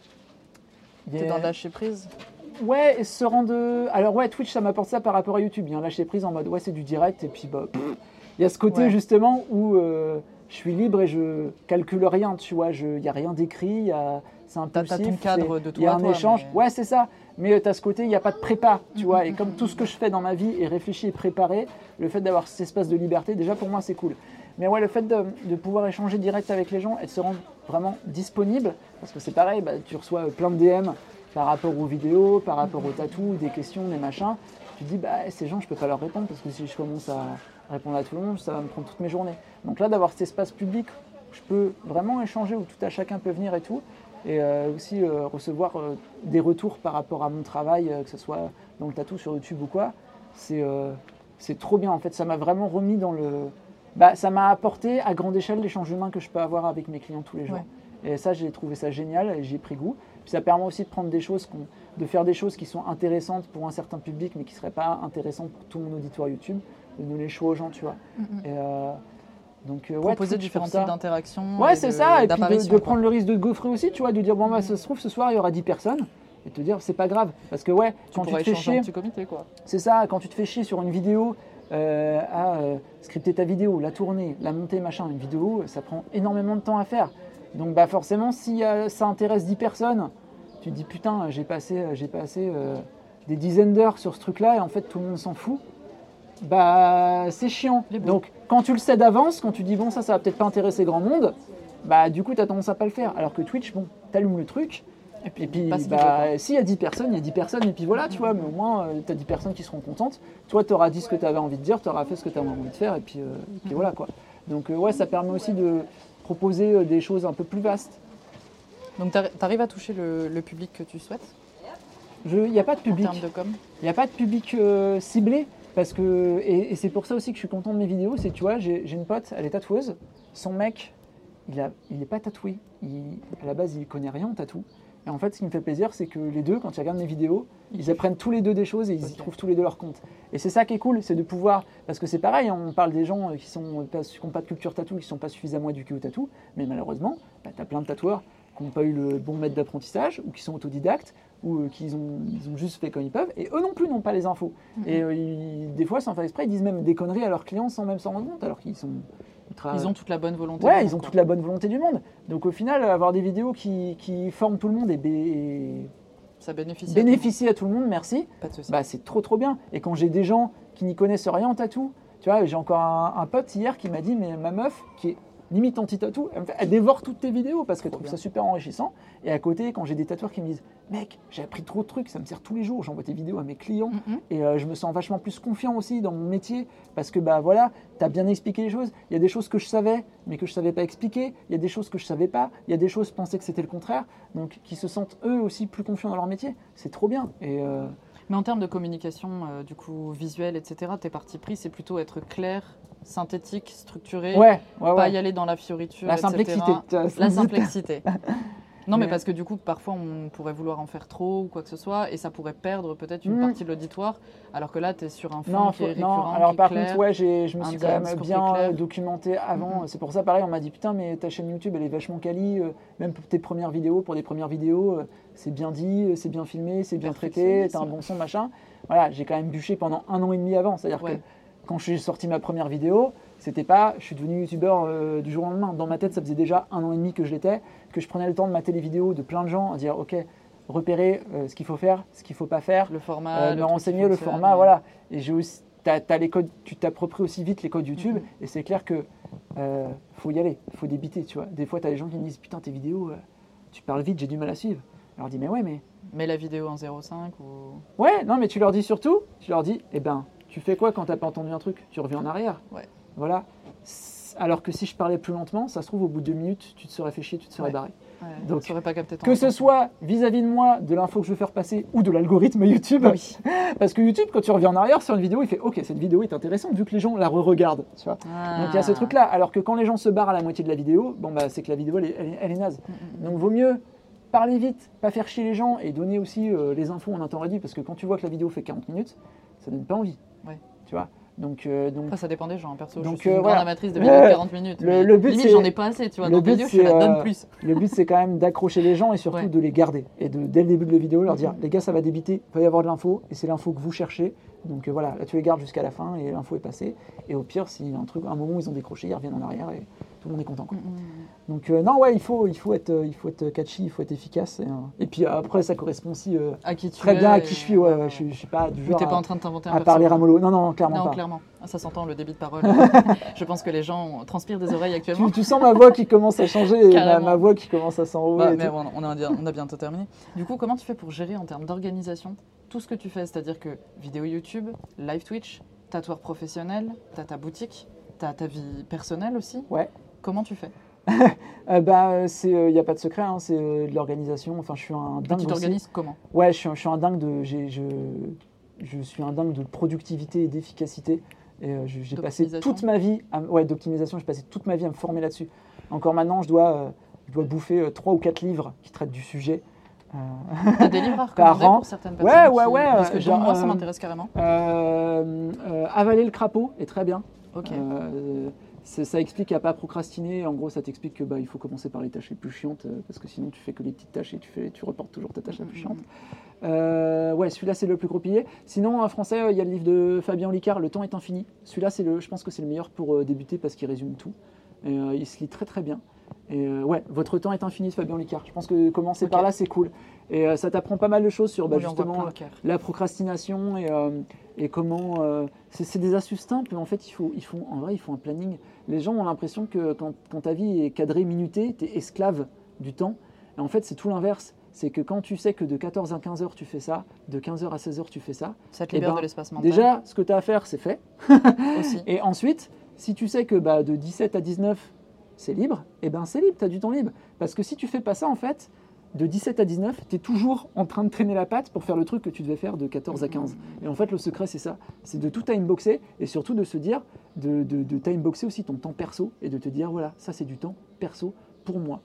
T'es dans le lâcher prise. Ouais, et se rendre... Alors ouais, Twitch, ça m'apporte ça par rapport à YouTube. Il y a un lâcher prise en mode, ouais, c'est du direct. Et puis, il y a ce côté justement où je suis libre et je calcule rien, tu vois. Il n'y a rien d'écrit, c'est impulsif. T'as ton cadre de toi. Il y a un échange. Mais... Ouais, c'est ça. Mais tu as ce côté, il n'y a pas de prépa, tu vois. Et comme tout ce que je fais dans ma vie est réfléchi et préparé, le fait d'avoir cet espace de liberté, déjà pour moi, c'est cool. Mais ouais, le fait de pouvoir échanger direct avec les gens et de se rendre vraiment disponible, parce que c'est pareil, tu reçois plein de DM par rapport aux vidéos, par rapport aux tatous, des questions, des machins. Tu te dis, ces gens, je ne peux pas leur répondre parce que si je commence à répondre à tout le monde, ça va me prendre toutes mes journées. Donc là, d'avoir cet espace public où je peux vraiment échanger, où tout à chacun peut venir et tout, et aussi recevoir des retours par rapport à mon travail, que ce soit dans le tatou, sur YouTube ou quoi, c'est trop bien. En fait, ça m'a vraiment remis dans le... ça m'a apporté à grande échelle l'échange humain que je peux avoir avec mes clients tous les jours. Ouais. Et ça, j'ai trouvé ça génial et j'y ai pris goût. Puis ça permet aussi de prendre de faire des choses qui sont intéressantes pour un certain public, mais qui ne seraient pas intéressantes pour tout mon auditoire YouTube, de donner le choix aux gens, tu vois. Et, donc, proposer différents types d'interactions. Ouais, c'est ça. Et puis de prendre le risque de te gaufrer aussi, tu vois, de dire, ça se trouve, ce soir, il y aura 10 personnes. Et te dire, c'est pas grave. Parce que, quand tu te fais chier. Comité, quoi. C'est ça, quand tu te fais chier sur une vidéo, à scripter ta vidéo, la tourner, la monter, machin, une vidéo, ça prend énormément de temps à faire. Donc, forcément, si ça intéresse 10 personnes, tu te dis, putain, j'ai passé des dizaines d'heures sur ce truc-là et en fait, tout le monde s'en fout. C'est chiant. Donc, quand tu le sais d'avance, quand tu dis, ça va peut-être pas intéresser grand monde, du coup, tu as tendance à pas le faire. Alors que Twitch, t'allumes le truc, et puis s'il y a 10 personnes, il y a 10 personnes, et puis voilà, tu vois, mais au moins, tu as 10 personnes qui seront contentes. Toi, tu auras dit ce que tu avais envie de dire, tu auras fait ce que tu avais envie de faire, et puis voilà, quoi. Donc, ça permet aussi de proposer des choses un peu plus vastes. Donc, tu arrives à toucher le public que tu souhaites ? Il n'y a pas de public. En termes de com ? Il n'y a pas de public ciblé. Parce que, et c'est pour ça aussi que je suis content de mes vidéos, c'est, tu vois, j'ai une pote, elle est tatoueuse, son mec, il n'est pas tatoué, à la base il connaît rien en tatou, et en fait ce qui me fait plaisir c'est que les deux, quand ils regardent mes vidéos, ils apprennent tous les deux des choses et ils y trouvent tous les deux leur compte. Et c'est ça qui est cool, c'est de pouvoir, parce que c'est pareil, on parle des gens qui n'ont pas de culture tatou, qui ne sont pas suffisamment éduqués au tatou, mais malheureusement, tu as plein de tatoueurs qui n'ont pas eu le bon maître d'apprentissage, ou qui sont autodidactes, ou qu'ils ont juste fait comme ils peuvent, et eux non plus n'ont pas les infos. Et des fois, sans faire exprès, ils disent même des conneries à leurs clients sans même s'en rendre compte, alors qu'ils sont... Ils ont toute la bonne volonté. Ouais, ils ont toute la bonne volonté du monde. Donc au final, avoir des vidéos qui forment tout le monde et ça bénéficie à tout le monde, merci, pas de souci. C'est trop bien. Et quand j'ai des gens qui n'y connaissent rien en tatou, tu vois, j'ai encore un pote hier qui m'a dit, mais ma meuf, qui est limite anti-tatou, elle dévore toutes tes vidéos parce qu'elle trouve ça super enrichissant. Et à côté, quand j'ai des tatoueurs qui me disent, mec, j'ai appris trop de trucs, ça me sert tous les jours, j'envoie tes vidéos à mes clients et je me sens vachement plus confiant aussi dans mon métier parce que t'as bien expliqué les choses. Il y a des choses que je savais, mais que je savais pas expliquer. Il y a des choses que je savais pas. Il y a des choses, je pensais que c'était le contraire. Donc, qui se sentent eux aussi plus confiants dans leur métier. C'est trop bien. Mais en termes de communication, du coup, visuelle, etc., tes parties pris, c'est plutôt être clair, synthétique, structuré, pas y aller dans la fioriture, la etc. Simplicité. La simplicité. Non, mais parce que du coup, parfois, on pourrait vouloir en faire trop ou quoi que ce soit, et ça pourrait perdre peut-être une partie de l'auditoire, alors que là, tu es sur un fond qui est récurrent, alors qui est par clair, contre, je me suis quand même bien documenté avant. C'est pour ça, pareil, on m'a dit, putain, mais ta chaîne YouTube, elle est vachement quali, même pour tes premières vidéos, pour des premières vidéos, c'est bien dit, c'est bien filmé, c'est bien traité, t'as un bon son, machin. Voilà, j'ai quand même bûché pendant 1 an et demi avant, c'est-à-dire que quand j'ai sorti ma première vidéo, c'était pas je suis devenu youtubeur du jour au lendemain. Dans ma tête, ça faisait déjà 1 an et demi que je l'étais, que je prenais le temps de mater les vidéos de plein de gens, à dire ok, repérer ce qu'il faut faire, ce qu'il faut pas faire, le format, me renseigner le format, voilà. Et j'ai aussi, t'as les codes, tu t'appropries aussi vite les codes YouTube, et c'est clair que faut y aller, faut débiter, tu vois. Des fois, t'as des gens qui me disent putain tes vidéos, tu parles vite, j'ai du mal à suivre. Je leur dis mais ouais mais. Mais la vidéo en 0.5 ou. Ouais, non mais tu leur dis surtout, eh ben tu fais quoi quand t'as pas entendu un truc? Tu reviens en arrière. Ouais. Voilà. Alors que si je parlais plus lentement, ça se trouve au bout de 2 minutes, tu te serais fait chier, tu te serais barré. Ouais, donc, ça pas capté que ce soit vis-à-vis de moi, de l'info que je veux faire passer ou de l'algorithme YouTube, oui. Parce que YouTube, quand tu reviens en arrière sur une vidéo, il fait ok, cette vidéo est intéressante vu que les gens la re-regardent, tu vois. Donc il y a ce truc-là. Alors que quand les gens se barrent à la moitié de la vidéo, bon bah c'est que la vidéo elle est naze. Donc vaut mieux parler vite, pas faire chier les gens et donner aussi les infos en un temps réduit, parce que quand tu vois que la vidéo fait 40 minutes, ça donne pas envie, tu vois. Donc, après, ça dépend des gens, perso. Donc, je suis une grande amatrice de vidéos de 40 minutes. Le but, limite, j'en ai pas assez, tu vois. Dans le vidéo, je la donne plus. Le but, c'est quand même d'accrocher les gens et surtout de les garder. Et dès le début de la vidéo, leur dire les gars, ça va débiter, il va y avoir de l'info, et c'est l'info que vous cherchez. Donc voilà, là, tu les gardes jusqu'à la fin et l'info est passée. Et au pire, s'il y a un moment où ils ont décroché, ils reviennent en arrière et tout le monde est content, quoi. Donc non, ouais, il faut être catchy, il faut être efficace. Et puis après, ça correspond aussi à qui tu très bien à qui je suis. Ouais. Je suis pas du genre t'es pas en train de t'inventer un à parler ramolo. Non, clairement pas. Non, clairement. Ça s'entend, le débit de parole. Je pense que les gens transpirent des oreilles actuellement. Tu sens ma voix qui commence à changer et ma voix qui commence à s'enrouler. Mais on a bientôt terminé. Du coup, comment tu fais pour gérer en termes d'organisation tout ce que tu fais? C'est-à-dire que vidéo YouTube, live Twitch, tatoueur professionnel, t'as ta boutique, t'as ta vie personnelle aussi. Ouais. Comment tu fais? Il n'y a pas de secret, hein, c'est de l'organisation. Enfin, je suis un dingue. Tu t'organises comment? Ouais, je suis un dingue je suis un dingue de productivité et d'efficacité. Et j'ai passé toute ma vie, d'optimisation, j'ai passé toute ma vie à me former là-dessus. Encore maintenant, je dois bouffer 3 ou 4 livres qui traitent du sujet. T'as des livres à recommander pour certaines personnes? Ouais. Parce que moi, ça m'intéresse carrément. Avaler le crapaud est très bien. Ok. Ça explique à pas procrastiner. En gros, ça t'explique que il faut commencer par les tâches les plus chiantes, parce que sinon tu fais que les petites tâches et tu reportes toujours ta tâche la plus chiante. Celui-là c'est le plus gros pilier. Sinon, en français, il y a le livre de Fabien Olicard, Le temps est infini. Celui-là, je pense que c'est le meilleur pour débuter parce qu'il résume tout. Et il se lit très très bien. Et Votre temps est infini de Fabien Olicard. Je pense que commencer par là, c'est cool. Et ça t'apprend pas mal de choses sur justement la procrastination et comment. C'est des astuces simples, mais en fait, il faut un planning. Les gens ont l'impression que quand ta vie est cadrée, minutée, tu es esclave du temps. Et en fait, c'est tout l'inverse. C'est que quand tu sais que de 14 à 15 heures, tu fais ça, de 15 heures à 16 heures, tu fais ça. Ça te libère de l'espace mental. Déjà, ce que tu as à faire, c'est fait. Aussi. Et ensuite, si tu sais que de 17 à 19, c'est libre, c'est libre, tu as du temps libre. Parce que si tu fais pas ça, en fait, de 17 à 19, tu es toujours en train de traîner la patte pour faire le truc que tu devais faire de 14 à 15. Et en fait, le secret, c'est ça. C'est de tout timeboxer et surtout de se dire, de timeboxer aussi ton temps perso et de te dire, voilà, ça, c'est du temps perso pour moi.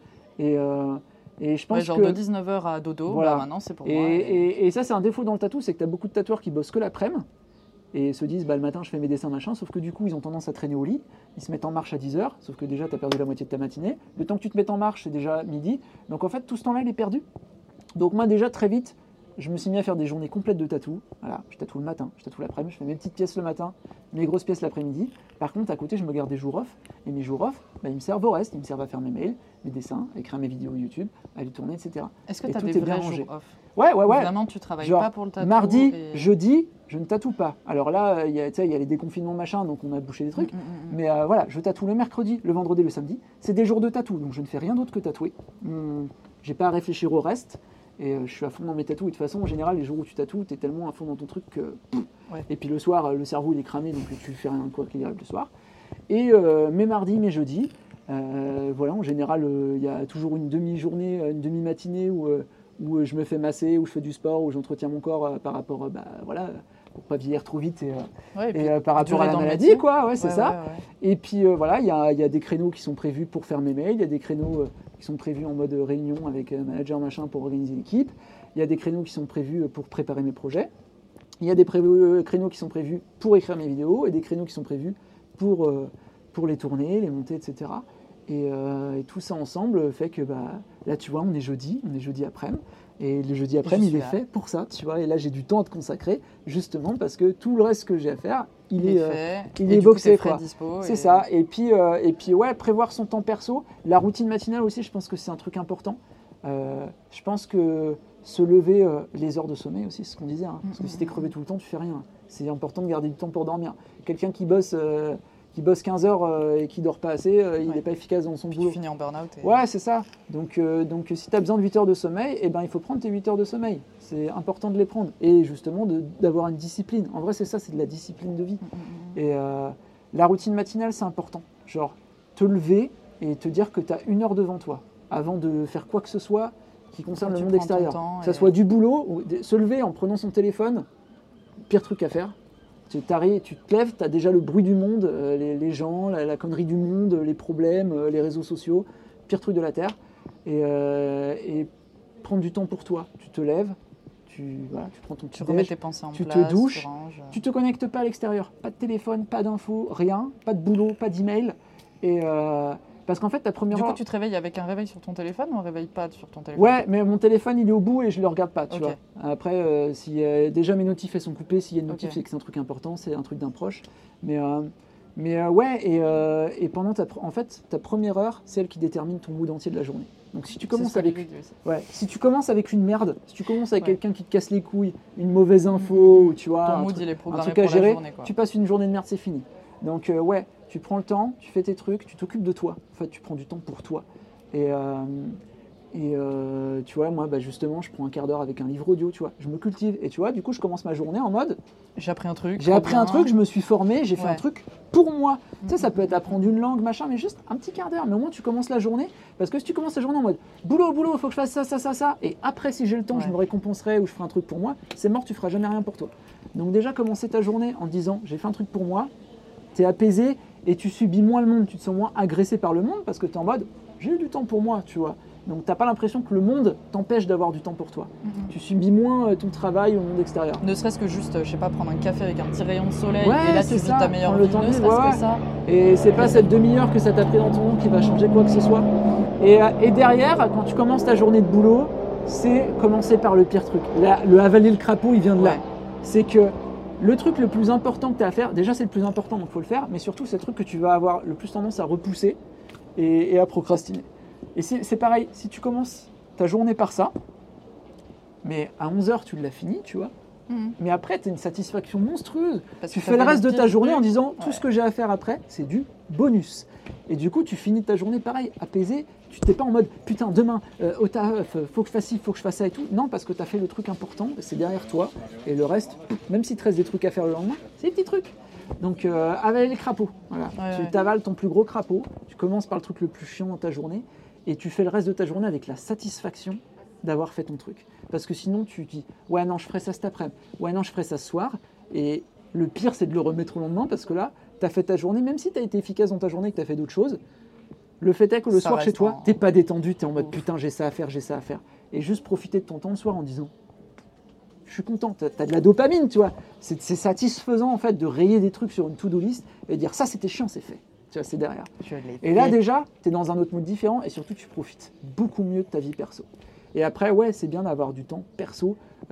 Et je pense genre de 19h à dodo, voilà. Maintenant, c'est pour moi. Et ça, c'est un défaut dans le tatou, c'est que tu as beaucoup de tatoueurs qui bossent que l'après-midi et se disent, le matin, je fais mes dessins, machin, sauf que du coup, ils ont tendance à traîner au lit, ils se mettent en marche à 10h, sauf que déjà, tu as perdu la moitié de ta matinée. Le temps que tu te mettes en marche, c'est déjà midi. Donc, en fait, tout ce temps-là, il est perdu. Donc, moi, déjà, très vite, je me suis mis à faire des journées complètes de tatou. Voilà, je tatoue le matin, je tatoue l'après-midi, je fais mes petites pièces le matin, mes grosses pièces l'après-midi. Par contre, à côté, je me garde des jours off. Et mes jours off, ils me servent au reste. Ils me servent à faire mes mails, mes dessins, à écrire mes vidéos YouTube, à les tourner, etc. Est-ce que tu as des vrais jours off? Ouais. Vraiment, tu travailles pas pour le tatou? Mardi, jeudi, je ne tatoue pas. Alors là, il y a les déconfinements, machin, donc on a bouché des trucs. Mais voilà, je tatoue le mercredi, le vendredi, le samedi. C'est des jours de tatou, donc je ne fais rien d'autre que tatouer. J'ai pas à réfléchir au reste. Et je suis à fond dans mes tatous. Et de toute façon, en général, les jours où tu tatoues, tu es tellement à fond dans ton truc que... Et puis le soir, le cerveau, il est cramé, donc tu fais rien quoi qu'il arrive le soir. Et mes mardis, mes jeudis, en général, il y a toujours une demi-journée, une demi-matinée où je me fais masser, où je fais du sport, où j'entretiens mon corps par rapport, pour pas vieillir trop vite et par rapport à la maladie, quoi. Ouais, c'est ça. Ouais. Et puis il y a des créneaux qui sont prévus pour faire mes mails, il y a des créneaux qui sont prévus en mode réunion avec manager machin pour organiser l'équipe, il y a des créneaux qui sont prévus pour préparer mes projets, il y a des créneaux qui sont prévus pour écrire mes vidéos et des créneaux qui sont prévus pour les tourner, les monter, etc. Et tout ça ensemble fait que Là, tu vois, on est jeudi après-midi. Et le jeudi après-midi, il est fait pour ça, tu vois. Et là, j'ai du temps à te consacrer, justement, parce que tout le reste que j'ai à faire, il est boxé, quoi. C'est ça. Et puis, ouais, prévoir son temps perso. La routine matinale aussi, je pense que c'est un truc important. Je pense que se lever, les heures de sommeil aussi, c'est ce qu'on disait. Hein, parce que si t'es crevé tout le temps, tu fais rien. C'est important de garder du temps pour dormir. Quelqu'un qui bosse 15 heures et qui dort pas assez, il n'est pas efficace dans son boulot. Tu finis en burn-out. Ouais, c'est ça. Donc si tu as besoin de 8 heures de sommeil, il faut prendre tes 8 heures de sommeil. C'est important de les prendre. Et justement, d'avoir une discipline. En vrai, c'est ça, c'est de la discipline de vie. Et la routine matinale, c'est important. Genre, te lever et te dire que tu as 1 heure devant toi avant de faire quoi que ce soit qui concerne le monde extérieur. Que ça soit du boulot, ou se lever en prenant son téléphone, pire truc à faire. Tu te lèves, tu as déjà le bruit du monde, les gens, la connerie du monde, les problèmes, les réseaux sociaux, pire truc de la Terre. Et prendre du temps pour toi. Tu te lèves, tu prends ton petit remets tes pensées en tu place, te douches, tu te connectes pas à l'extérieur. Pas de téléphone, pas d'infos, rien, pas de boulot, pas d'email. Et parce qu'en fait, ta première heure... Du coup, tu te réveilles avec un réveil sur ton téléphone ou un réveil pas sur ton téléphone? Ouais, mais mon téléphone, il est au bout et je le regarde pas, tu vois. Après, déjà mes notifs, elles sont coupées. S'il y a une notif, c'est que c'est un truc important, c'est un truc d'un proche. Mais ouais, et pendant ta première heure, c'est elle qui détermine ton mood entier de la journée. Donc si tu commences avec une merde, si tu commences avec quelqu'un qui te casse les couilles, une mauvaise info, ou tu vois, un truc à gérer, tu passes une journée de merde, c'est fini. Donc ouais, tu prends le temps, tu fais tes trucs, tu t'occupes de toi. En fait, tu prends du temps pour toi. Et tu vois, moi, justement, je prends un quart d'heure avec un livre audio, tu vois. Je me cultive. Et tu vois, du coup, je commence ma journée en mode... J'ai appris un truc. Je me suis formé, j'ai fait un truc pour moi. Tu sais, ça peut être apprendre une langue, machin, mais juste un petit quart d'heure. Mais au moins, tu commences la journée. Parce que si tu commences la journée en mode boulot, il faut que je fasse ça. Et après, si j'ai le temps, je me récompenserai ou je ferai un truc pour moi. C'est mort, tu feras jamais rien pour toi. Donc déjà, commencer ta journée en disant, j'ai fait un truc pour moi. T'es apaisé et tu subis moins le monde. Tu te sens moins agressé par le monde parce que t'es en mode, j'ai eu du temps pour moi, tu vois. Donc, tu n'as pas l'impression que le monde t'empêche d'avoir du temps pour toi. Tu subis moins ton travail au monde extérieur. Ne serait-ce que juste, je sais pas, prendre un café avec un petit rayon de soleil et là, tu vis ta meilleure vie, ne serait-ce que ça. Et c'est pas cette demi-heure que ça t'a pris dans ton monde qui va changer quoi que ce soit. Et derrière, quand tu commences ta journée de boulot, c'est commencer par le pire truc. Là, le avaler le crapaud, il vient de là. C'est que le truc le plus important que tu as à faire, déjà c'est le plus important, donc il faut le faire, mais surtout c'est le truc que tu vas avoir le plus tendance à repousser et à procrastiner. Et c'est pareil, si tu commences ta journée par ça, mais à 11h tu l'as fini, tu vois, mais après tu as une satisfaction monstrueuse. Tu fais le reste de ta journée en disant tout ce que j'ai à faire après, c'est du bonus. Et du coup, tu finis ta journée pareil, apaisé. Tu t'es pas en mode putain, demain, au taf, faut que je fasse ci, faut que je fasse ça et tout. Non, parce que tu as fait le truc important, c'est derrière toi. Et le reste, même s'il te reste des trucs à faire le lendemain, c'est des petits trucs. Donc, avaler les crapauds. Voilà. Tu t'avales ton plus gros crapaud. Tu commences par le truc le plus chiant dans ta journée. Et tu fais le reste de ta journée avec la satisfaction d'avoir fait ton truc. Parce que sinon, tu dis ouais, non, je ferai ça cet après-midi. Ouais, non, je ferai ça ce soir. Et le pire, c'est de le remettre au lendemain parce que là, tu as fait ta journée, même si tu as été efficace dans ta journée et que tu as fait d'autres choses, le fait est que le soir chez toi, tu n'es pas détendu, tu es en mode putain, j'ai ça à faire. Et juste profiter de ton temps le soir en disant je suis content, tu as de la dopamine, tu vois. C'est satisfaisant en fait de rayer des trucs sur une to-do list et dire ça c'était chiant, c'est fait. Tu vois, c'est derrière. Et là déjà, tu es dans un autre mode différent et surtout tu profites beaucoup mieux de ta vie perso. Et après, ouais, c'est bien d'avoir du temps perso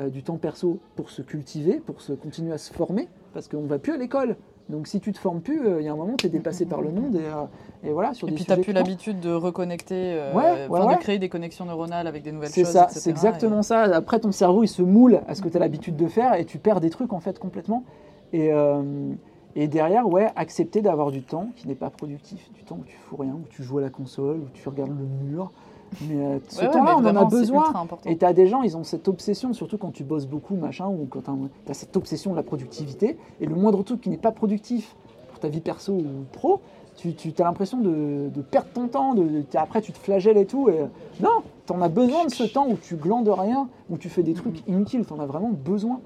pour se cultiver, pour se continuer à se former, parce qu'on ne va plus à l'école. Donc si tu te formes plus, il y a un moment tu es dépassé par le monde et voilà. Et puis tu n'as plus l'habitude de reconnecter, de créer des connexions neuronales avec des nouvelles choses, etc. C'est exactement ça. Après ton cerveau il se moule à ce que tu as l'habitude de faire et tu perds des trucs en fait complètement. Et derrière, ouais, accepter d'avoir du temps qui n'est pas productif, du temps où tu fous rien, où tu joues à la console, où tu regardes le mur. Mais ce temps-là, on en a besoin. Et tu as des gens, ils ont cette obsession, surtout quand tu bosses beaucoup, machin, ou quand tu as cette obsession de la productivité. Et le moindre truc qui n'est pas productif pour ta vie perso ou pro, tu as l'impression de perdre ton temps. Après, tu te flagelles et tout. Et, non, tu en as besoin de ce temps où tu glandes rien, où tu fais des trucs inutiles. Tu en as vraiment besoin.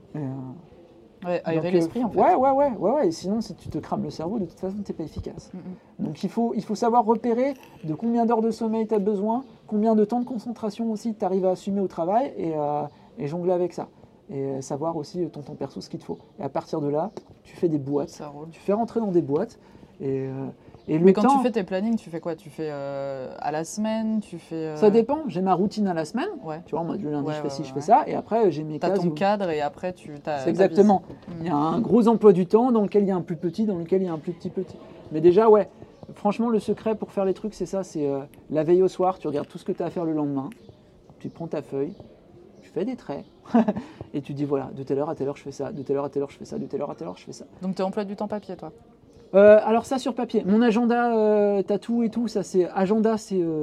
Aérer l'esprit en fait. Ouais. Et sinon, si tu te crames le cerveau, de toute façon, tu n'es pas efficace. Donc il faut savoir repérer de combien d'heures de sommeil tu as besoin, combien de temps de concentration aussi tu arrives à assumer au travail et jongler avec ça. Et savoir aussi ton temps perso, ce qu'il te faut. Et à partir de là, tu fais des boîtes, tu fais rentrer dans des boîtes. Et Et mais quand tu fais tes plannings, tu fais quoi? Tu fais à la semaine, tu fais... Ça dépend. J'ai ma routine à la semaine. Ouais. Tu vois, en mode le lundi, je fais ci, je fais ça. Et après, j'ai mes cases. T'as ton cadre et après, C'est exactement. Il y a un gros emploi du temps dans lequel il y a un plus petit, dans lequel il y a un plus petit. Mais déjà, ouais. Franchement, le secret pour faire les trucs, c'est ça. C'est la veille au soir, tu regardes tout ce que tu as à faire le lendemain. Tu prends ta feuille, tu fais des traits. Et tu dis, voilà, de telle heure à telle heure, je fais ça. De telle heure à telle heure, je fais ça. De telle heure à telle heure, je fais ça. Donc, tu emploies du temps papier, toi? Alors ça sur papier. Mon agenda, tatou et tout, ça c'est agenda,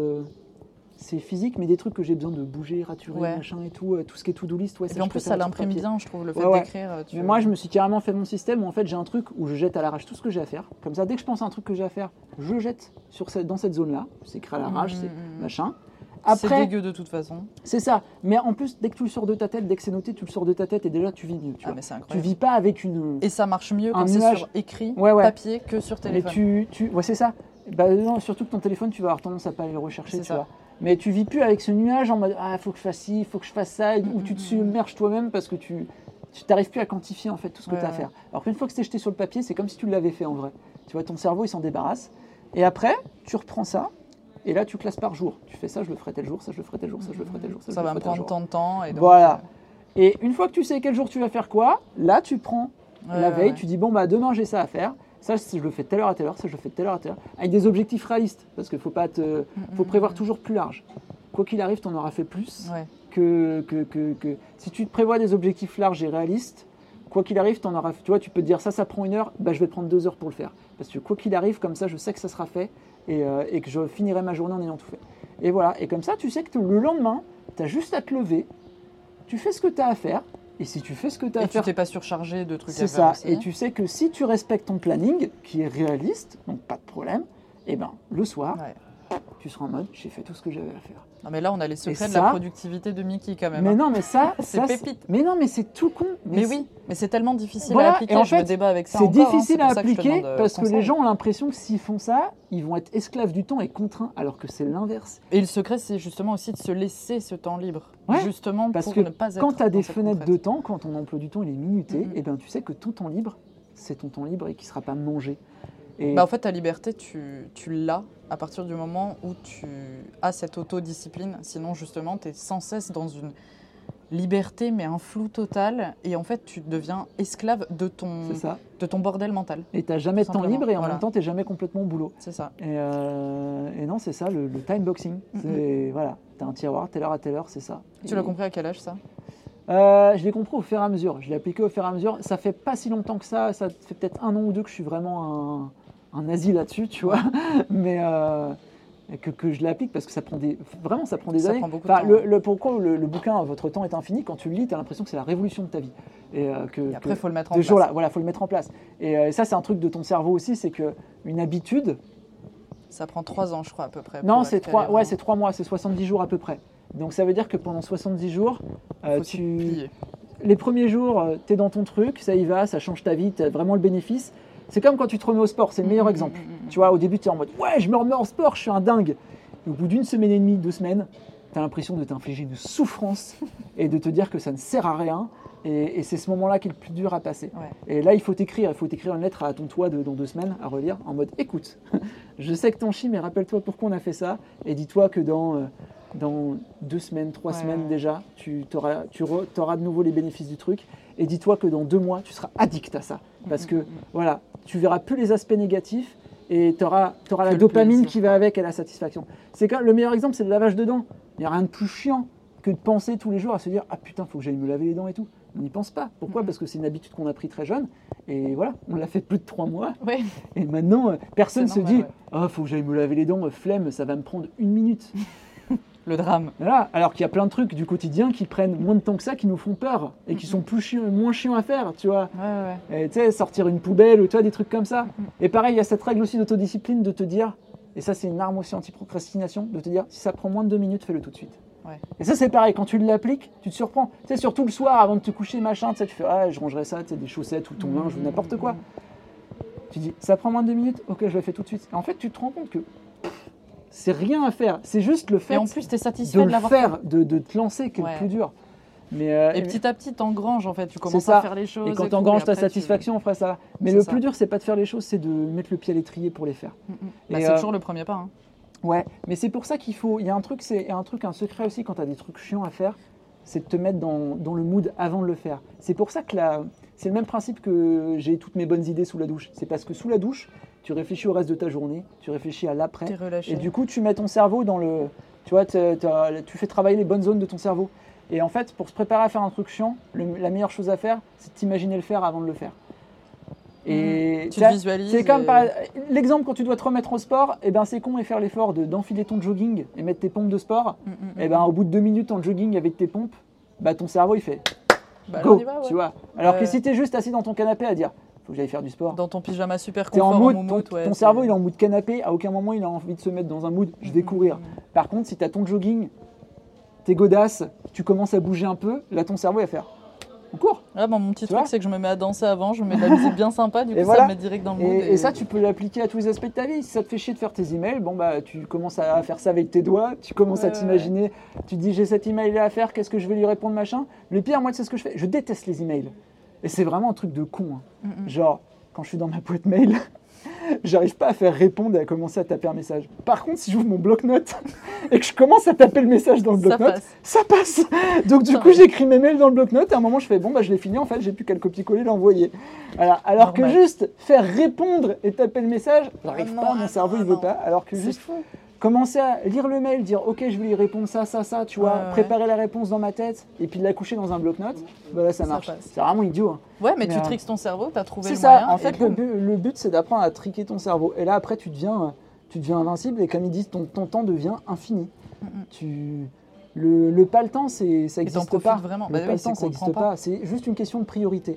c'est physique, mais des trucs que j'ai besoin de bouger, raturer, machin et tout ce qui est to-do list. Ouais, et puis en plus ça l'imprime bien, je trouve, le fait d'écrire. Mais moi je me suis carrément fait mon système où en fait j'ai un truc où je jette à l'arrache tout ce que j'ai à faire. Comme ça, dès que je pense à un truc que j'ai à faire, je le jette dans cette zone-là. C'est écrit à l'arrache, c'est machin. Après, c'est dégueu de toute façon. C'est ça. Mais en plus, dès que tu le sors de ta tête, dès que c'est noté, tu le sors de ta tête et déjà tu vis mieux. Mais c'est incroyable. Tu vis pas avec une. Et ça marche mieux quand c'est sur écrit, papier, que sur téléphone. Mais c'est ça. Non, surtout que ton téléphone, tu vas avoir tendance à pas aller le rechercher, tu vois. Mais tu vis plus avec ce nuage en mode faut que je fasse ci, faut que je fasse ça, où tu te submerges toi-même parce que tu n'arrives plus à quantifier en fait tout ce que tu as à faire. Alors qu'une fois que c'est jeté sur le papier, c'est comme si tu l'avais fait en vrai. Tu vois, ton cerveau il s'en débarrasse. Et après, tu reprends ça. Et là, tu classes par jour. Tu fais ça, je le ferai tel jour, ça, je le ferai tel jour, ça, je le ferai tel jour. Ça va me prendre tant de temps. Et donc, voilà. Et une fois que tu sais quel jour tu vas faire quoi, là, tu prends la veille, tu dis, bon, bah demain, j'ai ça à faire. Ça, je le fais de telle heure à telle heure, ça, je le fais de telle heure à telle heure. Avec des objectifs réalistes, parce qu'il faut prévoir toujours plus large. Quoi qu'il arrive, tu en auras fait plus que si tu te prévois des objectifs larges et réalistes. Quoi qu'il arrive, t'en auras. Tu vois, tu peux te dire ça prend 1 heure, bah, je vais prendre 2 heures pour le faire. Parce que quoi qu'il arrive, comme ça, je sais que ça sera fait et que je finirai ma journée en ayant tout fait. Et voilà. Et comme ça, tu sais que le lendemain, tu as juste à te lever, tu fais ce que tu as à faire. Et si tu fais ce que tu as à faire. Et tu t'es pas surchargé de trucs à faire. C'est ça. Aussi. Et tu sais que si tu respectes ton planning, qui est réaliste, donc pas de problème, et ben le soir, tu seras en mode j'ai fait tout ce que j'avais à faire. Non mais là on a les secrets de la productivité de Mickey quand même. Mais non mais ça c'est pépite. Mais non mais c'est tout con. Mais oui, mais c'est tellement difficile à appliquer. Et en fait, je me débat avec ça. C'est difficile à appliquer parce que les gens ont l'impression que s'ils font ça, ils vont être esclaves du temps et contraints, alors que c'est l'inverse. Et le secret c'est justement aussi de se laisser ce temps libre, justement parce pour que ne pas être. Quand tu as des fenêtres de temps, quand ton emploi du temps il est minuté, et ben tu sais que ton temps libre, c'est ton temps libre et qui ne sera pas mangé. Et... en fait, ta liberté, tu l'as à partir du moment où tu as cette autodiscipline. Sinon, justement, tu es sans cesse dans une liberté, mais un flou total. Et en fait, tu deviens esclave de ton bordel mental. Et tu n'as jamais de temps libre et en même temps, tu n'es jamais complètement au boulot. C'est ça. Et non, c'est ça, le time boxing. Voilà, tu as un tiroir, telle heure à telle heure, c'est ça. Tu l'as compris à quel âge, ça ? Je l'ai compris au fur et à mesure. Je l'ai appliqué au fur et à mesure. Ça fait pas si longtemps que ça. Ça fait peut-être 1 an ou 2 que je suis vraiment un nazi là-dessus, tu vois. Mais que je l'applique parce que ça prend des années. Ça prend beaucoup de temps. Pourquoi le bouquin Votre temps est infini, quand tu le lis, tu as l'impression que c'est la révolution de ta vie. Et après, il faut le mettre en place. Voilà, faut le mettre en place. Et ça, c'est un truc de ton cerveau aussi, c'est qu'une habitude. Ça prend 3 ans, je crois, à peu près. Non, c'est 3 mois, c'est 70 jours à peu près. Donc ça veut dire que pendant 70 jours, les premiers jours, tu es dans ton truc, ça y va, ça change ta vie, tu as vraiment le bénéfice. C'est comme quand tu te remets au sport, c'est le meilleur exemple. Tu vois, au début, tu es en mode « Ouais, je me remets en sport, je suis un dingue !» Au bout d'1 semaine et demie, 2 semaines, tu as l'impression de t'infliger une souffrance et de te dire que ça ne sert à rien. Et c'est ce moment-là qui est le plus dur à passer. Et là, il faut t'écrire une lettre à ton toit dans 2 semaines à relire en mode « Écoute, je sais que t'en chies, mais rappelle-toi pourquoi on a fait ça. Et dis-toi que dans 2 semaines, 3 semaines déjà, tu auras de nouveau les bénéfices du truc. Et dis-toi que dans 2 mois, tu seras addict à ça. Parce que voilà, tu verras plus les aspects négatifs et tu auras la dopamine qui va avec et la satisfaction. Le meilleur exemple, c'est le lavage de dents. Il n'y a rien de plus chiant que de penser tous les jours à se dire « Ah putain, il faut que j'aille me laver les dents et tout ». On n'y pense pas. Pourquoi ? Parce que c'est une habitude qu'on a pris très jeune. Et voilà, on l'a fait plus de 3 mois. Et maintenant, personne ne se dit « Ah, faut que j'aille me laver les dents, flemme, ça va me prendre 1 minute ». Le drame. Voilà. Alors qu'il y a plein de trucs du quotidien qui prennent moins de temps que ça, qui nous font peur et qui sont moins chiants à faire, tu vois. Tu sais, sortir une poubelle ou tu vois, des trucs comme ça. Et pareil, il y a cette règle aussi d'autodiscipline de te dire, et ça c'est une arme aussi anti-procrastination, de te dire, si ça prend moins de 2 minutes, fais-le tout de suite. Et ça c'est pareil, quand tu l'appliques, tu te surprends. Tu sais, surtout le soir, avant de te coucher, machin, tu sais, tu fais, ah, je rangerai ça, tu sais, des chaussettes ou ton linge ou n'importe quoi. Tu dis, ça prend moins de 2 minutes, ok, je le fais tout de suite. Et en fait, tu te rends compte que c'est rien à faire, c'est juste le fait et en plus, t'es satisfait de l'avoir fait, de te lancer qui est le plus dur. Et petit à petit, t'engranges en fait, tu commences à faire les choses. Et quand t'engranges ta satisfaction, on fera ça. Mais le plus dur, c'est pas de faire les choses, c'est de mettre le pied à l'étrier pour les faire. C'est toujours le premier pas. Hein. Ouais, mais c'est pour ça qu'il faut. Il y a un truc, un secret aussi quand t'as des trucs chiants à faire, c'est de te mettre dans le mood avant de le faire. C'est pour ça que c'est le même principe que j'ai toutes mes bonnes idées sous la douche. C'est parce que sous la douche, tu réfléchis au reste de ta journée, tu réfléchis à l'après. T'es relâché. Et du coup, tu mets ton cerveau dans le. Tu vois, tu fais travailler les bonnes zones de ton cerveau. Et en fait, pour se préparer à faire un truc chiant, la meilleure chose à faire, c'est de t'imaginer le faire avant de le faire. Et tu te visualises. C'est comme l'exemple quand tu dois te remettre au sport, et ben c'est con et faire l'effort d'enfiler ton jogging et mettre tes pompes de sport. Et ben au bout de 2 minutes en jogging avec tes pompes, bah ton cerveau il fait go, on y va, tu vois. Alors que si t'es juste assis dans ton canapé à dire faut que j'aille faire du sport. Dans ton pyjama super confort, ton cerveau il est en mood canapé, à aucun moment il a envie de se mettre dans un mood je vais courir. Par contre si t'as ton jogging, t'es godasse, tu commences à bouger un peu, là ton cerveau il va faire on court. Mon petit truc c'est que je me mets à danser avant, je me mets de la musique bien sympa, du coup ça me met direct dans le mood. Et ça tu peux l'appliquer à tous les aspects de ta vie. Si ça te fait chier de faire tes emails, tu commences à faire ça avec tes doigts, tu commences à t'imaginer, tu te dis j'ai cet email là à faire, qu'est-ce que je vais lui répondre machin. Le pire moi c'est ce que je fais, je déteste les emails. Et c'est vraiment un truc de con. Hein. Genre quand je suis dans ma boîte mail, j'arrive pas à faire répondre et à commencer à taper un message. Par contre, si j'ouvre mon bloc-notes et que je commence à taper le message dans le bloc-notes, ça passe. Donc du coup, j'écris mes mails dans le bloc-notes et à un moment, je fais je l'ai fini. En fait, j'ai plus qu'à le copier-coller et l'envoyer. Voilà. Alors que juste faire répondre et taper le message, j'arrive pas. Mon cerveau il veut pas. Alors que juste commencer à lire le mail, dire ok, je vais lui répondre ça, tu vois, préparer la réponse dans ma tête et puis de la coucher dans un bloc-notes, là ça marche. C'est vraiment idiot. Hein. Ouais, mais tu tricks ton cerveau, tu as trouvé le moyen. C'est ça, en fait, le but c'est d'apprendre à tricker ton cerveau. Et là après, tu deviens invincible et comme ils disent, ton temps devient infini. Le pas le temps, ça n'existe pas. Vraiment. Le pas le temps, ça n'existe pas. C'est juste une question de priorité.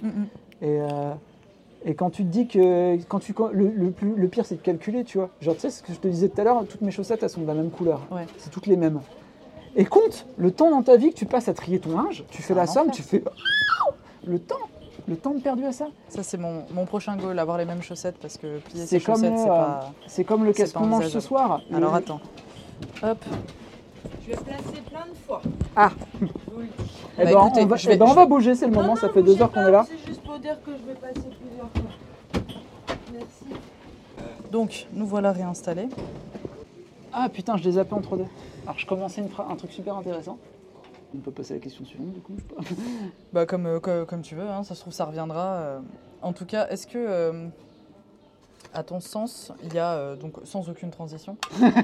Et quand tu te dis que le pire c'est de calculer, tu vois. Genre tu sais ce que je te disais tout à l'heure, toutes mes chaussettes elles sont de la même couleur. Ouais. C'est toutes les mêmes. Et compte le temps dans ta vie que tu passes à trier ton linge, tu fais la somme, tu fais le temps perdu à ça. Ça c'est mon prochain goal, avoir les mêmes chaussettes parce que plier ses chaussettes c'est comme le qu'est-ce qu'on mange ce soir. Alors attends. Hop. Je vais placer plein de fois. Ah. On va bouger, c'est le moment, ça fait 2 heures qu'on est là. C'est juste pour dire que je vais passer plusieurs fois. Merci. Donc, nous voilà réinstallés. Ah putain, je les zappais entre deux. Alors je commençais un truc super intéressant. On peut passer à la question suivante du coup. Comme tu veux, hein, ça se trouve ça reviendra. En tout cas, est-ce que... à ton sens, il y a, donc sans aucune transition,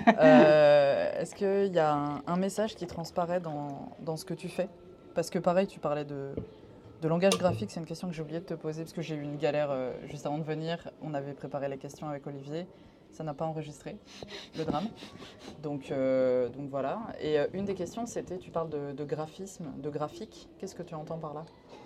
est-ce qu'il y a un message qui transparaît dans ce que tu fais ? Parce que pareil, tu parlais de langage graphique, c'est une question que j'ai oublié de te poser parce que j'ai eu une galère juste avant de venir. On avait préparé les questions avec Olivier, ça n'a pas enregistré, le drame. Donc voilà. Et une des questions, c'était, tu parles de graphisme, de graphique. Qu'est-ce que tu entends par là ?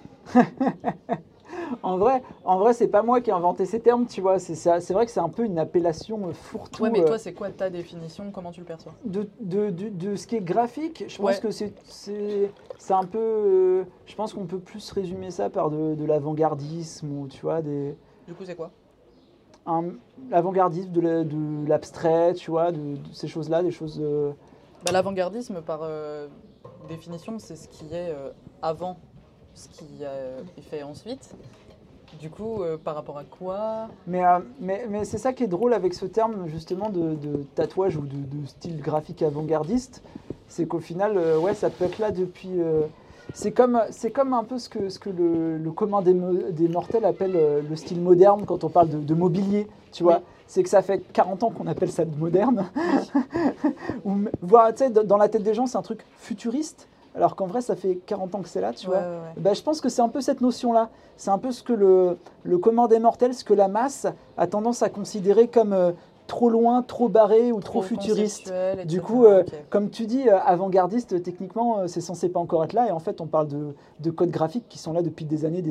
En vrai, c'est pas moi qui ai inventé ces termes, tu vois. C'est vrai que c'est un peu une appellation fourre-tout. Ouais, mais toi, c'est quoi ta définition ? Comment tu le perçois ? De ce qui est graphique, je pense que c'est un peu... je pense qu'on peut plus résumer ça par de l'avant-gardisme ou, tu vois, des... Du coup, c'est quoi ? L'avant-gardisme, de l'abstrait, tu vois, de ces choses-là, des choses... L'avant-gardisme, par définition, c'est ce qui est avant ce qui est fait ensuite. Du coup, par rapport à quoi ? Mais c'est ça qui est drôle avec ce terme justement de tatouage ou de style graphique avant-gardiste, c'est qu'au final, ça peut être là depuis... c'est comme un peu ce que le commun des mortels appelle le style moderne quand on parle de mobilier, tu vois. Oui. C'est que ça fait 40 ans qu'on appelle ça moderne. Voire, tu sais, dans la tête des gens, c'est un truc futuriste. Alors qu'en vrai, ça fait 40 ans que c'est là, tu vois. Ouais. Je pense que c'est un peu cette notion-là. C'est un peu ce que le commun des mortels, ce que la masse a tendance à considérer comme trop loin, trop barré ou trop futuriste. Du coup, comme tu dis, avant-gardiste, techniquement, c'est censé pas encore être là. Et en fait, on parle de codes graphiques qui sont là depuis des années.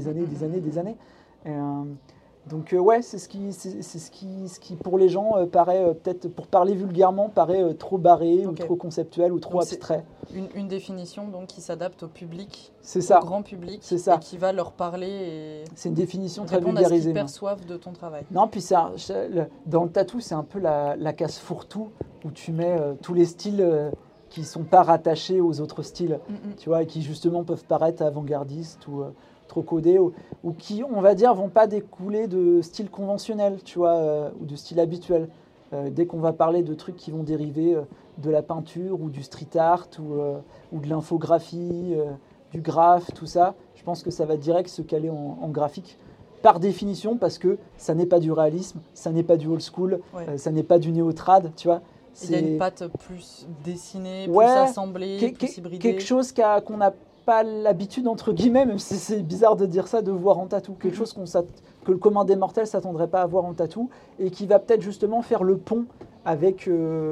Et, donc c'est ce qui pour les gens paraît peut-être, pour parler vulgairement, paraît trop barré ou trop conceptuel ou trop donc abstrait. Une définition donc qui s'adapte au public, au grand public, c'est ça. Et qui va leur parler. C'est une définition très vulgarisée. À ce qu'ils perçoivent de ton travail. Non, puis dans le tatou, c'est un peu la case fourre-tout où tu mets tous les styles qui sont pas rattachés aux autres styles, tu vois, et qui justement peuvent paraître avant-gardistes ou trop codés, ou qui, on va dire, vont pas découler de style conventionnel, tu vois, ou de style habituel. Dès qu'on va parler de trucs qui vont dériver de la peinture ou du street art ou de l'infographie, du graphe, tout ça, je pense que ça va direct se caler en graphique. Par définition, parce que ça n'est pas du réalisme, ça n'est pas du old school, ça n'est pas du néo-trad, tu vois. Il y a une patte plus dessinée, plus assemblée, plus hybridée. Quelque chose qu'on n'a pas l'habitude, entre guillemets, même si c'est bizarre de dire ça, de voir en tatou. Quelque chose que le commun des mortels ne s'attendrait pas à voir en tatou, et qui va peut-être justement faire le pont avec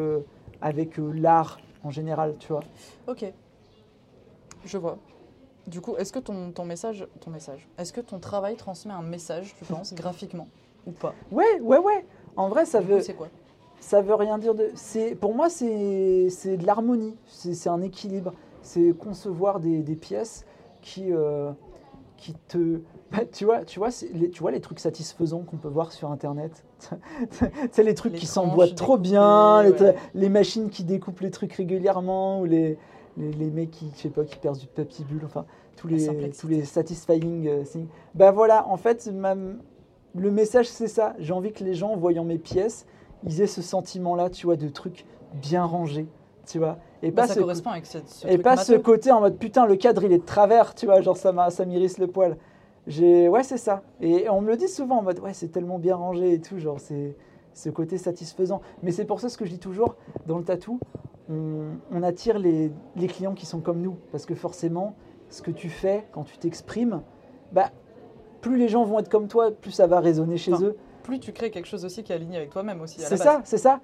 l'art en général, tu vois. Ok, je vois. Du coup, est-ce que ton message, est-ce que ton travail transmet un message, tu penses, graphiquement ou pas? Ouais. En vrai, c'est quoi? Ça veut rien dire pour moi, c'est de l'harmonie, c'est un équilibre. C'est concevoir des pièces qui te... Tu vois les trucs satisfaisants qu'on peut voir sur Internet. Tu sais, les trucs qui s'emboîtent trop bien, les machines qui découpent les trucs régulièrement, ou les mecs qui perdent du papier bulle, enfin, tous les satisfying things. Ben voilà, en fait, le message, c'est ça. J'ai envie que les gens, en voyant mes pièces, ils aient ce sentiment-là, tu vois, de trucs bien rangés, tu vois. Et pas ça correspond avec ce côté en mode, putain, le cadre, il est de travers, tu vois, genre ça m'irrisse le poil. Ouais, c'est ça. Et on me le dit souvent en mode, ouais, c'est tellement bien rangé et tout, genre, c'est ce côté satisfaisant. Mais c'est pour ça ce que je dis toujours, dans le tatou, on attire les clients qui sont comme nous. Parce que forcément, ce que tu fais quand tu t'exprimes, bah, plus les gens vont être comme toi, plus ça va résonner chez eux. Plus tu crées quelque chose aussi qui est aligné avec toi-même aussi. C'est ça.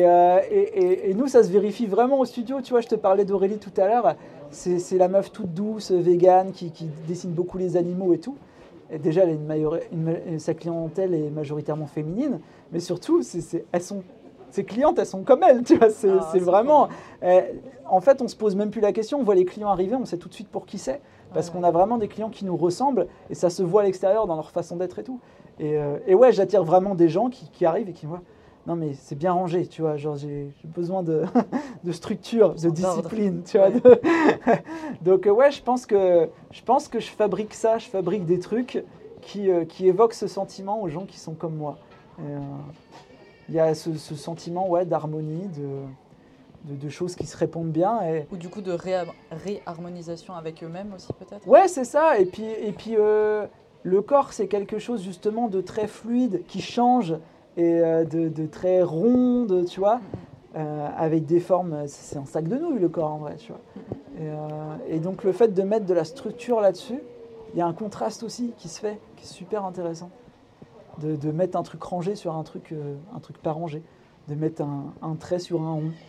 Et nous, ça se vérifie vraiment au studio. Tu vois, je te parlais d'Aurélie tout à l'heure. C'est la meuf toute douce, végane, qui dessine beaucoup les animaux et tout. Et déjà, sa clientèle est majoritairement féminine. Mais surtout, ses clientes, elles sont comme elle, tu vois, c'est vraiment... en fait, on se pose même plus la question, on voit les clients arriver, on sait tout de suite pour qui c'est, parce qu'on a vraiment des clients qui nous ressemblent, et ça se voit à l'extérieur dans leur façon d'être et tout. Et ouais, j'attire vraiment des gens qui arrivent et qui me voient, non mais c'est bien rangé, tu vois, genre j'ai besoin de structure, de discipline, tu vois. Donc ouais, je pense que je fabrique ça, je fabrique des trucs qui évoquent ce sentiment aux gens qui sont comme moi. Il y a ce sentiment d'harmonie, de choses qui se répondent bien. Ou du coup de réharmonisation avec eux-mêmes aussi peut-être. Ouais, c'est ça. Et puis le corps, c'est quelque chose justement de très fluide, qui change, et de très ronde, tu vois, avec des formes... C'est un sac de nouilles, le corps, en vrai, tu vois. Et donc le fait de mettre de la structure là-dessus, il y a un contraste aussi qui se fait, qui est super intéressant. De mettre un truc rangé sur un truc pas rangé, de mettre un trait sur un rond.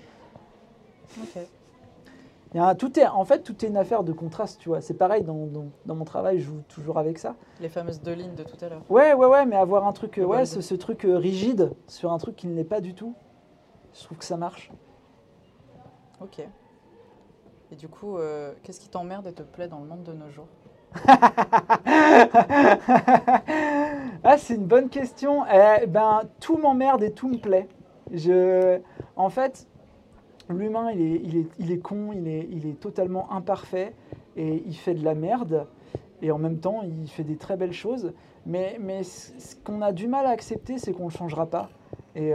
Ok. Tout est une affaire de contraste, tu vois. C'est pareil, dans mon travail, je joue toujours avec ça. Les fameuses 2 lignes de tout à l'heure. Ouais, mais avoir un truc, ce truc rigide sur un truc qui ne l'est pas du tout, je trouve que ça marche. Ok. Et du coup, qu'est-ce qui t'emmerde et te plaît dans le monde de nos jours? Ah, c'est une bonne question. Tout m'emmerde et tout me plaît. En fait, l'humain, il est con, il est totalement imparfait et il fait de la merde. Et en même temps, il fait des très belles choses. Mais ce qu'on a du mal à accepter, c'est qu'on ne le changera pas. Et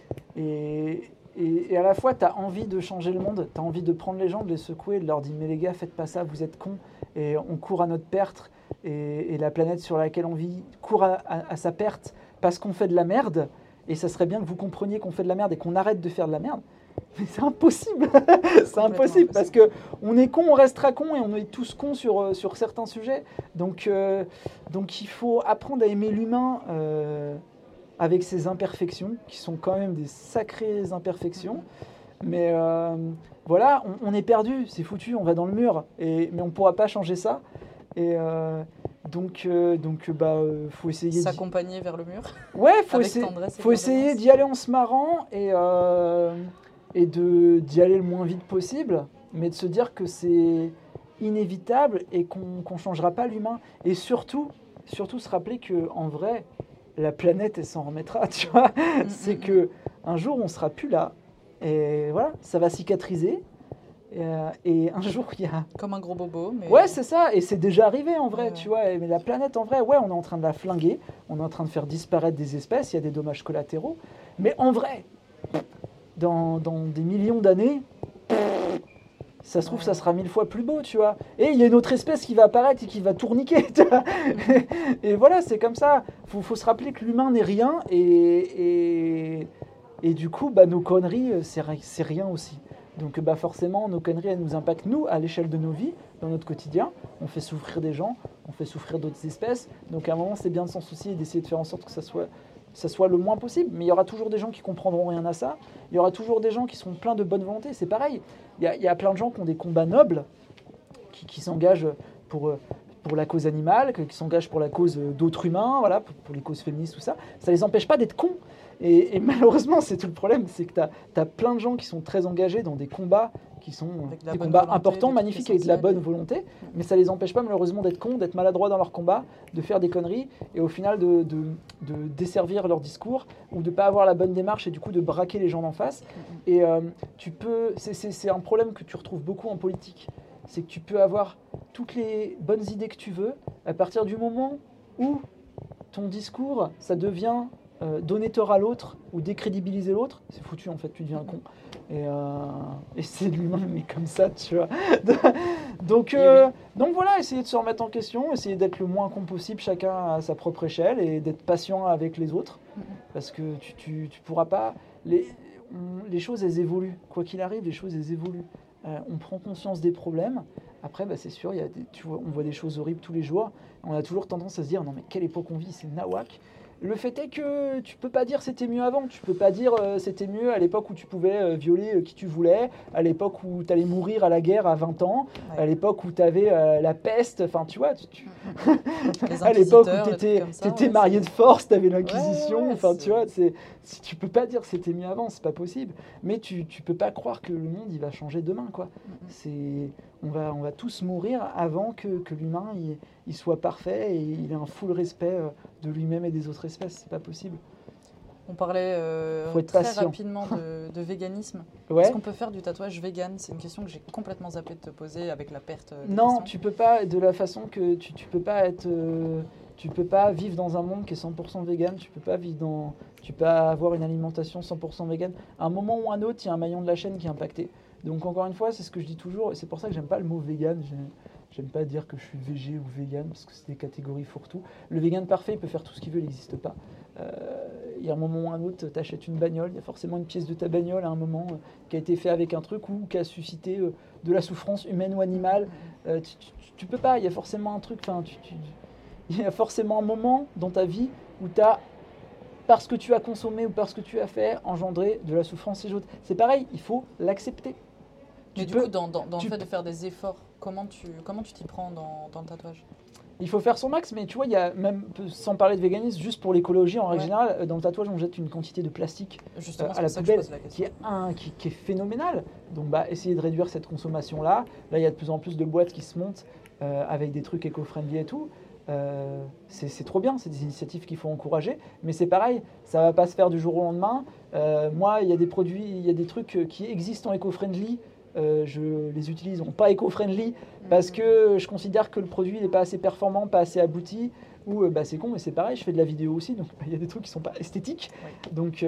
à la fois, tu as envie de changer le monde, tu as envie de prendre les gens, de les secouer, de leur dire « Mais les gars, faites pas ça, vous êtes cons. » Et on court à notre perte. Et la planète sur laquelle on vit court à sa perte parce qu'on fait de la merde. Et ça serait bien que vous compreniez qu'on fait de la merde et qu'on arrête de faire de la merde. Mais c'est impossible. C'est impossible parce qu'on est con, on restera con et on est tous cons sur certains sujets. Donc il faut apprendre à aimer l'humain avec ses imperfections, qui sont quand même des sacrées imperfections. Mais voilà, on est perdu, c'est foutu, on va dans le mur. Mais on ne pourra pas changer ça. Et donc faut essayer s'accompagner vers le mur. Ouais, faut essayer d'y aller en se marrant et d'y aller le moins vite possible, mais de se dire que c'est inévitable et qu'on changera pas l'humain. Et surtout se rappeler que en vrai, la planète elle s'en remettra, tu vois. C'est que un jour on sera plus là et voilà, ça va cicatriser. Et un jour, il y a... Comme un gros bobo. Mais... Ouais, c'est ça, et c'est déjà arrivé en vrai, Ouais. tu vois. Mais la planète, en vrai, ouais, on est en train de la flinguer, on est en train de faire disparaître des espèces, il y a des dommages collatéraux. Mais en vrai, dans des millions d'années, ça se trouve, ça sera 1000 fois plus beau, tu vois. Et il y a une autre espèce qui va apparaître et qui va tout niquer, tu vois. Et voilà, c'est comme ça. Faut se rappeler que l'humain n'est rien, et du coup, bah, nos conneries, c'est rien aussi. Donc bah, forcément, nos conneries, elles nous impactent, nous, à l'échelle de nos vies, dans notre quotidien. On fait souffrir des gens, on fait souffrir d'autres espèces. Donc à un moment, c'est bien de s'en soucier et d'essayer de faire en sorte que ça soit le moins possible. Mais il y aura toujours des gens qui comprendront rien à ça. Il y aura toujours des gens qui sont pleins de bonne volonté. C'est pareil. Il y a plein de gens qui ont des combats nobles, qui s'engagent pour la cause animale, qui s'engagent pour la cause d'autres humains, voilà, pour les causes féministes, tout ça. Ça ne les empêche pas d'être cons. Et malheureusement, c'est tout le problème, c'est que tu as plein de gens qui sont très engagés dans des combats qui sont des combats importants, magnifiques, avec de la bonne volonté, mais ça ne les empêche pas malheureusement d'être cons, d'être maladroits dans leurs combats, de faire des conneries, et au final de desservir leur discours, ou de ne pas avoir la bonne démarche, et du coup de braquer les gens d'en face. Et c'est un problème que tu retrouves beaucoup en politique, c'est que tu peux avoir toutes les bonnes idées que tu veux, à partir du moment où ton discours, ça devient donner tort à l'autre ou décrédibiliser l'autre, c'est foutu en fait, tu deviens un con. Et c'est de l'humain, mais comme ça, tu vois. Donc voilà, essayer de se remettre en question, essayer d'être le moins con possible, chacun à sa propre échelle, et d'être patient avec les autres, parce que tu pourras pas... Les choses, elles évoluent. Quoi qu'il arrive, les choses, elles évoluent. On prend conscience des problèmes. Après, bah, c'est sûr, on voit des choses horribles tous les jours. On a toujours tendance à se dire, non mais quelle époque on vit, c'est nawak. Le fait est que tu peux pas dire c'était mieux avant, tu peux pas dire c'était mieux à l'époque où tu pouvais violer qui tu voulais, à l'époque où tu allais mourir à la guerre à 20 ans, à l'époque où tu avais la peste, enfin tu vois, à l'époque où tu étais marié de force, tu avais l'Inquisition, enfin tu vois, tu peux pas dire c'était mieux avant, c'est pas possible, mais tu peux pas croire que le monde il va changer demain, quoi. On va tous mourir avant que l'humain il soit parfait et il ait un full respect de lui-même et des autres espèces, c'est pas possible. On parlait très rapidement de véganisme. Ouais. Est-ce qu'on peut faire du tatouage vegan? C'est une question que j'ai complètement zappé de te poser avec la perte des Non, questions. tu peux pas, de la façon que tu peux pas être... tu peux pas vivre dans un monde qui est 100% vegan, tu peux avoir une alimentation 100% vegan. À un moment ou à un autre, il y a un maillon de la chaîne qui est impacté. Donc encore une fois, c'est ce que je dis toujours, et c'est pour ça que j'aime pas le mot vegan. J'aime pas dire que je suis végé ou vegan, parce que c'est des catégories fourre-tout. Le vegan parfait, il peut faire tout ce qu'il veut, il n'existe pas. Il y a un moment ou un autre, tu achètes une bagnole, il y a forcément une pièce de ta bagnole à un moment qui a été fait avec un truc ou qui a suscité de la souffrance humaine ou animale. Tu peux pas, il y a forcément un truc, il y a forcément un moment dans ta vie où tu as, parce que tu as consommé ou parce que tu as fait, engendré de la souffrance et autres. C'est pareil, il faut l'accepter. Mais du coup, dans le fait de faire des efforts, comment tu t'y prends dans le tatouage? Il faut faire son max, mais tu vois, il y a même, sans parler de véganisme, juste pour l'écologie en règle générale, dans le tatouage, on jette une quantité de plastique à la poubelle qui est phénoménale. Donc, essayer de réduire cette consommation-là. Là, il y a de plus en plus de boîtes qui se montent avec des trucs éco-friendly et tout. C'est trop bien, c'est des initiatives qu'il faut encourager, mais c'est pareil, ça va pas se faire du jour au lendemain. Moi, il y a des produits, il y a des trucs qui existent en éco-friendly. Je les utilise en pas éco-friendly parce que je considère que le produit n'est pas assez performant, pas assez abouti, ou c'est con, mais c'est pareil, je fais de la vidéo aussi, donc il y a des trucs qui sont pas esthétiques. Donc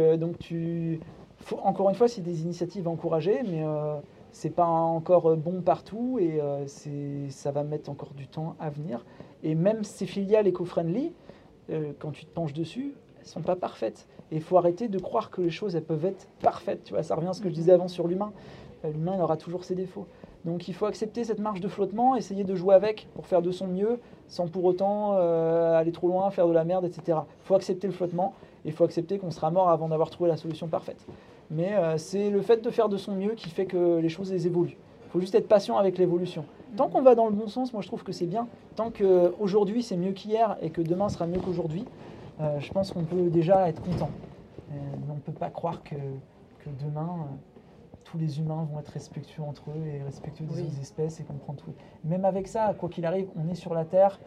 encore une fois, c'est des initiatives à encourager, mais c'est pas encore bon partout, et ça va mettre encore du temps à venir. Et même ces filiales éco-friendly, quand tu te penches dessus, elles sont pas parfaites. Et il faut arrêter de croire que les choses elles peuvent être parfaites. Tu vois, ça revient à ce que je disais avant sur l'humain. L'humain, il aura toujours ses défauts. Donc il faut accepter cette marge de flottement, essayer de jouer avec pour faire de son mieux, sans pour autant aller trop loin, faire de la merde, etc. Il faut accepter le flottement, et il faut accepter qu'on sera mort avant d'avoir trouvé la solution parfaite. Mais c'est le fait de faire de son mieux qui fait que les choses elles évoluent. Il faut juste être patient avec l'évolution. Tant qu'on va dans le bon sens, moi je trouve que c'est bien. Tant qu'aujourd'hui c'est mieux qu'hier et que demain sera mieux qu'aujourd'hui, je pense qu'on peut déjà être content. Mais on ne peut pas croire que demain... tous les humains vont être respectueux entre eux et respectueux des autres espèces et comprendre tout. Même avec ça, quoi qu'il arrive, on est sur la Terre,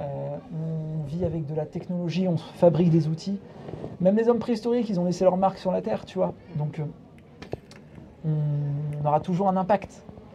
on vit avec de la technologie, on fabrique des outils. Même les hommes préhistoriques, ils ont laissé leur marque sur la Terre, tu vois. Donc, on aura toujours un impact.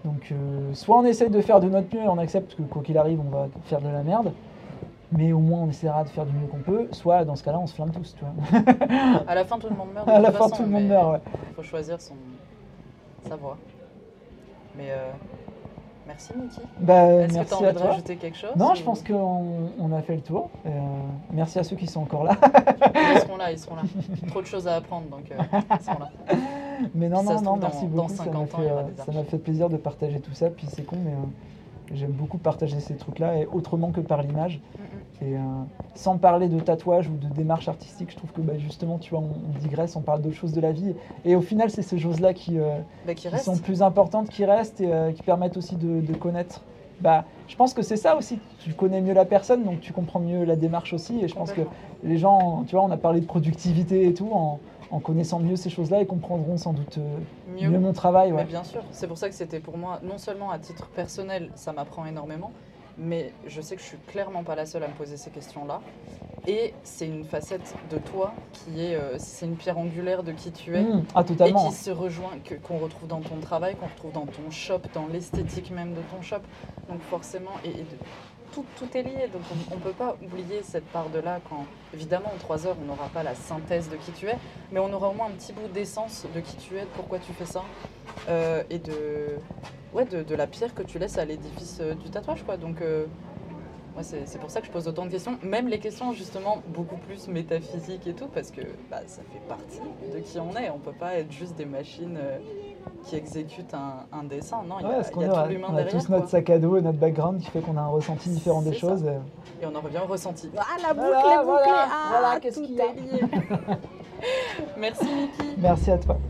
Donc soit on essaye de faire de notre mieux et on accepte que quoi qu'il arrive, on va faire de la merde, mais au moins on essaiera de faire du mieux qu'on peut, soit dans ce cas-là, on se flamme tous, tu vois. À la fin, tout le monde meurt. À la fin, tout le monde meurt, ouais. Il faut choisir sa voie. Mais merci, Mickey. Est-ce que tu as envie de rajouter quelque chose? Non, je pense qu'on a fait le tour. Merci à ceux qui sont encore là. Ils seront là. Trop de choses à apprendre, donc ils seront là. Mais non, merci beaucoup. Dans 50 ans, ça m'a fait plaisir de partager tout ça. Puis c'est con, mais j'aime beaucoup partager ces trucs-là, et autrement que par l'image. Et sans parler de tatouage ou de démarche artistique, je trouve que justement, tu vois, on digresse, on parle d'autres choses de la vie. Et au final, c'est ces choses-là qui sont plus importantes, qui restent et qui permettent aussi de connaître. Je pense que c'est ça aussi. Tu connais mieux la personne, donc tu comprends mieux la démarche aussi. Et je pense que les gens, tu vois, on a parlé de productivité et tout, en connaissant mieux ces choses-là, ils comprendront sans doute mieux mon travail. Ouais. Mais bien sûr, c'est pour ça que c'était pour moi, non seulement à titre personnel, ça m'apprend énormément, mais je sais que je suis clairement pas la seule à me poser ces questions-là. Et c'est une facette de toi qui est, c'est une pierre angulaire de qui tu es. Totalement. Et qui se rejoint, qu'on retrouve dans ton travail, qu'on retrouve dans ton shop, dans l'esthétique même de ton shop. Donc forcément, tout est lié. Donc on ne peut pas oublier cette part de là quand, évidemment, en 3 heures, on n'aura pas la synthèse de qui tu es, mais on aura au moins un petit bout d'essence de qui tu es, de pourquoi tu fais ça, et de la pierre que tu laisses à l'édifice du tatouage, quoi. Donc moi, c'est pour ça que je pose autant de questions, même les questions justement beaucoup plus métaphysiques et tout, parce que ça fait partie de qui on est. On peut pas être juste des machines qui exécutent un dessin. Non, il y a tout l'humain derrière. On a tous notre sac à dos et notre background qui fait qu'on a un ressenti différent des choses. Et on en revient au ressenti. La boucle est bouclée. Voilà, qu'est-ce qu'il y a ? Lié. Merci, Mickey. Merci à toi.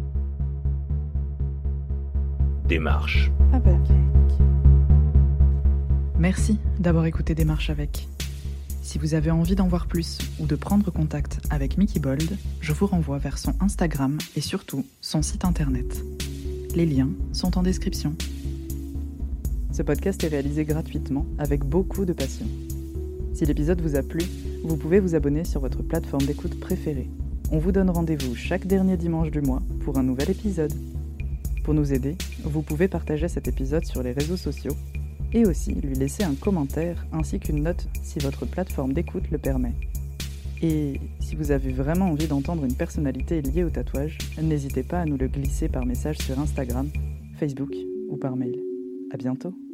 Démarche avec. Merci d'avoir écouté Démarche avec. Si vous avez envie d'en voir plus ou de prendre contact avec Mickey Bold, je vous renvoie vers son Instagram et surtout son site internet. Les liens sont en description. Ce podcast est réalisé gratuitement avec beaucoup de passion. Si l'épisode vous a plu, vous pouvez vous abonner sur votre plateforme d'écoute préférée. On vous donne rendez-vous chaque dernier dimanche du mois pour un nouvel épisode. Pour nous aider, vous pouvez partager cet épisode sur les réseaux sociaux et aussi lui laisser un commentaire ainsi qu'une note si votre plateforme d'écoute le permet. Et si vous avez vraiment envie d'entendre une personnalité liée au tatouage, n'hésitez pas à nous le glisser par message sur Instagram, Facebook ou par mail. À bientôt.